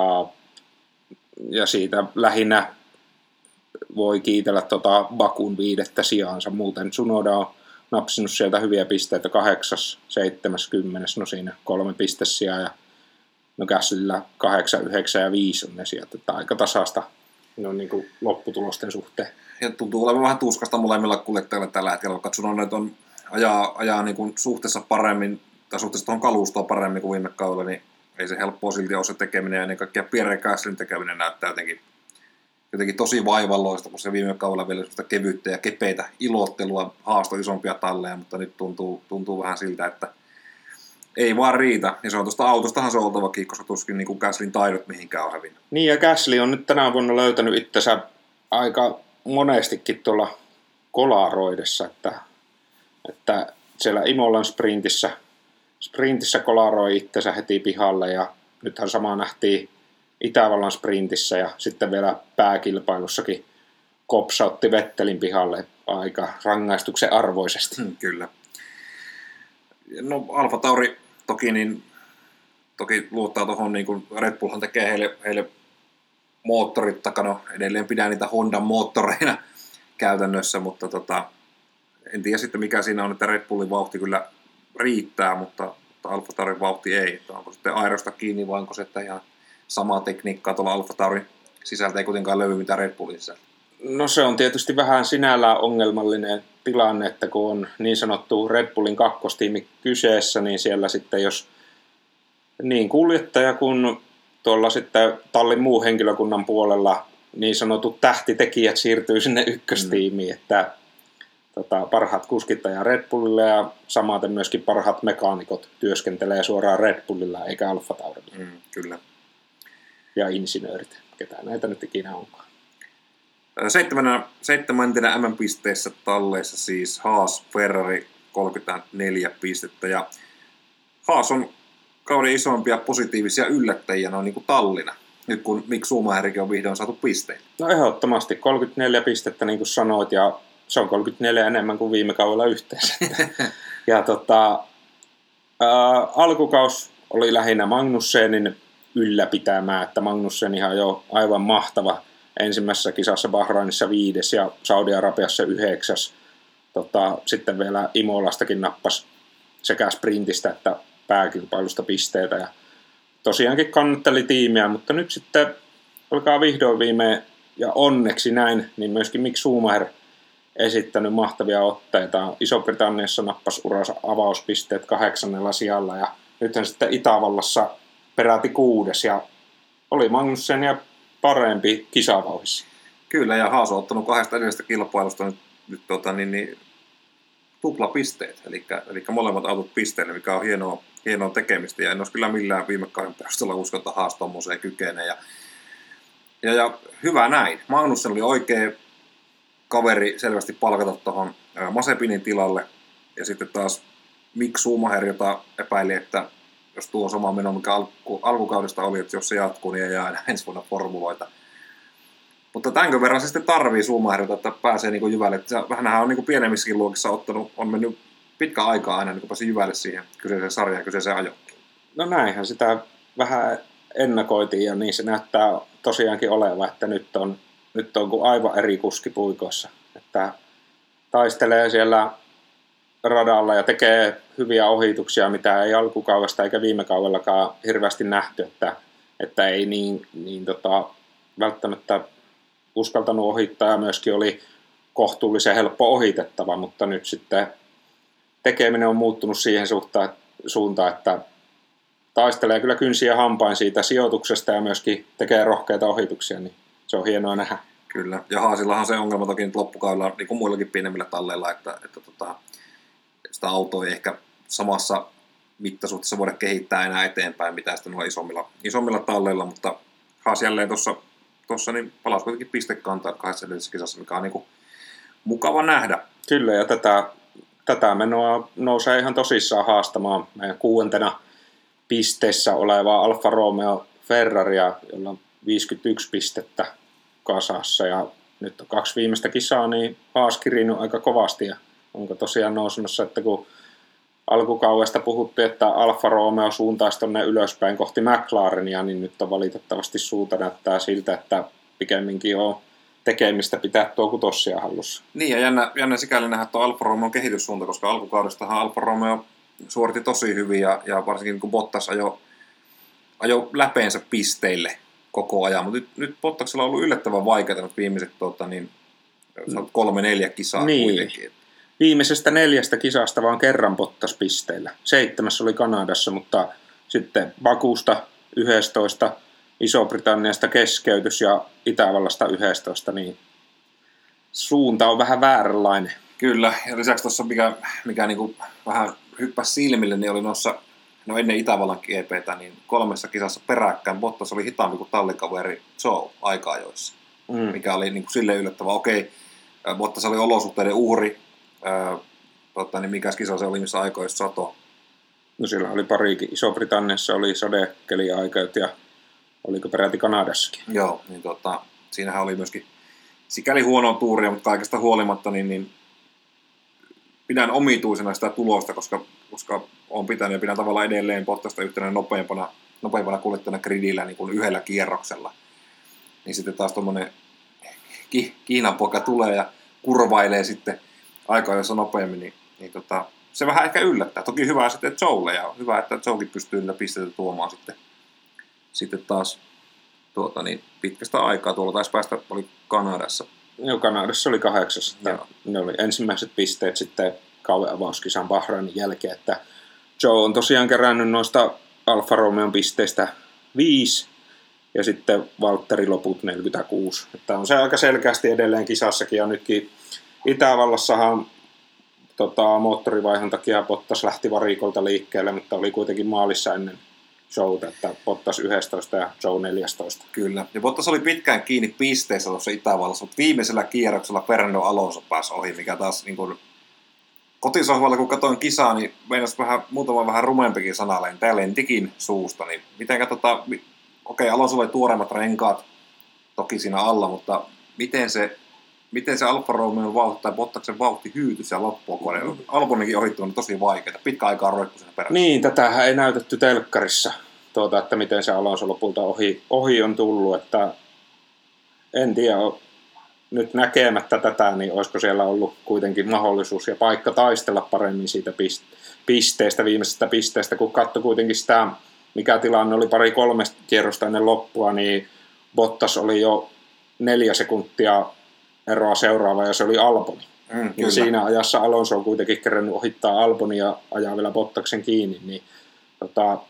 ja siitä lähinnä voi kiitellä tuota Bakun viidettä sijaansa. Muuten Tsunoda on napsinut sieltä hyviä pisteitä, kahdeksas, seitsemäs, kymmenes, no siinä kolme pistesijaa ja no Gaslyllä kahdeksan, yhdeksän ja viisi on ne sieltä, että aika tasasta no, niin kuin lopputulosten suhteen. Ja tuntuu olevan vähän tuskasta molemmilla kuljettajilla tällä hetkellä, vaikka Tsunoda nyt on ajaa, ajaa niin kuin suhteessa paremmin, tai suhteessa tuohon kalustoon paremmin kuin viime kaudella, niin ei se helppoa silti ole se tekeminen, ja ennen kaikkea Pierre Gaslyn tekeminen näyttää jotenkin, jotenkin tosi vaivalloista, kun se viime kaudella vielä sellaista kevyyttä ja kepeitä ilottelua, haastoi isompia talleja, mutta nyt tuntuu, tuntuu vähän siltä, että ei vaan riitä, ja se on tuosta autostahan se on oltavakin, koska tuskin niin Gaslyn taidot mihinkään on hävinnyt. Niin, ja Gasly on nyt tänä vuonna löytänyt itsensä aika monestikin tuolla kolaroidessa, että, että siellä Imolan sprintissä, sprintissä kolaroi itsensä heti pihalle, ja nythän sama nähtiin Itävallan sprintissä, ja sitten vielä pääkilpailussakin kopsautti Vettelin pihalle aika rangaistuksen arvoisesti. Hmm, kyllä. No Alfa Tauri toki, niin, toki luottaa tuohon, niin kuin Red Bullhan tekee heille, heille moottorit takana, edelleen pidän niitä Hondan moottoreina käytännössä, mutta tota, en tiedä sitten mikä siinä on, että Red Bullin vauhti kyllä riittää, mutta, mutta Alfa Taurin vauhti ei. Että onko sitten aerosta kiinni vai onko se että ihan samaa tekniikkaa tuolla Alfa Taurin sisältä ei kuitenkaan löydy mitään Red Bullin sisältä? No se on tietysti vähän sinällään ongelmallinen tilanne, että kun on niin sanottu Red Bullin kakkostiimi kyseessä, niin siellä sitten jos niin kuljettaja kuin tuolla sitten tallin muu henkilökunnan puolella niin sanotut tähtitekijät siirtyy sinne ykköstiimiin, mm. että tota, parhaat kuskit ajaa Red Bullilla ja samaten myöskin parhaat mekaanikot työskentelee suoraan Red Bullilla eikä Alfa Taurilla. Mm, kyllä. Ja insinöörit, ketä näitä nyt ikinä onkaan. Seitsemänä, seitsemäntenä M M-pisteessä talleissa siis Haas Ferrari kolmekymmentäneljä pistettä ja Haas on kauden isompia positiivisia yllättäjiä noin niin kuin tallina, nyt kun Mick Schumacherikin on vihdoin saatu pisteille. No ehdottomasti kolmekymmentäneljä pistettä niin kuin sanoit ja se on kolmekymmentäneljä enemmän kuin viime kaudella yhteensä. ja tota, ää, alkukaus oli lähinnä Magnussenin ylläpitämään, että Magnussen ihan jo aivan mahtava ensimmäisessä kisassa Bahrainissa viides ja Saudi-Arabiassa yhdeksäs. Tota, sitten vielä Imolastakin nappasi sekä sprintistä että pääkilpailusta pisteitä ja tosiaankin kannatteli tiimiä, mutta nyt sitten alkaa vihdoin viimein ja onneksi näin, niin myöskin Mick Schumacher esittänyt mahtavia otteita. Iso-Britanniassa nappasi uransa avauspisteet kahdeksannella sijalla ja nythän sitten Itävallassa peräti kuudes ja oli Magnussen ja parempi kisavauhissa. Kyllä, ja Haas on ottanut kahdesta edellisestä kilpailusta nyt, nyt tota, niin, niin, tuplapisteet, eli, eli molemmat autot pisteille, mikä on hienoa, hienoa tekemistä, ja en olisi kyllä millään viime kauden perusteella usko, että Haas tommoseen kykenee. Ja, ja, ja hyvä näin. Magnussen oli oikea kaveri selvästi palkata tuohon Mazepinin tilalle, ja sitten taas Mick Schumacher, jota epäili, että jos tuo sama meno, mikä alku, alkukaudesta oli, että jos se jatkuu, niin ei jää enää ensi vuonna formuloita. Mutta tämänkö verran se sitten tarvii Schumacherilta, että pääsee niin jyvälle. Vähänhän on niin pienemmissäkin luokissa ottanut, on mennyt pitkä aikaa aina niin pääsi jyvälle siihen kyseiseen sarjaan, kyseiseen ajoon. No näinhän sitä vähän ennakoitiin ja niin se näyttää tosiaankin olevan, että nyt on, nyt on kuin aivan eri kuski puikoissa. Että taistelee siellä radalla ja tekee hyviä ohituksia, mitä ei alkukaudesta eikä viime kaudellakaan hirveästi nähty, että, että ei niin, niin tota, välttämättä uskaltanut ohittaa ja myöskin oli kohtuullisen helppo ohitettava, mutta nyt sitten tekeminen on muuttunut siihen suuntaan, että taistelee kyllä kynsiä hampain siitä sijoituksesta ja myöskin tekee rohkeita ohituksia, niin se on hienoa nähdä. Kyllä, ja Haasillahan se ongelma toki nyt loppukaudella, niin kuin muillakin pienemmillä talleilla, että, että tota, sitä autoa ei ehkä samassa mittasuhteessa voida kehittää enää eteenpäin, mitä sitten noilla isommilla, isommilla talleilla, mutta Haas jälleen tuossa Tuossa niin palasi kuitenkin pistekantaan kahdessa edellisessä kisassa, mikä on niin kuin mukava nähdä. Kyllä, ja tätä, tätä menoa nousee ihan tosissaan haastamaan meidän kuuentena pisteessä olevaa Alfa Romeo Ferraria, jolla on viisikymmentäyksi pistettä kasassa, ja nyt on kaksi viimeistä kisaa, niin Haas kirinyt aika kovasti, ja onko tosiaan nousemassa, että kun alkukaudesta puhuttiin, että Alfa Romeo suuntaisi tuonne ylöspäin kohti McLarenia, niin nyt on valitettavasti suunta näyttää siltä, että pikemminkin on tekemistä pitää tuo kutossia hallussa. Niin, ja jännä, jännä sikäli nähdä tuo Alfa Romeon kehityssuunta, koska alkukaudestahan Alfa Romeo suoritti tosi hyvin, ja, ja varsinkin kun Bottas ajoi ajo läpeensä pisteille koko ajan, mutta nyt, nyt Bottaksella on ollut yllättävän vaikeaa nyt viimeiset tuota, niin, kolme neljä kisaa niin. Kuitenkin. Viimeisestä neljästä kisasta vaan kerran Bottas pisteillä. Seitsemäs oli Kanadassa, mutta sitten Bakusta yksitoista, Iso-Britanniasta keskeytys ja Itävallasta yksitoista, niin suunta on vähän vääränlainen. Kyllä, ja lisäksi tuossa mikä, mikä niinku vähän hyppäsi silmille, niin oli noissa, no ennen Itävallan G P:tä, niin kolmessa kisassa peräkkäin Bottas oli hitaampi kuin tallikaveri Zhou aika-ajoissa, mm. mikä oli niinku silleen yllättävää. Okei, Bottas oli olosuhteiden uhri, Ää, totta, niin mikäs kisa se oli, missä aikoissa sato? No sillä oli parikin. Iso-Britanniassa oli sadekeliaikeut ja oliko peräti Kanadassakin. Joo, niin tota, siinähän oli myöskin sikäli huonoa tuuria, mutta kaikesta huolimatta niin, niin pidän omituisena sitä tulosta, koska, koska olen pitänyt ja pidän tavallaan edelleen Bottasta yhtenä nopeampana, nopeampana kuljettajana gridillä niin kuin yhdellä kierroksella. Niin sitten taas tuommoinen ki, Kiinan poika tulee ja kurvailee sitten aikaa, jos on nopeammin, niin, niin tota, se vähän ehkä yllättää. Toki hyvä sitten Zhoulle ja hyvä, että Zhoukin pystyy niillä pisteitä tuomaan sitten, sitten taas tuota, niin pitkästä aikaa. Tuolla taisi päästä, oli Kanadassa. Joo, Kanadassa oli kahdeksas. Ne oli ensimmäiset pisteet sitten kauden avauskisan Bahrainin jälkeen, että Zhou on tosiaan kerännyt noista Alfa Romeon pisteistä viisi ja sitten Valtteri loput neljäkymmentäkuusi. Että on se aika selkeästi edelleen kisassakin ja nytkin Itävallassahan tota, moottorivaihon takia Bottas lähti varikolta liikkeelle, mutta oli kuitenkin maalissa ennen Zhouta, että Bottas yksitoista ja Zhou neljätoista. Kyllä, ja Bottas oli pitkään kiinni pisteissä tuossa Itävallassa, mutta viimeisellä kierroksella Fernando Alonso pääsi ohi, mikä taas niin kuin, kotisohvalla kun katsoin kisaa, niin meinasi vähän, muutama vähän rumempikin sanalle, niin tää lentikin suusta, niin mitenkä tota, okei, Alonso oli tuoreimmat renkaat toki siinä alla, mutta miten se Miten se Alfa Romeon vauhti tai Bottaksen vauhti hyytyi siellä loppuun, kun Alboninkin ohittu on tosi vaikeaa. Pitkä aikaa roikkui sen perässä. Niin, tätähän ei näytetty telkkarissa tuota, että miten se Alonso lopulta ohi, ohi on tullut, että en tiedä, nyt näkemättä tätä, niin olisiko siellä ollut kuitenkin mahdollisuus ja paikka taistella paremmin siitä pisteestä, viimeisestä pisteestä, kun katsoi kuitenkin sitä, mikä tilanne oli pari kolme kierrosta ennen loppua, niin Bottas oli jo neljä sekuntia eroa seuraava ja se oli Alboni. Mm, niin siinä ajassa Alonso on kuitenkin kerännyt ohittaa Albonia ja ajaa vielä Bottaksen kiinni, niin tota,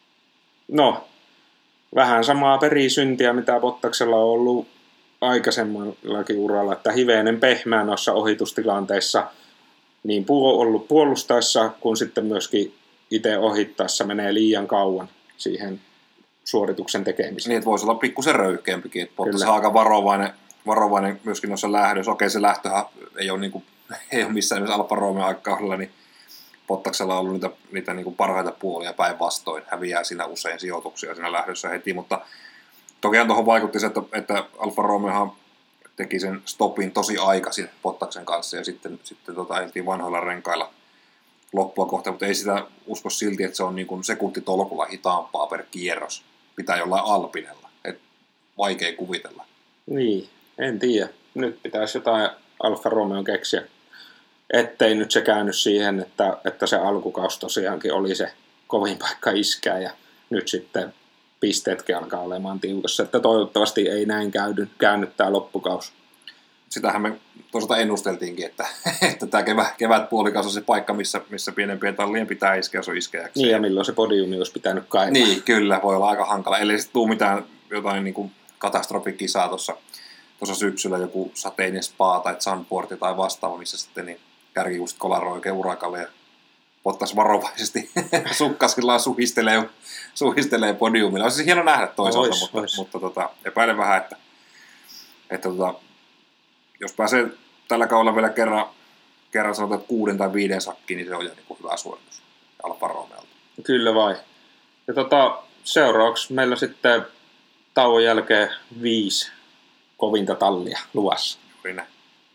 no, vähän samaa perisyntiä, mitä Bottaksella on ollut aikaisemmallakin uralla, että hivenen pehmeä noissa ohitustilanteissa niin ollut puolustaessa kuin sitten myöskin itse ohittaessa menee liian kauan siihen suorituksen tekemiseen. Niin, että voisi olla pikkusen röyhkeämpikin, että Bottas on aika varovainen, varovainen myöskin noissa lähdöissä. Okei, se lähtöhän ei ole, niin kuin, ei ole missään nimessä Alfa Romeo aikakaudella, niin Bottaksella on ollut niitä, niitä niin kuin parhaita puolia päinvastoin. Häviää siinä usein sijoituksia siinä lähdössä heti, mutta tokihan tuohon vaikutti se, että, että Alfa Romeohan teki sen stopin tosi aikaisin Bottaksen kanssa ja sitten, sitten tota, ajeltiin vanhoilla renkailla loppua kohtaan, mutta ei sitä usko silti, että se on niin kuin sekuntitolkulla hitaampaa per kierros. Pitää jollain Alpinella. Et vaikea kuvitella. Niin, en tiedä. Nyt pitäisi jotain Alfa Romeon keksiä. Ettei nyt se käänny siihen, että, että se alkukaus tosiaankin oli se kovin paikka iskää ja nyt sitten pisteetkin alkaa olemaan tiukassa. Että toivottavasti ei näin käydy, käänny tämä loppukaus. Sitähän me toisaalta ennusteltiinkin, että, että tämä kevät, kevätpuolikas on se paikka, missä, missä pienempien tallien pitää iskeä, jos on iskeäksi. Niin, ja milloin se podiumi olisi pitänyt kaivaa. Niin, kyllä, voi olla aika hankala. Eli sitten tule mitään jotain niin kuin katastrofikisaa tuossa syksyllä, joku sateinen spa tai sunboardi tai vastaava, missä sitten niin kärki just kolaroi oikein urakalle ja Bottas varovaisesti sukkaskillaan suhistelee, suhistelee podiumilla. Olisi hieno nähdä toisaalta, ois, mutta, ois. mutta tota, epäilen vähän, että, että tota, jos pääsee tällä kaudella vielä kerran, kerran sanotaan, että kuuden tai viiden sakkiin, niin se on jo niin kuin hyvä suoritus Alfa Romeolta. Kyllä vai. Ja tota, seuraavaksi meillä sitten tauon jälkeen viisi kovinta tallia luvassa. Juuri näin.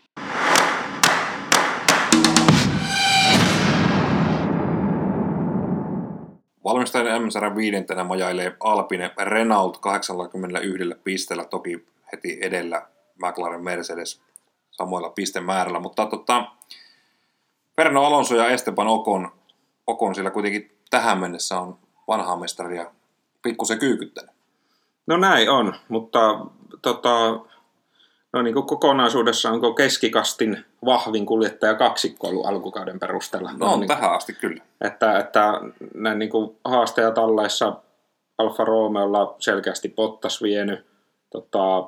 Valmistajan M S-sarjan viidentenä majailee Alpine Renault kahdeksankymmentäyksi pisteellä, toki heti edellä McLaren Mercedes samoilla pistemäärällä, mutta tota, Fernando Alonso ja Esteban Ocon, Ocon sillä kuitenkin tähän mennessä on vanhaa mestaria pikkusen kyykyttänyt. No näin on, mutta tota, no niin kuin kokonaisuudessa onko keskikastin vahvin kuljettaja kaksikko ollut alkukauden perusteella? No on niin, tähän asti kyllä. Että, että näin niin kuin haastajatalleissa Alfa Romeolla selkeästi Bottas vienyt, tota,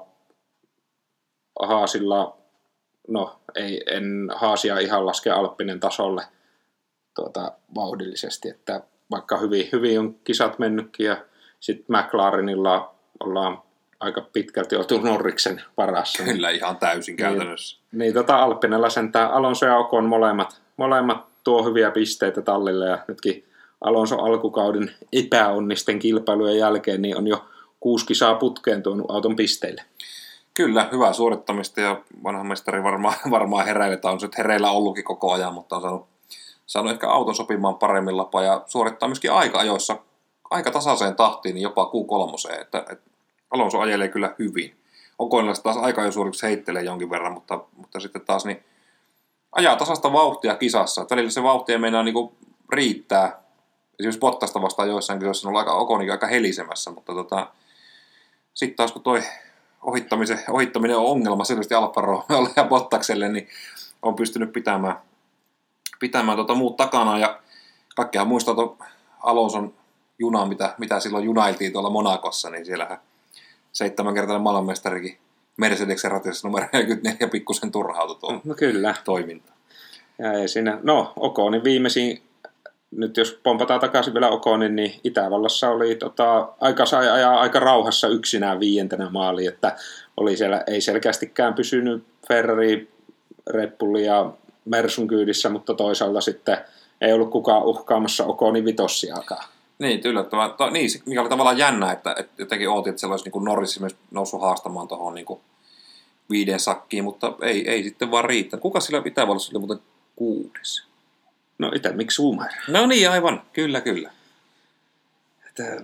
Haasilla, no ei, en Haasia ihan laske Alppinen tasolle tuota, vauhdillisesti, että vaikka hyvin, hyvin on kisat mennytkin ja sitten McLarenilla ollaan aika pitkälti oltu Norriksen varassa. Kyllä, ihan täysin käytännössä. Niin, niin tota Alppinella sentään Alonso ja Ocon molemmat, molemmat tuo hyviä pisteitä tallille ja nytkin Alonso alkukauden epäonnisten kilpailujen jälkeen niin on jo kuusi kisaa putkeen tuonut auton pisteille. Kyllä, hyvää suorittamista ja vanha mestari varmaan, varmaan heräilee, tai on se hereillä ollutkin koko ajan, mutta on saanut, saanut ehkä auton sopimaan paremmin lapa ja suorittaa myöskin aika-ajoissa aika tasaiseen tahtiin, niin jopa Q kolme, että, että Alonso ajelee kyllä hyvin. Okonilla taas aika-ajosuoritus heittelee jonkin verran, mutta, mutta sitten taas niin ajaa tasasta vauhtia kisassa. Että välillä se vauhti ei meinaa niin riittää. Esimerkiksi Bottasta vastaan joissain kisoissa on ollut aika Okonikin aika helisemässä, mutta tota, sitten taas kun toi ohittaminen, ohittaminen on ongelma selvästi Alfa Romeolle ja Bottakselle, niin on pystynyt pitämään, pitämään tota muut takana. Ja kaikkihan muistaa tuon Alonson junaa, mitä, mitä silloin junailtiin tuolla Monakossa, niin siellähän seitsemänkertainen maailmanmestarikin Mercedesen ratissa numero neljäkymmentäneljä pikkusen turhautui tuo no, kyllä. toiminta. Ja ei siinä, no Oconin viimeisin, nyt jos pompataan takaisin vielä Oconin, niin Itävallassa oli tota, aika, sai ajaa aika rauhassa yksinään viientenä maaliin, että oli siellä, ei selkeästikään pysynyt Ferrari, Red Bull ja Mersun kyydissä, mutta toisaalta sitten ei ollut kukaan uhkaamassa Oconin vitossiakaan. Niin, yllättävää. To, niin, mikä oli tavallaan jännä, että, että jotenkin ootin, että siellä olisi niin Norris myös noussut haastamaan tuohon niin viiden sakkiin, mutta ei, ei sitten vaan riittänyt. Kuka sillä Itävallassa oli muuten kuudes? No itse, miksi Schumacher? No niin, aivan. Kyllä, kyllä. Että,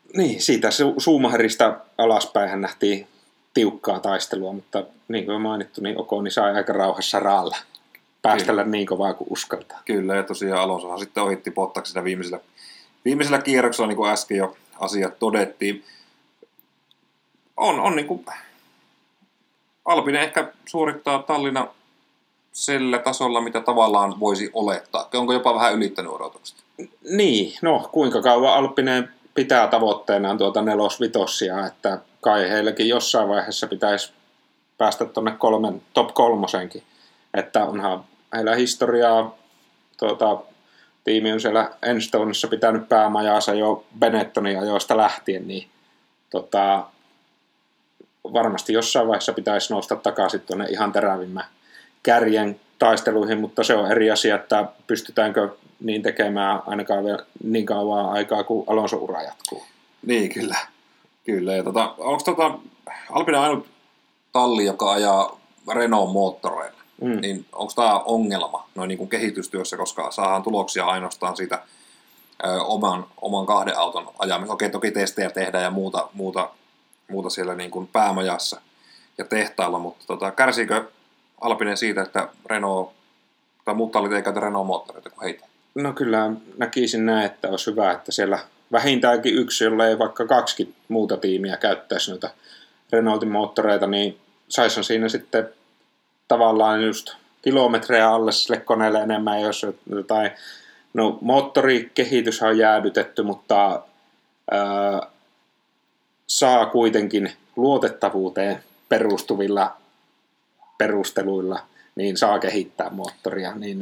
Niin, siitä Schumacherista alaspäin nähtiin tiukkaa taistelua, mutta niin kuin mainittu, niin Oconi sai aika rauhassa raalla päästellä Kyllä. niin kovaa kuin uskaltaa. Kyllä, ja tosiaan Alonsohan sitten ohitti Bottaksen siinä viimeisellä, viimeisellä kierroksella, niin kuin äsken jo asiat todettiin. On, on niin kuin Alpine ehkä suorittaa Tallinna sillä tasolla, mitä tavallaan voisi olettaa. Onko jopa vähän ylittänyt odotukset? Niin, no kuinka kauan Alpine pitää tavoitteenaan tuota nelosvitossia, että kai heilläkin jossain vaiheessa pitäisi päästä tuonne kolmen, top kolmosenkin. Että onhan heillä historiaa, tuota, tiimi on siellä Enstoneissa pitänyt päämajaansa jo Benettonin ajoista lähtien, niin tota, varmasti jossain vaiheessa pitäisi nousta takaisin tuonne ihan terävimmän kärjen taisteluihin, mutta se on eri asia, että pystytäänkö niin tekemään ainakaan vielä niin kauan aikaa, kun Alonson ura jatkuu. Niin, kyllä. Kyllä. Ja tota, onko tota, Alpine ainut talli, joka ajaa Renault-moottoreilla? Mm. Niin onko tämä ongelma noin niin kuin kehitystyössä, koska saadaan tuloksia ainoastaan siitä ö, oman, oman kahden auton ajamista. Okei, toki testejä tehdään ja muuta, muuta, muuta siellä niin kuin päämajassa ja tehtailla, mutta tota, kärsiikö Alpine siitä, että Renault tai muut tallit ei käytä Renault-moottoreita kuin heitä? No kyllä näkisin näin, että olisi hyvä, että siellä vähintäänkin yksi, jollei vaikka kaksi muuta tiimiä käyttäisi noita Renaultin moottoreita, niin saisi siinä sitten tavallaan just kilometrejä alle sille koneelle enemmän, jos jotain, no moottorikehitys on jäädytetty, mutta ää, saa kuitenkin luotettavuuteen perustuvilla perusteluilla, niin saa kehittää moottoria, niin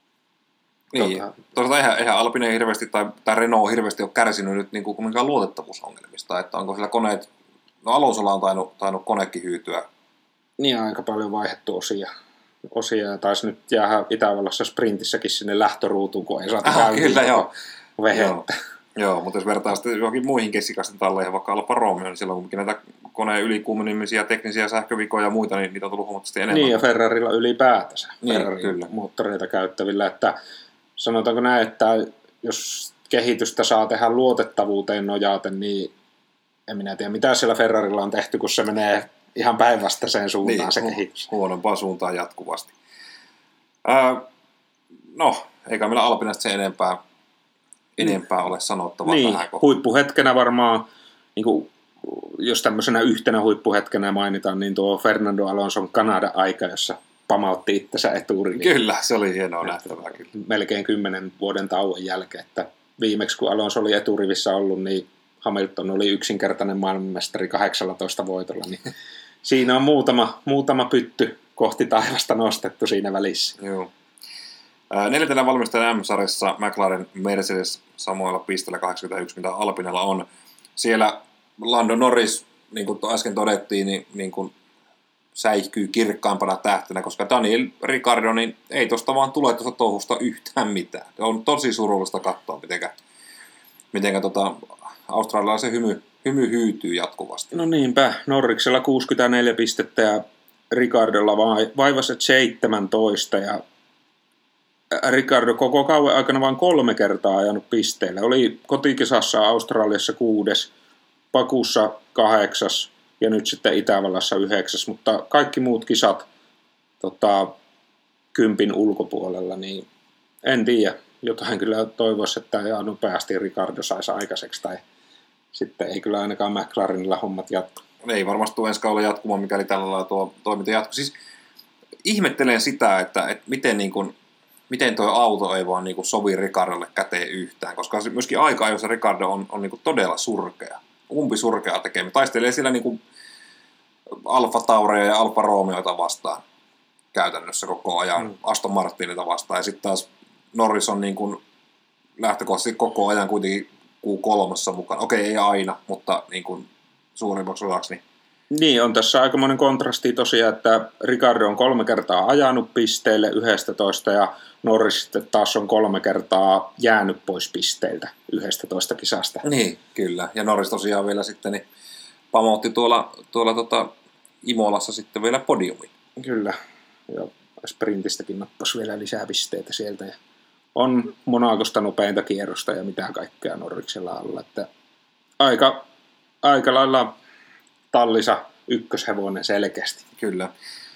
Niin, tota... toisaalta eihän, eihän Alpine hirveästi tai, tai Renault hirveästi ole kärsinyt nyt niin kuin kumminkaan luotettavuusongelmista, että onko siellä koneet, no Alonsolla on tainnut, tainnut konekin hyytyä. Niin, aika paljon vaihdettu osia. Osia ja taisi nyt jäädä Itävallassa sprintissäkin sinne lähtöruutuun, kun ei saatu ah, kyllä, joo. vehettä. Joo. Joo, mutta jos vertaa sitten johonkin muihin keskikasten talleihin, vaikka Alfa Romeo, niin silloin kumminkin näitä koneen ylikuumenimisiä teknisiä sähkövikoja ja muita, niin niitä on tullut huomattavasti enemmän. Niin, ja Ferrarilla ylipäätänsä. Niin, Ferrarin kyllä. moottoreita käyttävillä, että sanotaanko näin, että jos kehitystä saa tehdä luotettavuuteen nojaten, niin en minä tiedä, mitä siellä Ferrarilla on tehty, kun se menee ihan päinvastaiseen suuntaan niin, se hu- kehitys. Huonompaan suuntaan jatkuvasti. Öö, no, eikä meillä Alpinasta se enempää, enempää ole sanottavaa niin, tähän kohtaan. Huippuhetkenä varmaan, niin kuin, jos tämmöisenä yhtenä huippuhetkenä mainitaan, niin tuo Fernando Alonson Kanada-aika, jossa pamautti itsensä eturiin. Kyllä, se oli hienoa nähtävää. Melkein kymmenen vuoden tauon jälkeen, että viimeksi kun Alonso oli eturivissä ollut, niin Hamilton oli yksinkertainen maailmanmestari kahdeksallatoista voitolla, niin siinä on muutama, muutama pytty kohti taivasta nostettu siinä välissä. Joo. Neljäntenä valmistajan M-sarjassa McLaren Mercedes samoilla pisteillä kahdeksankymmentäyksi, mitä Alpinella on. Siellä Lando Norris, niin kuin äsken todettiin, niin, niin kuin säihkyy kirkkaampana tähtenä, koska Daniel Ricciardo niin ei tuosta vaan tule tuosta touhusta yhtään mitään. On tosi surullista katsoa, mitenkä, mitenkä tota, australialaisen hymy, hymy hyytyy jatkuvasti. No niinpä, Norriksella kuusikymmentäneljä pistettä ja Ricciardolla vaivaset seitsemäntoista ja Ricciardo koko kauan aikana vain kolme kertaa ajanut pisteelle. Oli kotikisassa Australiassa kuudes, Bakussa kahdeksas ja nyt sitten Itävallassa yhdeksäs, mutta kaikki muut kisat tota, kympin ulkopuolella, niin en tiedä. Jotain kyllä toivoisi, että ihan nopeasti Ricciardo saisi aikaiseksi, tai sitten ei kyllä ainakaan McLarenilla hommat jatku. Ei varmasti tule ensi kaudella jatkumaan, mikäli tällä lailla tuo toiminta jatkuu. Siis ihmettelen sitä, että, että miten, niin kuin, miten tuo auto ei vaan niin kuin sovi Ricciardolle käteen yhtään, koska myöskin aika jossa Ricciardo on, on niin kuin todella surkea. Umpi surkea tekemään. Taistelee siellä niin kuin Alfa Tauria ja Alfa Romeoita vastaan käytännössä koko ajan, mm. Aston Martinita vastaan, ja sitten taas Norris on niin kuin lähtökohtaisesti koko ajan kuitenkin Q kolme mukana. Okei, ei aina, mutta niin kuin suurimmaksi osaksi. Niin. niin, on tässä aikamoinen kontrasti tosiaan, että Ricciardo on kolme kertaa ajanut pisteille yksitoista ja Norris sitten taas on kolme kertaa jäänyt pois pisteiltä yksitoista kisasta. Niin, kyllä. Ja Norris tosiaan vielä sitten niin pamautti tuolla, tuolla tota Imolassa sitten vielä podiumin. Kyllä. Ja sprintistäkin nappasi vielä lisää pisteitä sieltä. Ja on Monacosta nopeinta kierrosta ja mitä kaikkea Norriksella alla. Että aika, aika lailla tallisa ykköshevonen selkeästi. Kyllä.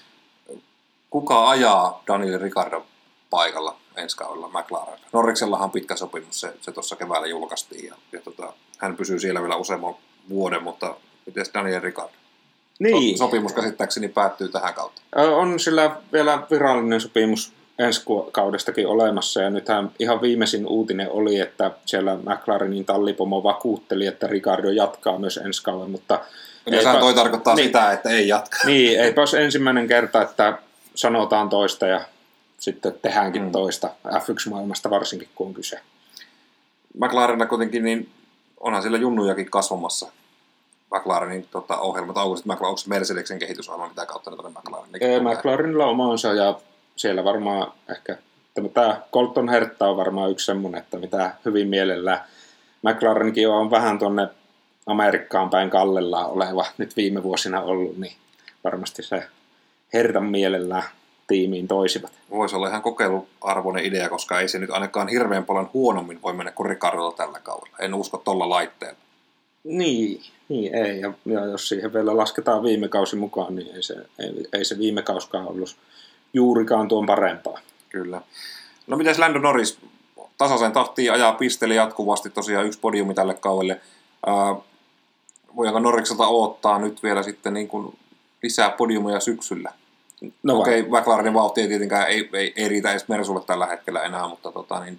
Kuka ajaa Daniel Ricciardon paikalla ensi kaudella McLaren? Norriksellahan on pitkä sopimus, se, se tuossa keväällä julkaistiin ja, ja tota, hän pysyy siellä vielä useamman vuoden, mutta miten Daniel Ricciardo? Niin. Sopimus käsittääkseni päättyy tähän kautta. On sillä vielä virallinen sopimus ensi kaudestakin olemassa ja nythän ihan viimeisin uutinen oli, että siellä McLarenin tallipomo vakuutteli, että Ricciardo jatkaa myös ensi kauden, mutta ja sehän toi tarkoittaa niin, sitä, että ei jatka. Niin, eipä olisi ensimmäinen kerta, että sanotaan toista ja sitten tehdäänkin mm. toista F yksi -maailmasta varsinkin, kun on kyse. McLarenilla kuitenkin, niin onhan siellä junnujakin kasvamassa. McLarenin tota, ohjelma, tai onko se, onko se Mercedesen kehitysohjelma, mitä kautta ne tuonne McLarenin? Ei, McLarenilla omansa ja siellä varmaan ehkä, tämä Colton Herta on varmaan yksi semmoinen, että mitä hyvin mielellään. McLarenkin on vähän tuonne Amerikkaan päin kallellaan oleva nyt viime vuosina ollut, niin varmasti se Hertan mielellään tiimiin toisivat. Voisi olla ihan kokeiluarvoinen idea, koska ei se nyt ainakaan hirveän paljon huonommin voi mennä kuin Ricciardolla tällä kaudella. En usko tuolla laitteella. Niin, niin ei. Ja, ja jos siihen vielä lasketaan viime kausi mukaan, niin ei se, ei, ei se viime kauskaan ollut juurikaan tuon parempaa. Kyllä. No mitäs Lando Norris? Tasaisen tahtiin ajaa pisteli jatkuvasti, tosiaan yksi podiumi tälle kaudelle. Uh, voidaanko Norrikselta odottaa nyt vielä sitten niin kuin lisää podiumeja syksyllä? No okei, okay, McLarenin vauhti ei tietenkään ei, ei, ei riitä edes Mersulle tällä hetkellä enää, mutta tota niin...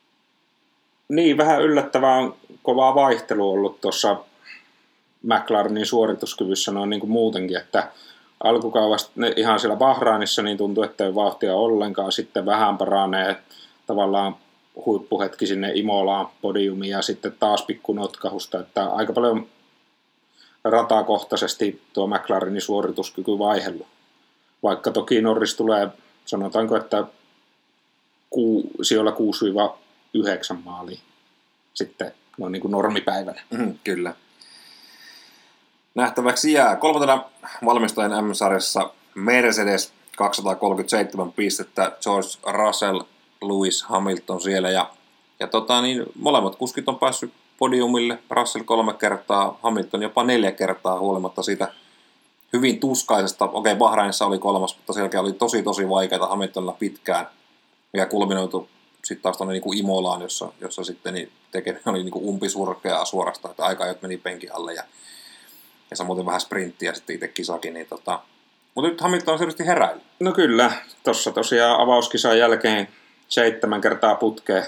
Niin, vähän yllättävää kovaa vaihtelua ollut tuossa McLarenin suorituskyvyssä noin niin kuin muutenkin, että alkukaudesta ihan siellä Bahrainissa niin tuntui, että ei vauhtia ollenkaan, sitten vähän paranee tavallaan huippuhetki sinne Imolaan podiumiin ja sitten taas pikku notkahusta, että aika paljon ratakohtaisesti tuo McLarenin suorituskyky vaihdellut. Vaikka toki Norris tulee, sanotaanko, että ku, sijoilla kuusi yhdeksän maaliin sitten noin niin kuin normipäivänä. Mm, kyllä. Nähtäväksi jää. Kolmantena valmistajan M-sarjassa Mercedes kaksisataakolmekymmentäseitsemän pistettä, George Russell, Lewis Hamilton siellä ja, ja tota, niin, molemmat kuskit on päässyt podiumille, Russell kolme kertaa, Hamilton jopa neljä kertaa huolimatta siitä hyvin tuskaisesta, okei okay, Bahrainissa oli kolmas, mutta selkeä oli tosi tosi vaikeaa Hamiltonilla pitkään ja kulminoitu sitten taas tuonne niin Imolaan, jossa, jossa sitten niin tekeminen oli niin umpisurkeaa suorastaan, että aika meni penkin alle ja, ja samoin vähän sprinttiä sitten itse kisakin, niin tota, mutta nyt Hamilton on selvästi heräily. No kyllä, tuossa tosiaan avauskisan jälkeen seitsemän kertaa putkeen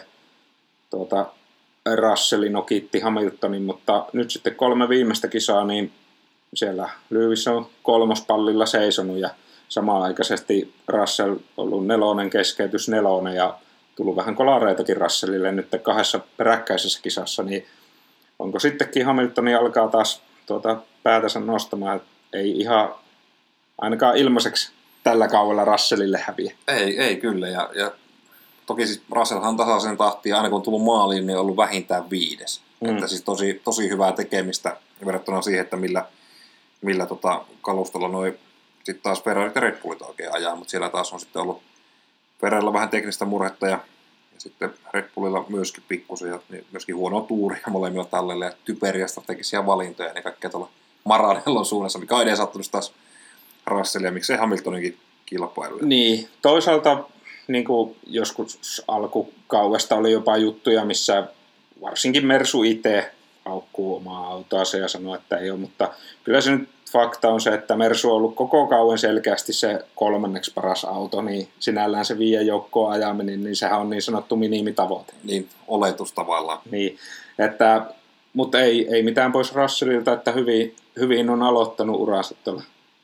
tuota, Russellin okitti Hamiltonin, mutta nyt sitten kolme viimeistä kisaa, niin siellä Lewis on kolmospallilla seisonut ja samanaikaisesti Russell ollut nelonen, keskeytys nelonen ja tullut vähän kolareitakin Russellille nyt kahdessa peräkkäisessä kisassa, niin onko sittenkin Hamiltoni alkaa taas tuota päätänsä nostamaan, että ei ihan ainakaan ilmaiseksi tällä kaudella Russellille häviä. Ei, ei kyllä ja, ja toki siis Russellhan tasaisen tahtiin, aina kun on tullut maaliin, niin on ollut vähintään viides. Mm. Että siis tosi, tosi hyvää tekemistä verrattuna siihen, että millä, millä tota kalustolla noi sitten taas Ferrari ja Red Bullit oikein ajaa, mutta siellä taas on sitten ollut Ferrarilla vähän teknistä murhetta ja, ja sitten Red Bullilla myöskin pikkusen ja myöskin huonoa tuuria molemmilla tallella ja typeriä strategisia valintoja ja ne kaikkea tuolla Maranellon suunnassa, mikä on edes sattunut taas Russellia, miksei Hamiltoninkin kilpailuja. Niin, toisaalta niin kuin joskus alkukaudesta oli jopa juttuja, missä varsinkin Mersu itse haukkuu omaa autoansa ja sanoo, että ei ole, mutta kyllä se nyt fakta on se, että Mersu on ollut koko kauden selkeästi se kolmanneksi paras auto, niin sinällään se viien joukkoon ajaminen, niin sehän on niin sanottu minimitavoite. Niin, oletus tavallaan. Niin, että, mutta ei, ei mitään pois Russellilta, että hyvin, hyvin on aloittanut uransa tuolla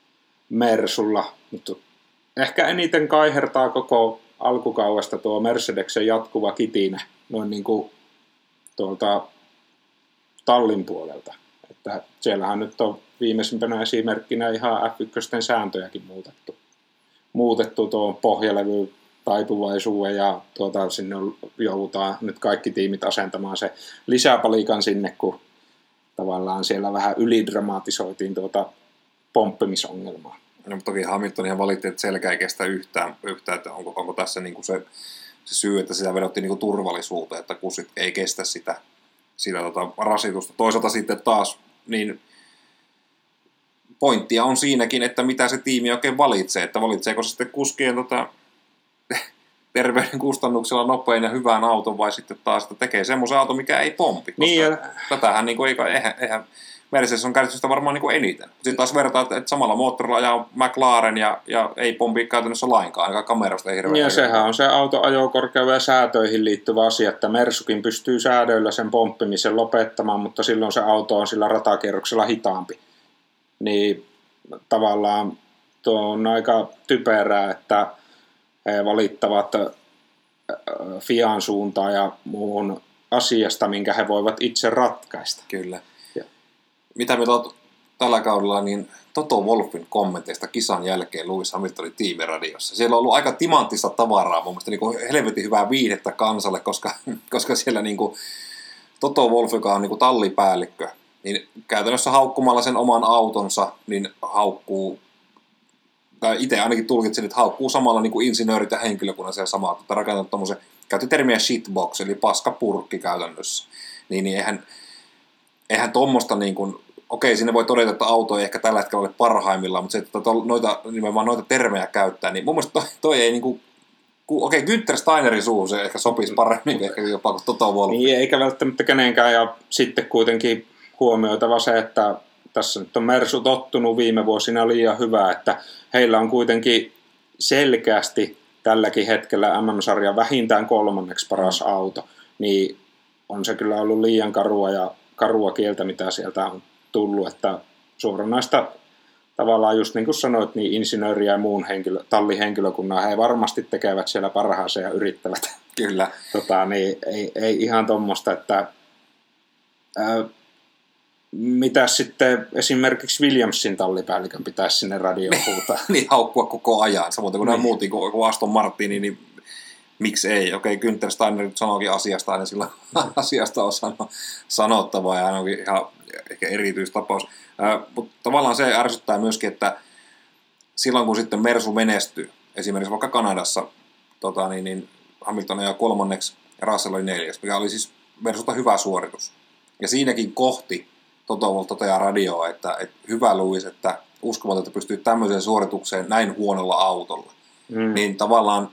Mersulla, mutta ehkä eniten kaihertaa koko alkukaudesta tuo Mercedeksen jatkuva kitinä noin niin kuin tuolta tallin puolelta. Että siellähän nyt on viimeisimpänä esimerkkinä ihan F yksi sääntöjäkin muutettu. Muutettu tuon pohjalevy taipuvaisuuden ja tuota, sinne joudutaan nyt kaikki tiimit asentamaan se lisäpalikan sinne, kun tavallaan siellä vähän ylidramatisoitiin tuota pomppimisongelmaa. No, toki Hamilton ihan valitti, että selkä ei kestä yhtään, yhtään että onko, onko tässä niinku se, se syy, että sitä vedottiin niinku turvallisuuteen, että kussit ei kestä sitä sitä tota, rasitusta. Toisaalta sitten taas, niin pointtia on siinäkin, että mitä se tiimi oikein valitsee, että valitseeko se sitten kuskien tota, terveyden kustannuksella nopein ja hyvän auton, vai sitten taas, että tekee semmoisen auton, mikä ei pompi. Koska niin ja... tätähän niin kuin, eihän, eihän Mercedes on käytetty sitä varmaan niin kuin eniten. Sitten taas vertaa, että samalla moottorilla ajaa McLaren ja, ja ei pompi käytännössä lainkaan, ainakaan kamerasta ei hirveän. Ja sehän on se auton ajokorkeuden ja säätöihin liittyvä asia, että Mersukin pystyy säädöillä sen pomppimisen lopettamaan, mutta silloin se auto on sillä ratakierroksella hitaampi. Niin tavallaan tuo on aika typerää, että he valittavat Fian suuntaan ja muuhun asiasta, minkä he voivat itse ratkaista. Kyllä. Ja. Mitä me olet tällä kaudella, niin Toto Wolffin kommenteista kisan jälkeen Lewis Hamiltonin tiimiradiossa. Siellä on ollut aika timanttista tavaraa, mun mielestä niin kuin helvetin hyvää viihdettä kansalle, koska, koska siellä niin kuin Toto Wolff, joka on niin kuin tallipäällikkö, niin käytännössä haukkumalla sen oman autonsa, niin haukkuu, tai itse ainakin tulkitsin, että haukkuu samalla niin kuin insinöörit ja henkilökunnan siellä samaa, että rakentanut tommosen, käytti termiä shitbox, eli paskapurkki käytännössä. Niin, niin eihän, eihän tuommoista niin kuin, okei, sinne voi todeta, että auto ei ehkä tällä hetkellä ole parhaimmillaan, mutta se, että noita, nimenomaan noita termejä käyttää, niin mun mielestä toi, toi ei niin kuin, okei, Günther Steinerin suuhun se ehkä sopisi paremmin, ehkä jopa kuin Toto Wolff. Niin, eikä välttämättä kenenkään, ja sitten kuitenkin huomioitava se, että tässä nyt on Mersu tottunut viime vuosina liian hyvää, että heillä on kuitenkin selkeästi tälläkin hetkellä M M-sarjan vähintään kolmanneksi paras auto, niin on se kyllä ollut liian karua ja karua kieltä, mitä sieltä on tullut, että suoranaista tavallaan just niin kuin sanoit, niin insinööriä ja muun henkilö, tallihenkilökunnan he varmasti tekevät siellä parhaansa ja yrittävät. Kyllä. Tota, niin ei, ei ihan tuommoista, että ää, mitä sitten esimerkiksi Williamsin tallipäällikön pitäisi sinne radioon huutaa. Niin, haukkua koko ajan, samoin kuin nämä muut, kuin Aston Martin, niin, niin miksi ei? Okei, Günther Steiner nyt sanoikin asiasta, aina sillä asiasta on sano, sanottavaa, ja hän onkin ihan ehkä erityistapaus. Äh, mutta tavallaan se ärsyttää myöskin, että silloin kun sitten Mersu menestyy, esimerkiksi vaikka Kanadassa, tota, niin, niin Hamilton ajoi kolmanneksi ja Russell oli neljäs, mikä oli siis Mersulta hyvä suoritus. Ja siinäkin kohti Toto Wolff toteaa radioa, että, että hyvä Lewis, että uskomaton, että pystyy tämmöiseen suoritukseen näin huonolla autolla. Mm. Niin tavallaan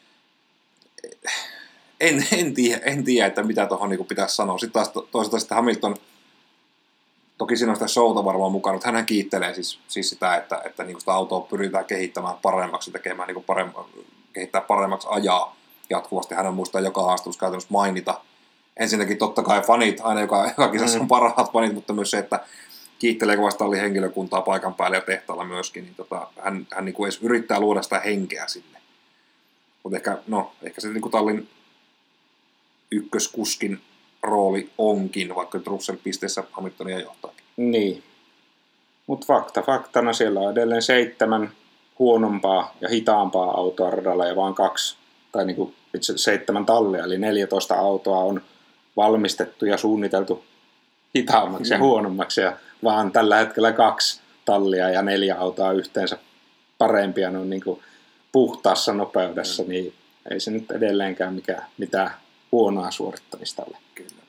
en, en, tiedä, en tiedä, että mitä tuohon niin pitäisi sanoa. Sitten taas toisaalta sitten Hamilton, toki siinä on sitä showta varmaan mukana, mutta hän kiittelee siis, siis sitä, että, että niin sitä autoa pyritään kehittämään paremmaksi, tekemään niin paremma, kehittää paremmaksi ajaa jatkuvasti. Hän on muistaa joka haastattelussa käytännössä mainita. Ensinnäkin totta kai fanit, aina joka, joka kisassa on parhaat fanit, mutta myös se, että kiittelee kovasti tallin henkilökuntaa paikan päällä ja tehtaalla myöskin, niin tota, hän, hän niin kuin edes yrittää luoda sitä henkeä sinne. Mutta ehkä, no, ehkä se niin kuin tallin ykköskuskin rooli onkin, vaikka Russell pisteessä Hamiltonia johtaakin. Niin, mutta fakta faktana siellä on edelleen seitsemän huonompaa ja hitaampaa autoa radalla ja vaan kaksi, tai niin kuin itse seitsemän tallia, eli neljätoista autoa on valmistettu ja suunniteltu hitaammaksi mm. ja huonommaksi, ja vaan tällä hetkellä kaksi tallia ja neljä autoa yhteensä parempia on niin kuin puhtaassa nopeudessa, mm. niin ei se nyt edelleenkään mikään, mitään huonoa suorittamista ole. Kyllä.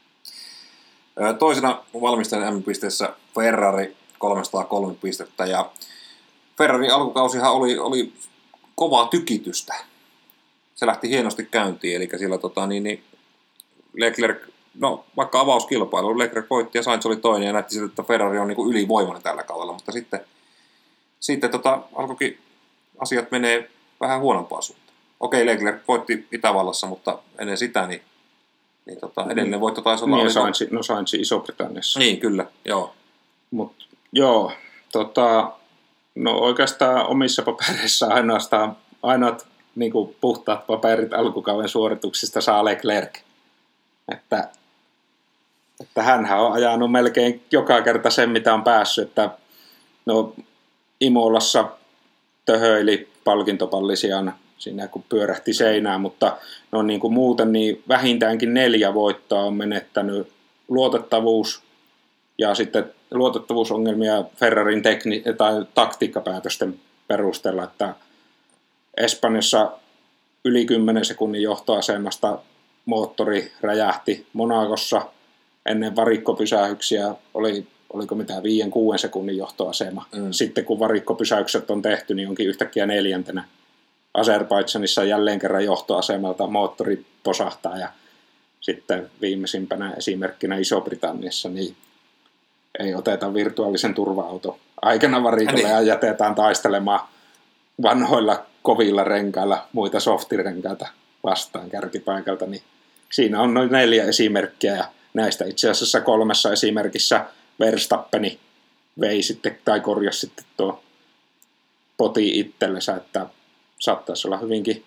Toisena valmistajan M-pisteessä Ferrari kolmesataakolme pistettä, ja Ferrari alkukausihan oli, oli kovaa tykitystä. Se lähti hienosti käyntiin, eli siellä tota, niin, niin Leclerc, no vaikka avauskilpailu, Leclerc voitti ja Sainz oli toinen, ja näytti siltä, että Ferrari on niin kuin ylivoimainen tällä kaudella, mutta sitten, sitten tota, alkoikin asiat menee vähän huonompaan suuntaan. Okei, Leclerc voitti Itävallassa, mutta ennen sitä, niin, niin tota, edellinen voitto taisi olla... Niin, Sainz, no Sainz Iso-Britanniassa. Niin, kyllä, joo. Mut, joo, tota, no oikeastaan omissa papereissa ainoastaan, ainoat niin kuin puhtaat paperit alkukauden suorituksista saa Leclerc. Että, että hänhän on ajanut melkein joka kerta sen, mitä on päässyt, että no Imolassa töhöili palkintopallisiaan siinä, kun pyörähti seinään, mutta no niin kuin muuten niin vähintäänkin neljä voittoa on menettänyt luotettavuus ja sitten luotettavuusongelmia Ferrarin tekni- tai taktiikkapäätösten perusteella, että Espanjassa yli kymmenen sekunnin johtoasemasta moottori räjähti, Monacossa ennen varikkopysähyksiä oli, oliko mitään viiden kuuden sekunnin johtoasema. Mm. Sitten kun varikkopysäykset on tehty, niin onkin yhtäkkiä neljäntenä. Azerbaidžanissa jälleen kerran johtoasemalta moottori posahtaa ja sitten viimeisimpänä esimerkkinä Iso-Britanniassa niin ei oteta virtuaalisen turva-auto aikana varikolle ja jätetään taistelemaan vanhoilla kovilla renkailla muita softirenkaita vastaan kärkipaikalta. Niin siinä on noin neljä esimerkkiä ja näistä itse asiassa kolmessa esimerkissä Verstappeni vei sitten tai korjasi sitten tuo poti itsellensä, että saattaisi olla hyvinkin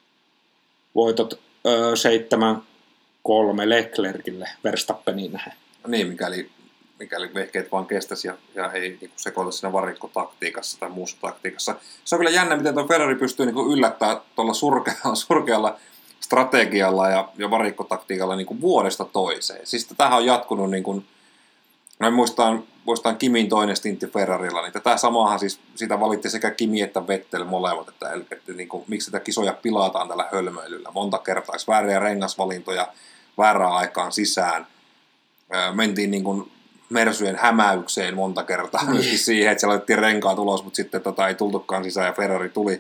voitot öö, seitsemän kolme Leclercille Verstappeniin nähden. Niin, mikäli, mikäli vehkeet vaan kestäisi ja, ja ei niin sekoita siinä varikkotaktiikassa tai muussa taktiikassa. Se on kyllä jännä, miten tuo Ferrari pystyy niin yllättämään tuolla surkealla, surkealla strategialla ja, ja varikkotaktiikalla niin vuodesta toiseen. Siis tämähän on jatkunut, niin kuin, no muistan, muistan Kimin toinen stintti Ferrarilla, niin tätä samaahan siis, siitä valitti sekä Kimi että Vettel molemmat, että, että, että niin kuin, miksi tätä kisoja pilataan tällä hölmöilyllä. Monta kertaa, vääriä rengasvalintoja väärään aikaan sisään. Mentiin niin kuin Mersujen hämäykseen monta kertaa myöskin siihen, että siellä laitettiin renkaat ulos, mutta sitten tota ei tultukaan sisään ja Ferrari tuli.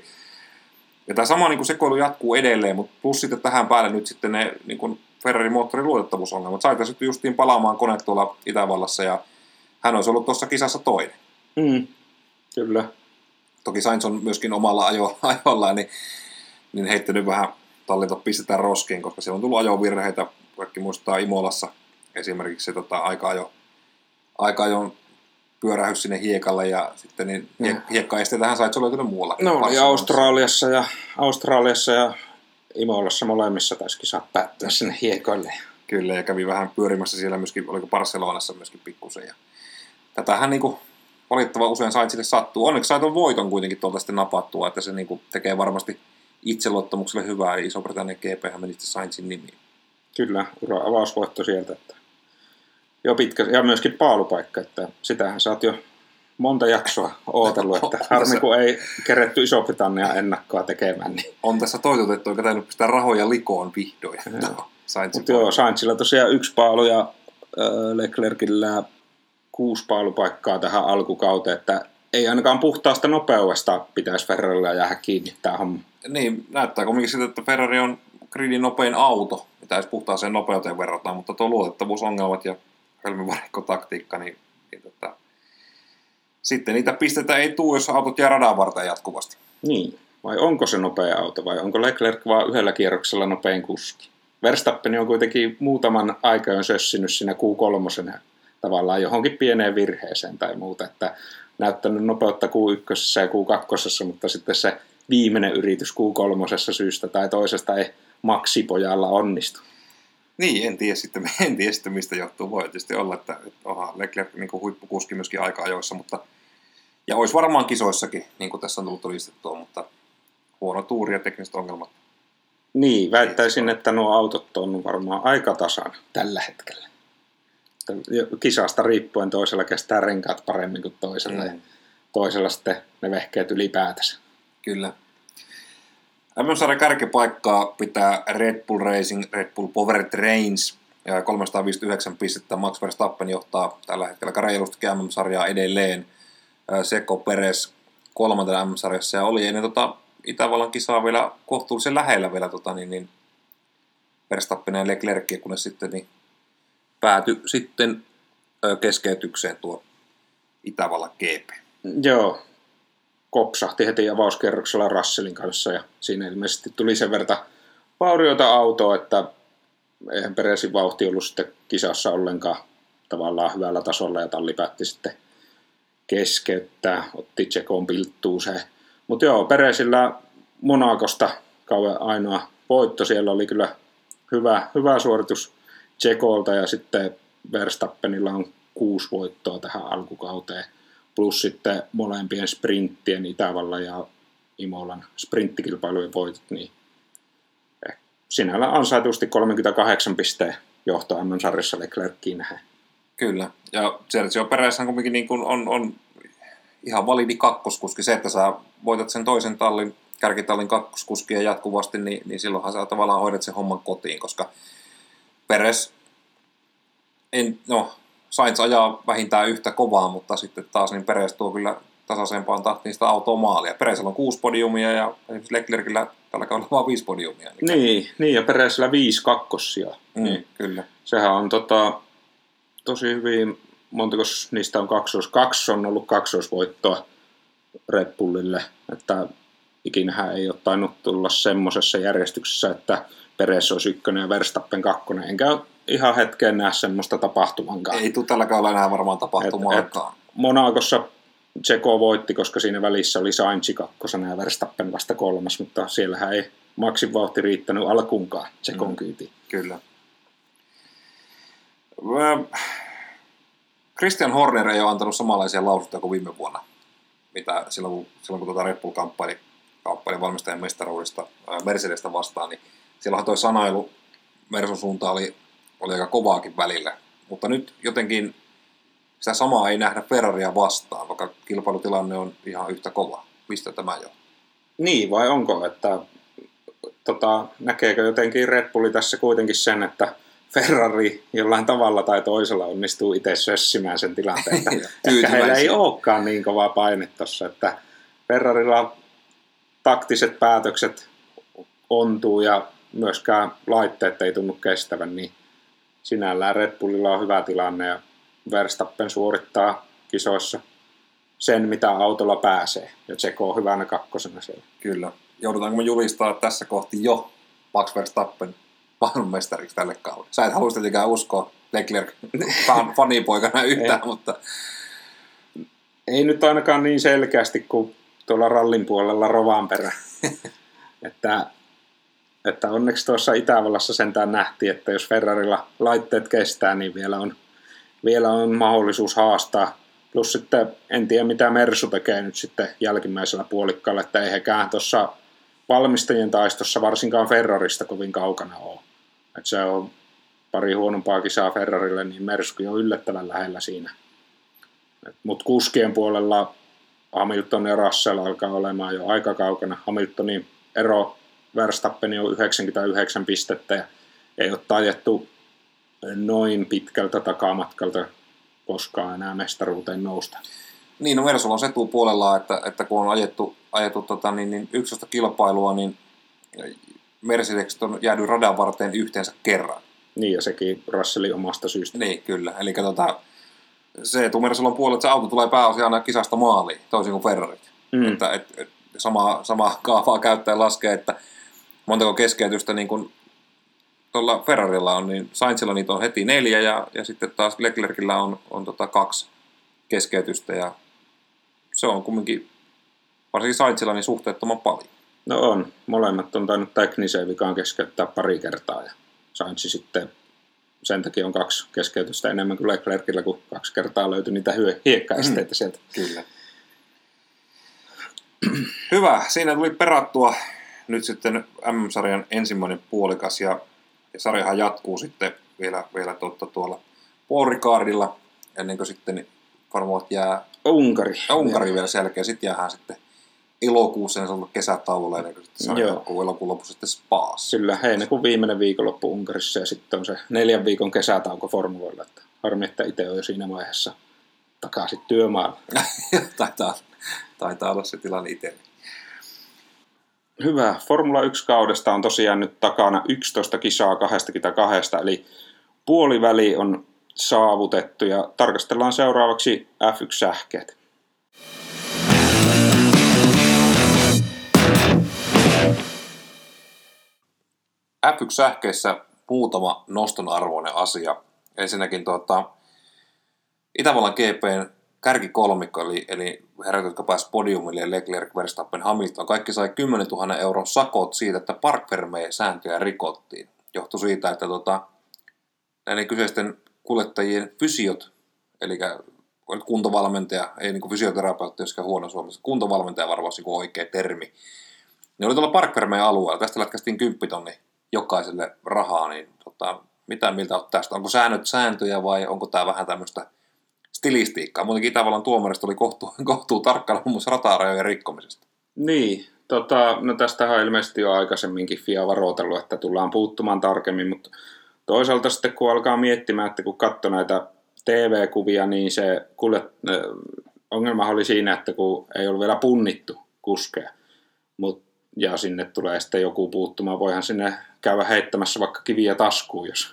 Ja tämä sama niin kuin sekoilu jatkuu edelleen, mutta plus sitten tähän päälle nyt sitten ne niin kuin Ferrarin moottorin luotettavuusongelmat. Saita sitten justiin palaamaan kone tuolla Itävallassa ja hän olisi ollut tuossa kisassa toinen. Mm, kyllä. Toki Sainz on myöskin omalla ajo, ajollaan niin, niin heittänyt vähän tallinta pistetään roskiin, koska siellä on tullut ajovirheitä. Kaikki muistaa Imolassa esimerkiksi se tota, aika-ajo, aika-ajon pyörähys sinne hiekalle ja sitten niin hiek- hiekkaesteiltähän Sainz on löytynyt muuallakin. No ja Australiassa ja, Australiassa ja Imolassa molemmissa taisikin saa päättyä sinne hiekoille. Kyllä, ja kävi vähän pyörimässä siellä myöskin, oliko Barcelonassa myöskin pikkusen. Ja tätähän niin kuin valittava usein Sainzille sattuu. Onneksi sait on voiton kuitenkin tuolta sitten napattua, että se niin kuin tekee varmasti itseluottamukselle hyvää, eli Iso-Britannian G P-hän meni sitten Sainzin nimiin. Kyllä, ura avausvoitto sieltä. Että jo pitkä, ja myöskin paalupaikka, että sitähän sä oot jo monta jaksoa ootellut, että harmi kun ei keretty Iso-Britannia ennakkoa tekemään. Niin. On tässä toitotettu, eikä täytynyt pistää rahoja likoon vihdoin. Mutta joo, Sainzilla tosiaan yksi paalu ja äh, Leclercillä kuusi paalupaikkaa tähän alkukauteen, että ei ainakaan puhtaasta nopeudesta pitäisi Ferrarilla jäädä kiinni tämä homma. Niin, näyttää kuitenkin siltä, että Ferrari on gridin nopein auto, mitä edes puhtaaseen nopeuteen verrataan, mutta tuo luotettavuusongelmat ja hölmövarikkotaktiikka, niin, niin tota, sitten niitä pisteitä ei tule, jos autot jää radan varten jatkuvasti. Niin, vai onko se nopea auto vai onko Leclerc vaan yhdellä kierroksella nopein kuski? Verstappen on kuitenkin muutaman aikaan sössinyt siinä Q kolme tavallaan johonkin pieneen virheeseen tai muuta, että näyttänyt nopeutta Q yksi ja Q kaksi, mutta sitten se viimeinen yritys Q kolme syystä tai toisesta ei maksipojalla onnistu. Niin, en tiedä sitten, en tiedä sitten mistä johtuu. Voi tietysti olla, että, että oha, Leclerc niin kuin huippukuski myöskin aika-ajoissa, mutta ja olisi varmaan kisoissakin, niin kuin tässä on tullut todistettua, mutta huono tuuri ja tekniset ongelmat. Niin, väittäisin, että nuo autot on varmaan aika tasan tällä hetkellä. Kisasta riippuen toisella kestää renkaat paremmin kuin toisella mm. ja toisella sitten ne vehkeet ylipäätänsä. Kyllä. M M-sarjan kärkipaikkaa pitää Red Bull Racing, Red Bull Power Trains ja kolmesataaviisikymmentäyhdeksän pistettä. Max Verstappen johtaa tällä hetkellä reilustikin M M-sarjaa edelleen. Checo Perez kolmantena M M-sarjassa ja oli ennen tota Itävallan kisaa vielä kohtuullisen lähellä vielä tota, niin, niin Verstappen ja Leclerc, kunnes sitten niin päätyi sitten ö, keskeytykseen tuo Itävallan G P. Joo, kopsahti heti avauskerroksella Russellin kanssa ja siinä ilmeisesti tuli sen verran vaurioita autoa, että eihän Perezin vauhti ollut sitten kisassa ollenkaan tavallaan hyvällä tasolla ja talli päätti sitten keskeyttää, otti Checon pilttuuseen. Mutta joo, Perezillä Monacosta kauan ainoa voitto, siellä oli kyllä hyvä, hyvä suoritus Checolta ja sitten Verstappenilla on kuusi voittoa tähän alkukauteen, plus sitten molempien sprinttien Itävallan ja Imolan sprinttikilpailujen voitot, niin sinällä ansaitusti kolmekymmentäkahdeksan pisteen johto M M-sarjassa Leclerciin nähden. Kyllä, ja Sergio Perezhän kuitenkin niin kuin on, on ihan validi kakkoskuski. Se, että sä voitat sen toisen tallin, kärkitallin kakkoskuskia jatkuvasti, niin, niin silloinhan sä tavallaan hoidat sen homman kotiin, koska Perez en, no, Sainz ajaa vähintään yhtä kovaa, mutta sitten taas niin Perez tuo kyllä tasaisempaan tahtiin sitä autoa maalia. Perezillä on kuusi podiumia ja esimerkiksi Leclercillä tällä kaudella vaan viisi podiumia. Eli... Niin, niin, ja Perezillä viisi kakkossia. Mm, niin. Kyllä. Sehän on tota, tosi hyvin, montako niistä on kaksois. Kaksi on ollut kaksoisvoittoa Red Bullille, että ikinähän ei ole tainnut tulla semmoisessa järjestyksessä, että Perez olisi ykkönen ja Verstappen kakkonen. Enkä ihan hetkeen näe semmoista tapahtumankaan. Ei tule tällä kaudella enää varmaan tapahtumaankaan. Monacossa Checo voitti, koska siinä välissä oli Sainz kakkosena ja Verstappen vasta kolmas, mutta siellähän ei maksin vauhti riittänyt alkuunkaan Checon mm, kyytiin. Kyllä. Christian Horner ei ole antanut samanlaisia lausuntoja kuin viime vuonna, mitä silloin kun, silloin, kun tuota Red Bull kamppaili, kamppaili valmistajan mestaruudesta Mercedestä vastaan, niin silloinhan toi sanailu Mersun suuntaan oli, oli aika kovaakin välillä, mutta nyt jotenkin sitä samaa ei nähdä Ferraria vastaan, vaikka kilpailutilanne on ihan yhtä kova. Mistä tämä johtuu? Niin, vai onko, että tota, näkeekö jotenkin Red Bulli tässä kuitenkin sen, että Ferrari jollain tavalla tai toisella onnistuu itse sössimään sen tilanteen. Ehkä heillä ei olekaan niin kovaa paine tuossa, että Ferrarilla taktiset päätökset ontuu ja myöskään laitteet ei tunnu kestävän, niin sinällään Red Bullilla on hyvä tilanne ja Verstappen suorittaa kisoissa sen, mitä autolla pääsee. Ja Checo on hyvänä kakkosena siellä. Kyllä. Joudutaanko me julistaa tässä kohti jo Max Verstappen maailmanmestariksi tälle kaudelle? Sä et halua tietenkään uskoa Leclerc fanipoikana yhtään, ei. Mutta... Ei nyt ainakaan niin selkeästi kuin tuolla rallin puolella Rovanperä. että, että onneksi tuossa Itävallassa sentään nähtiin, että jos Ferrarilla laitteet kestää, niin vielä on Vielä on mahdollisuus haastaa. Plus sitten en tiedä mitä Mersu tekee nyt sitten jälkimmäisellä puolikkaalla, että ei hekään tuossa valmistajien taistossa varsinkaan Ferrarista kovin kaukana ole. Että se on pari huonompaa kisaa Ferrarille, niin Mersukin on yllättävän lähellä siinä. Mutta kuskien puolella Hamilton ja Russell alkaa olemaan jo aika kaukana. Hamiltonin ero Verstappeni on yhdeksänkymmentäyhdeksän pistettä ja ei ole tajettu noin pitkältä takamatkalta koskaan enää mestaruuteen nousta. Niin, no Mersulla on se puolella, että, että kun on ajettu, ajettu tota, niin, niin yksitoista kilpailua, niin Mercedekset on jäänyt radan varteen yhteensä kerran. Niin, ja sekin Russellin omasta syystä. Niin, kyllä. Eli tota, se etu Mersulla on puolella, että se auto tulee pääosin aina kisasta maaliin, toisin kuin Ferrarit. Mm. Että, et, et, sama, sama kaavaa käyttäen laskee, että montako keskeytystä niin kuin tuolla Ferrarilla on, niin Sainzilla niitä on heti neljä ja, ja sitten taas Leclercillä on, on tota kaksi keskeytystä ja se on kumminkin, varsinkin Sainzilla, niin suhteettoman paljon. No on. Molemmat on tainnut tekniseen vikaan keskeyttää pari kertaa ja Sainz sitten sen takia on kaksi keskeytystä enemmän kuin Leclercillä, kun kaksi kertaa löytyi niitä hiekkaesteitä sieltä. Kyllä. Hyvä. Siinä tuli perattua nyt sitten M M-sarjan ensimmäinen puolikas ja Ja sarjahan jatkuu sitten vielä, vielä totta tuolla Paul Ricardilla, ennen kuin sitten varmaan jää Unkari. Unkari vielä selkeä. Sitten jäähän sitten elokuussa, niin se on ollut kesätauolla, ennen kuin sitten sarja jatkuu elokuun lopussa sitten Spaassa. Kyllä, heinäkuun viimeinen viikonloppu Unkarissa ja sitten on se neljän viikon kesätauko formuloilla. Että harmi, että itse on jo siinä vaiheessa takaisin työmaalla. taitaa, taitaa olla se tilanne itselle. Hyvä. Formula yksi kaudesta on tosiaan nyt takana yksitoista kisaa kaksikymmentäkaksi, eli puoliväli on saavutettu ja tarkastellaan seuraavaksi F yksi-sähkeet. F yksi-sähkeissä muutama noston arvoinen asia. Ensinnäkin tuota, Itävallan G P:n kärkikolmikko, eli, eli herrat, jotka pääsivät podiumille, ja Leclerc, Verstappen, Hamilton, kaikki sai kymmenentuhatta euron sakot siitä, että Parc Fermé-sääntöjä rikottiin. Johtui siitä, että tota, näiden kyseisten kuljettajien fysiot, eli kuntovalmentaja, ei niin kuin fysioterapeutti, joskaan huono suomessa, kuntovalmentaja varmaan niin oikea termi, ne oli tuolla Parc Fermé-alueella. Tästä lätkästiin kymppitonni jokaiselle rahaa, niin tota, mitä miltä olet tästä? Onko säännöt sääntöjä vai onko tämä vähän tämmöistä stilistiikkaa? Muutenkin Itävallan tuomarista oli kohtuu, kohtuu tarkkana muun muassa ratarajojen rikkomisesta. Niin, tota, no tästähän on ilmeisesti jo aikaisemminkin F I A varoitellut, että tullaan puuttumaan tarkemmin, mutta toisaalta sitten kun alkaa miettimään, että kun katsoi näitä T V-kuvia, niin se kuljet, ongelma oli siinä, että kun ei ollut vielä punnittu kuskeja. Mut, ja sinne tulee sitten joku puuttumaan. Voihan sinne käydä heittämässä vaikka kiviä taskuun, jos,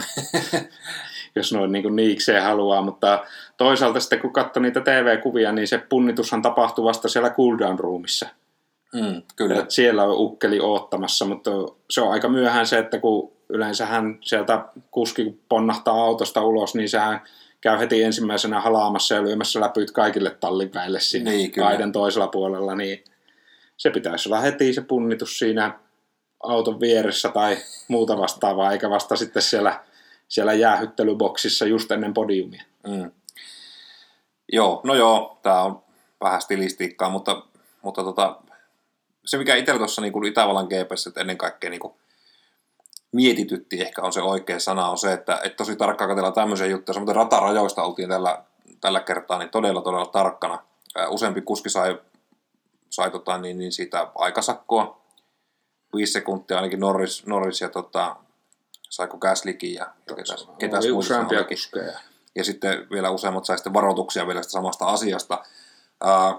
jos noin niin kuin niikseen haluaa. Mutta toisaalta sitten kun katsoi niitä T V-kuvia, niin se punnitushan tapahtui vasta siellä cooldown-roomissa. Mm, kyllä. Et siellä on ukkeli oottamassa, mutta se on aika myöhään se, että kun yleensähän sieltä kuski ponnahtaa autosta ulos, niin sehän käy heti ensimmäisenä halaamassa ja lyömässä läpyt kaikille tallin väille siinä niin, kaiden toisella puolella, niin se pitäisi olla heti se punnitus siinä auton vieressä tai muuta vastaavaa, eikä vasta sitten siellä, siellä jäähyttelyboksissa just ennen podiumia. Mm. Joo, no joo, tämä on vähän stilistiikkaa, mutta, mutta tota, se mikä itsellä tuossa niin Itävallan G P:ssä ennen kaikkea niin mietitytti, ehkä on se oikea sana, on se, että et tosi tarkkaan katsella tämmöisiä juttuja. Samoin ratarajoista oltiin tällä, tällä kertaa niin todella, todella tarkkana. Useampi kuski sai, sai tota, niin, niin siitä aikasakkoa. Viisi sekuntia ainakin Norris, Norris ja tota, saiko Gaslykin ja ketäs, ketäs useampia kuskeja. Ja sitten vielä useammat sai sitten varoituksia vielä sitä samasta asiasta. Uh,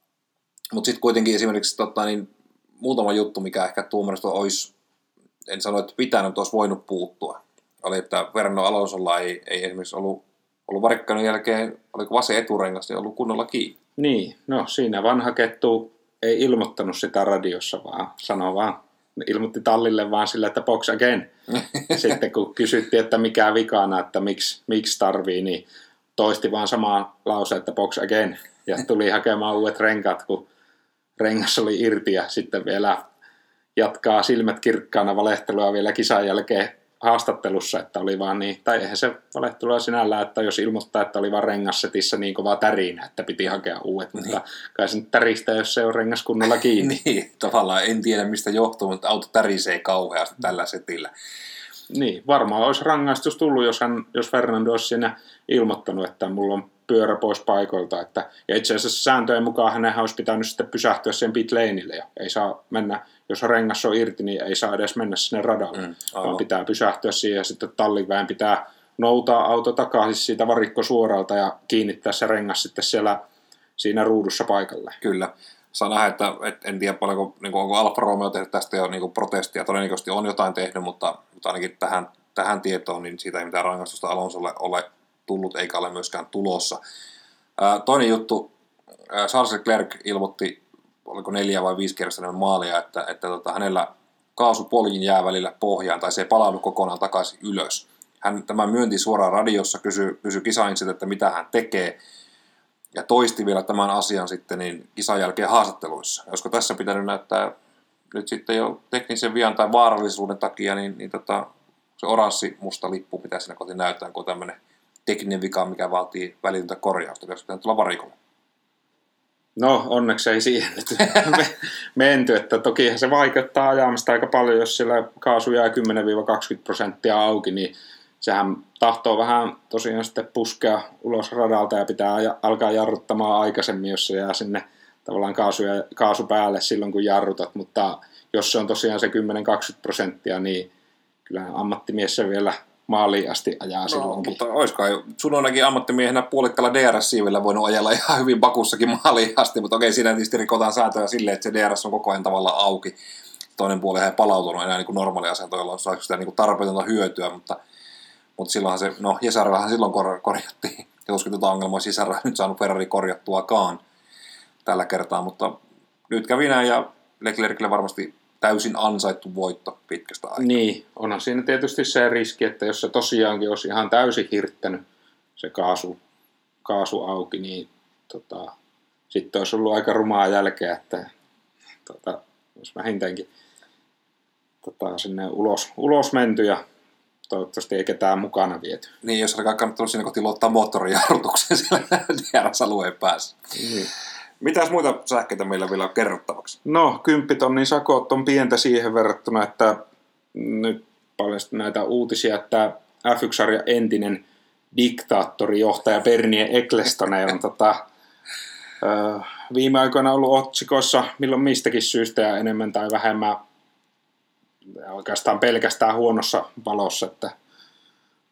Mutta sitten kuitenkin esimerkiksi tota, niin, muutama juttu, mikä ehkä tuomarista olisi, en sano, että pitänyt, olisi voinut puuttua. Oli, että Fernando Alonsolla ei, ei esimerkiksi ollut, ollut varikkainen jälkeen, oliko vasen eturengas, niin ollut kunnolla kiinni. Niin, no siinä vanha kettu ei ilmoittanut sitä radiossa, vaan sanoi vaan, ilmoitti tallille vaan sillä, että box again. Sitten kun kysyttiin, että mikä vikana, että miksi, miksi tarvii, niin toisti vaan samaa lause, että box again. Ja tuli hakemaan uudet renkaat, kun rengas oli irti ja sitten vielä jatkaa silmät kirkkaana valehtelua vielä kisan jälkeen haastattelussa, että oli vaan niin, tai eihän se valehtelua sinällään, että jos ilmoittaa, että oli vaan rengassetissä niin kovaa tärinä, että piti hakea uudet, niin. Mutta kai se nyt täristää, jos se on rengas kunnolla kiinni. Niin, tavallaan en tiedä mistä johtuu, mutta auto tärisee kauheasti tällä setillä. Niin, varmaan olisi rangaistus tullut, jos, hän, jos Fernando olisi siinä ilmoittanut, että mulla on pyörä pois paikoilta. Että, ja itse asiassa sääntöjen mukaan hänenhän olisi pitänyt sitten pysähtyä sen pit laneille. Ei saa mennä, jos rengas on irti, niin ei saa edes mennä sinne radalle, mm, vaan pitää pysähtyä siihen ja sitten talliväen pitää noutaa auto takaisin siitä varikko suoralta ja kiinnittää se rengas sitten siellä siinä ruudussa paikalle. Kyllä. Saa nähdä, että et, en tiedä paljonko, niin kuin, onko Alfa Romeo tehnyt tästä jo niin protestia, todennäköisesti on jotain tehnyt, mutta, mutta ainakin tähän, tähän tietoon, niin siitä ei mitään rangaistusta Alonsolle ole tullut, eikä ole myöskään tulossa. Ää, toinen juttu, ää, Charles Leclerc ilmoitti, oliko neljä vai viisi kertaa maalia, että, että tota, hänellä kaasupoljin jää välillä pohjaan, tai se ei palannut kokonaan takaisin ylös. Hän tämän myönti suoraan radiossa, kysyi, kysyi kisainsit, että mitä hän tekee, ja toisti vielä tämän asian sitten niin kisan jälkeen haastatteluissa. Olisiko tässä pitänyt näyttää nyt sitten jo teknisen vian tai vaarallisuuden takia, niin, niin tota, se oranssi musta lippu pitää siinä kotiin näyttää, kun on tämmöinen tekninen vika, mikä vaatii välitöntä korjausta. Pitäisi pitää tulla varikolla. No, onneksi ei siihen nyt menty, että tokihan se vaikeuttaa ajamista aika paljon, jos siellä kaasu jää kymmenen kaksikymmentä prosenttia auki, niin sehän tahtoo vähän tosiaan sitten puskea ulos radalta ja pitää alkaa jarruttamaan aikaisemmin, jos se jää sinne tavallaan kaasu, ja, kaasu päälle silloin, kun jarrutat, mutta jos se on tosiaan se kymmenen kaksikymmentä prosenttia, niin kyllä ammattimies se vielä maaliin asti ajaa no, silloinkin. Mutta olisiko sun ainakin ammattimiehenä puolikkaalla D R S-siivillä voinut ajella ihan hyvin Bakussakin maaliin asti, mutta okei, siinä tietysti rikotaan sääntöjä silleen, että se D R S on koko ajan tavallaan auki. Toinen puoli ei palautunut enää niin kuin normaali asento, jolloin saako sitä niin kuin tarpeetonta hyötyä, mutta Mutta silloinhan se, no Jesarrahan silloin kor- korjattiin. Joskin tuota ongelmaa Jesarra nyt saanut Ferrari korjattuakaan tällä kertaa, mutta nyt kävi näin ja Leclercille varmasti täysin ansaittu voitto pitkästä aikaa. Niin, onhan siinä tietysti se riski, että jos se tosiaankin olisi ihan täysin hirttänyt se kaasu, kaasu auki, niin tota, sitten olisi ollut aika rumaa jälkeä, että tota, olisi vähintäänkin tota, sinne ulos, ulos menty ja toivottavasti ei ketään mukana viety. Niin, jos alkaa kannattanut siinä kotiin luottaa moottorijarrutukseen siellä D R S-alueen päässä. Niin. Mitäs muita sähkeitä meillä vielä on kerrottavaksi? No, kymppitonnin sakot on pientä siihen verrattuna, että nyt paljasti näitä uutisia, että F yksi -sarjan entinen diktaattorijohtaja Bernie Ecclestone on tota, ö, viime aikoina ollut otsikoissa milloin mistäkin syystä ja enemmän tai vähemmän oikeastaan pelkästään huonossa valossa, että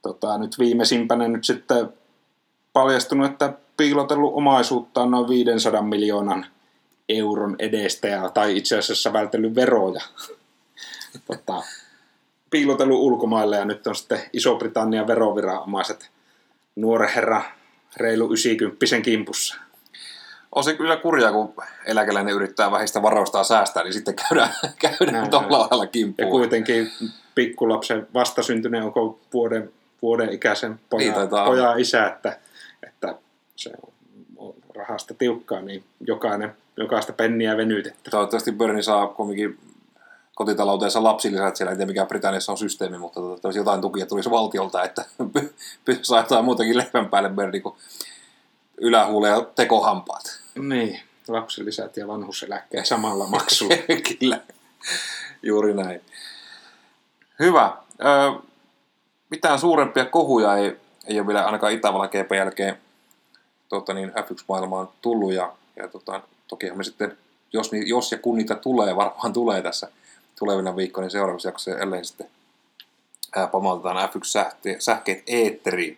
tota, nyt viimeisimpänä nyt sitten paljastunut, että piilotellut omaisuuttaan noin viisisataa miljoonan euron edestä, ja, tai itse asiassa vältellyt veroja. tota, piilotellut ulkomaille, ja nyt on sitten Iso-Britannian veroviranomaiset nuoren herran reilu yhdeksänkymppisen kimpussa. On se kyllä kurjaa, kun eläkeläinen yrittää vähistä varoistaan säästää, niin sitten käydään, käydään tuolla lailla kimppuun. Ja kuitenkin pikkulapsen vastasyntyneen onko vuoden, vuoden ikäisen pojan, niin, pojan isä, että, että se on rahasta tiukkaa, niin jokainen, jokaista penniä venytettä. Toivottavasti Bernie saa kumminkin kotitalouteensa lapsilisät, siellä ei tiedä mikä Britanniassa on systeemi, mutta toivottavasti jotain tukia tulisi valtiolta, että saa jotain muutakin leivän päälle Bernie kuin ylähuule ja tekohampaat. Niin, lapsilisät ja vanhuseläkkeen samalla maksulla. Kyllä, juuri näin. Hyvä. Ö, mitään suurempia kohuja ei, ei ole vielä ainakaan Itävallan G P:n jälkeen tota niin, F yksi -maailmaan tullut. Ja, ja tota, tokihan me sitten, jos, jos ja kun niitä tulee, varmaan tulee tässä tulevina viikkoina, niin seuraavassa jaksossa ellei sitten ää, pamautetaan F yksi -sähkeet eetteriin.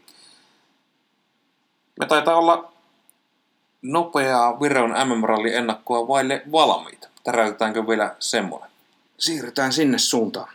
Me taitaa olla nopeaa Viron M M-rallin ennakkoa vaille valmiita. Täräytetäänkö vielä semmoinen? Siirrytään sinne suuntaan.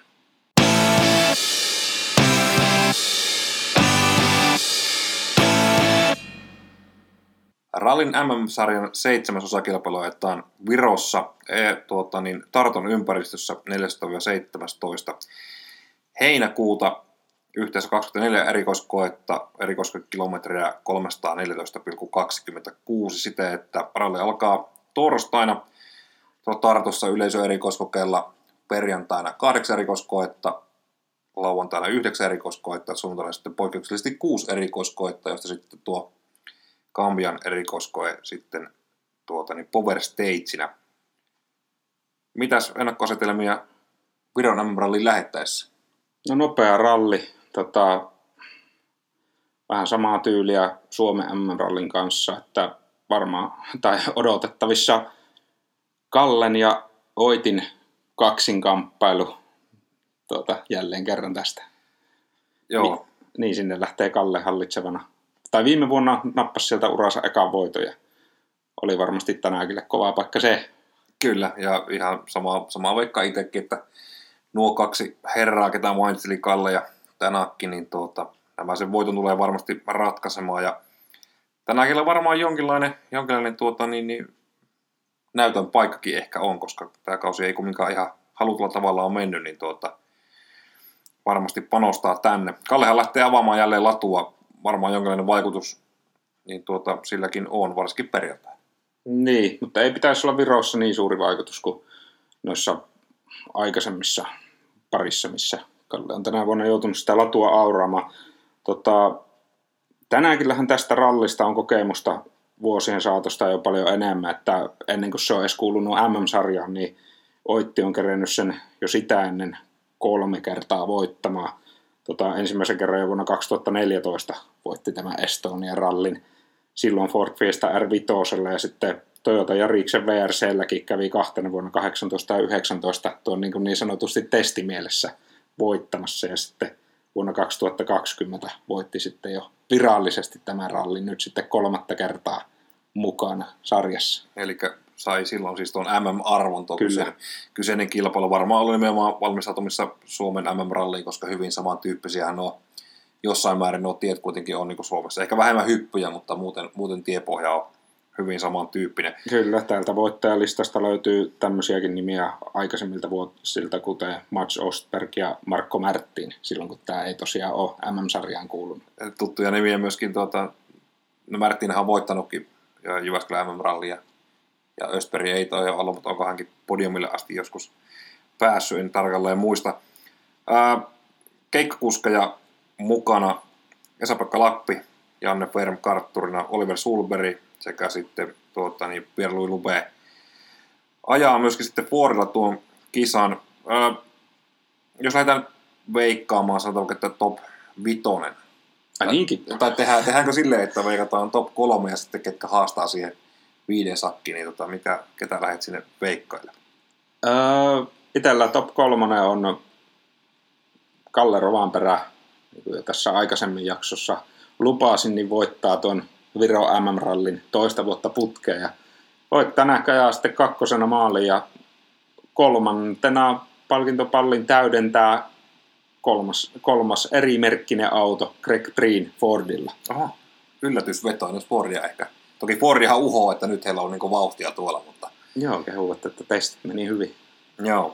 Rallin M M-sarjan seitsemäs osakilpailu ajetaan Virossa e, tuota, niin, Tarton ympäristössä neljästoista seitsemästoista heinäkuuta. Yhteensä kaksikymmentäneljä erikoiskoetta, erikoiskoekilometriä kolmesataaneljätoista pilkku kaksikymmentäkuusi siten, että ralli alkaa torstaina Tartossa yleisöerikoiskokeella, perjantaina kahdeksan erikoiskoetta, lauantaina yhdeksän erikoiskoetta, sunnuntaina sitten poikkeuksellisesti kuusi erikoiskoetta, josta sitten tuo Cambian erikoiskoe sitten tuota, niin Power Stagenä. Mitäs ennakkoasetelmia Viron M M-rallin lähettäessä? No nopea ralli, tota, vähän samaa tyyliä Suomen M M-rallin kanssa, että varmaan, tai odotettavissa Kallen ja Oitin kaksinkamppailu tuota, jälleen kerran tästä. Joo. Ni, niin sinne lähtee Kalle hallitsevana. Tai viime vuonna nappasi sieltä uransa ekan voitoja. Oli varmasti tänäänkin kova paikka se. Kyllä, ja ihan sama, sama veikka itsekin, että nuo kaksi herraa, ketä mainitsi, Kalle ja Tänakki, niin tuota, nämä sen voiton tulee varmasti ratkaisemaan. Ja tänäänkin varmaan jonkinlainen, jonkinlainen tuota, niin, niin, näytön paikkakin ehkä on, koska tämä kausi ei kumminkaan ihan halutulla tavalla ole mennyt, niin tuota, varmasti panostaa tänne. Kallehan lähtee avaamaan jälleen latua, varmaan jonkinlainen vaikutus, niin tuota, silläkin on, varsinkin perjantaina. Niin, mutta ei pitäisi olla Virossa niin suuri vaikutus kuin noissa aikaisemmissa parissa, missä Kalle on tänä vuonna joutunut sitä latua auraamaan. Tota, tänäänkin tästä rallista on kokemusta vuosien saatosta jo paljon enemmän, että ennen kuin se on edes kuulunut M M-sarjaan, niin Oitti on kerennyt sen jo sitä ennen kolme kertaa voittamaan. Tota, ensimmäisen kerran jo vuonna kaksituhattaneljätoista voitti tämä Estonian rallin. Silloin Ford Fiesta R viisi ja sitten Toyota Jariksen V R C:lläkin kävi kahtena vuonna kahdeksantoista ja yhdeksäntoista tuon niin, niin sanotusti testimielessä voittamassa, ja sitten vuonna kaksituhattakaksikymmentä voitti sitten jo virallisesti tämän rallin nyt sitten kolmatta kertaa mukana sarjassa. Eli sai silloin siis tuon M M-arvon tuon kyseinen, kyseinen kilpailu. Varmaan oli nimenomaan valmistautumissa Suomen M M-ralliin, koska hyvin samantyyppisiä nuo jossain määrin nuo tiet kuitenkin on niin kuin Suomessa. Ehkä vähemmän hyppyjä, mutta muuten, muuten tiepohja on hyvin samantyyppinen. Kyllä, täältä voittajalistasta löytyy tämmöisiäkin nimiä aikaisemmilta vuosilta, kuten Mats Ostberg ja Marko Märtin, silloin kun tämä ei tosiaan ole M M-sarjaan kuulunut. Tuttuja nimiä myöskin, tuota, no Märtinhän on voittanutkin Jyväskylän M M-rallia, ja Östberg ei toi ollut, mutta onko hänkin podiumille asti joskus päässyt, en tarkalleen muista. Ää, keikkakuskaja mukana Esa-Pekka Lappi, Janne Ferm kartturina, Oliver Sulberg sekä sitten tuota, niin Pierre-Louis Lube ajaa myöskin sitten Fordilla tuon kisan. Ää, jos lähdetään veikkaamaan, sanotaanko, että top vitonen. Ai niinkin. Tai tehdään, tehdäänkö silleen, että veikataan top kolme ja sitten ketkä haastaa siihen viiden sakkiin, niin tota, mikä, ketä lähdet sinne veikkaille? Öö, itellä top kolmonen on Kalle Rovanperä, niin kuin jo tässä aikaisemmin jaksossa lupasin, niin voittaa tuon Viro M M-rallin toista vuotta putkeen. Ja voittaa näköjään sitten kakkosena maaliin ja kolmantena palkintopallin täydentää kolmas, kolmas erimerkkinen auto Greg Breen Fordilla. Oho, yllätysveto, jos Fordia ehkä. Toki Fordihan uhoo, että nyt heillä on niin vauhtia tuolla, mutta... Joo, kehuvat, että testit meni hyvin. Joo.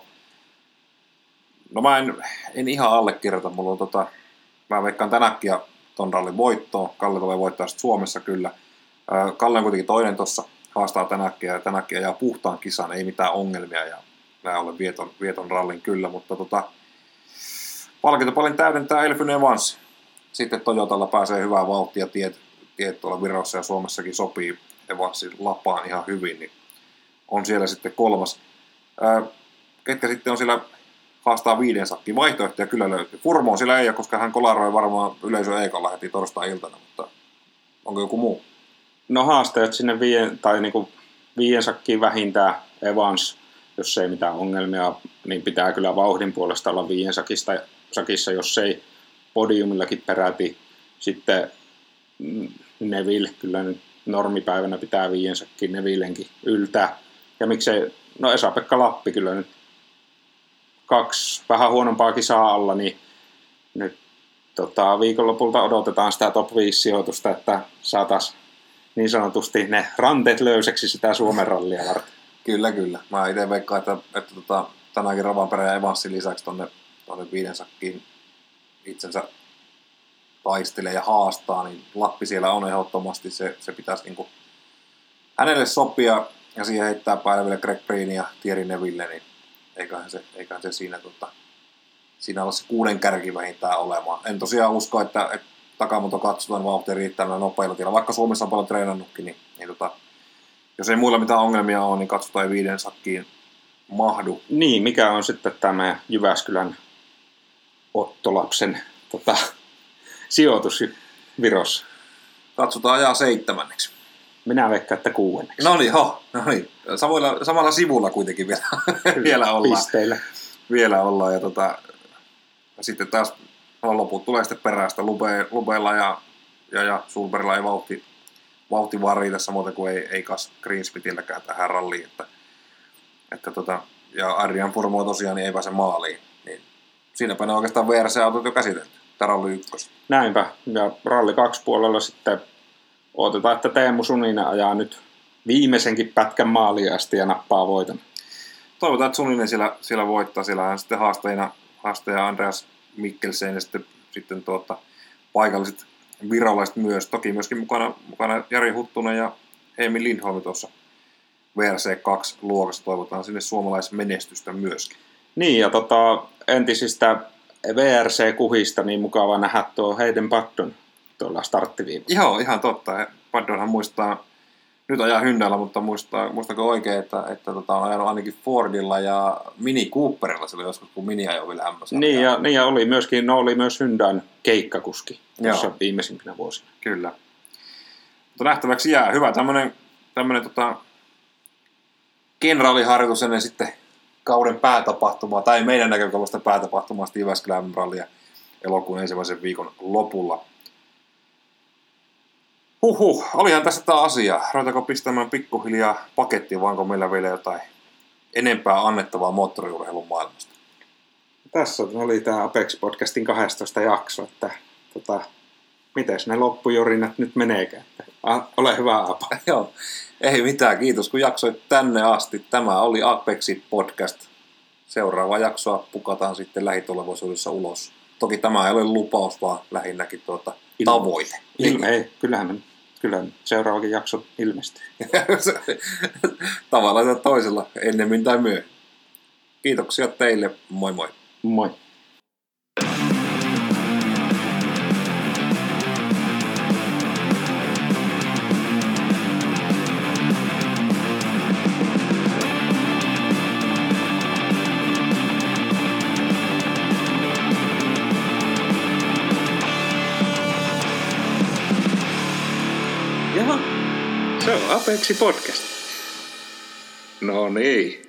No mä en, en ihan allekirjoita, mulla on tota... Mä veikkaan tänäkin ton rallin voittoon. Kalle tulee voittaa sitten Suomessa kyllä. Kalle on kuitenkin toinen tuossa, haastaa tänäkin ja tänäkin ajaa puhtaan kisan, ei mitään ongelmia ja nää ole vieton, vieton rallin kyllä, mutta tota... Palkintopallin täydentää Elfyn Evans. Sitten Toyotalla pääsee hyvää vauhtia, tiet, tiet tuolla Virossa ja Suomessakin sopii Evansin lapaan ihan hyvin, niin on siellä sitten kolmas. Ää, ketkä sitten on siellä haastaa viiden sakkiin? Vaihtoehtoja kyllä löytyy. Furmo siellä ei ole, koska hän kolaroi varmaan yleisö Eikolla heti torstai-iltana, mutta onko joku muu? No haastajat sinne viien, tai niinku viien sakkiin vähintään Evans, jos ei mitään ongelmia, niin pitää kyllä vauhdin puolesta olla viien sakista, sakissa, jos ei podiumillakin peräti. Sitten Neville, kyllä nyt normipäivänä pitää viien sakkiin Nevillenkin yltää. Ja miksei, no Esa-Pekka Lappi kyllä nyt kaksi vähän huonompaa kisaa alla, niin nyt tota, viikonlopulta odotetaan sitä top viisi sijoitusta, että saataisiin niin sanotusti ne ranteet löyseksi sitä Suomen rallia varten. Kyllä, kyllä. Mä itse veikkaan, että, että tota, tänäänkin Rovanperä ja Evansin lisäksi tonne, tonne viiden sakkiin itsensä taistelee ja haastaa, niin Lappi siellä on ehdottomasti. Se, se pitäisi niinku hänelle sopia ja siihen heittää päälle vielä Greg Breen ja Thierry Neville, niin eiköhän se, eiköhän se siinä, tota, siinä olla se kuuden kärki vähintään olemaan. En tosiaan usko, että, että takamoto katsotaan vauhtia riittää nopeilla tiellä. Vaikka Suomessa on paljon treenannutkin, niin, niin tota, jos ei muilla mitään ongelmia ole, niin katsotaan ei viiden sakkiin mahdu. Niin, mikä on sitten tämä Jyväskylän Otto-lapsen tota, sijoitus Virossa? Katsotaan ajaa seitsemänneksi. Minä veikkaan, että kuudenneksi. No niin, ho, no niin. Samalla, samalla sivulla kuitenkin vielä, vielä ollaan. Pisteillä. Vielä ollaan. Ja tota, sitten taas no, loput tulee sitten perästä. Lube, Lubeella ja, ja, ja Sulberilla ei vauhti, vauhti vaan riitä, samoin kuin ei, ei kas Greensmitilläkään tähän ralliin. Että, että tota, ja Adrian Furmo tosiaan niin ei pääse maaliin. Niin siinäpä ne oikeastaan V R C-autot jo käsitelty. Tämä ralli ykkös. Näinpä. Ja ralli kaksi puolella sitten odotetaan, että Teemu Suninen ajaa nyt viimeisenkin pätkän maaliin asti ja nappaa voiton. Toivotaan, että Suninen siellä, siellä voittaa. Siellä on sitten haastajina haastaja Andreas Mikkelsen ja sitten, sitten tuota, paikalliset virolaiset myös. Toki myöskin mukana, mukana Jari Huttunen ja Emil Lindholm tuossa V R C kaksi luokassa. Toivotaan sinne suomalaismenestystä myöskin. Niin, ja tota, entisistä V R C-kuhista niin mukava nähdä tuo Hayden Paddon tuolla starttiviivalla. Joo, ihan totta. Paddonhan muistaa, nyt ajaa Hyndällä, mutta muistaa, muistaako oikein, että, että tota, on ajanut ainakin Fordilla ja Mini Cooperilla silloin joskus, kun Mini ajoi vielä M S. Niin, ja, niin, ja oli myöskin, no oli myös Hyndän keikkakuski tuossa viimeisimpinä vuosina. Kyllä. Mutta nähtäväksi jää. Hyvä tämmöinen tämmöinen tota, kenraaliharjoitus ennen sitten kauden päätapahtumaa, tai meidän näkökulmasta päätapahtumaa Jyväskylän M M-rallia elokuun ensimmäisen viikon lopulla. Huhhuh, olihan tässä tämä asia. Ruvetaanko pistämään pikkuhiljaa pakettiin, vai onko meillä vielä jotain enempää annettavaa moottoriurheilun maailmasta? Tässä oli tämä Apex-podcastin kahdestoista jakso, että tota, miten ne loppujorinat nyt meneekään. Ole hyvä, Apa. Joo, ei mitään. Kiitos kun jaksoit tänne asti. Tämä oli Apexi podcast. Seuraava jaksoa pukataan sitten lähitulevaisuudessa ulos. Toki tämä ei ole lupaus, vaan lähinnäkin tuota tavoite. Ilme, ei, kyllähän, me, kyllähän seuraavakin jakso ilmestyy. Tavalla tai toisella, ennemmin tai myöhemmin. Kiitoksia teille. Moi moi. Moi. Jaha, se on Apexi podcast. No niin.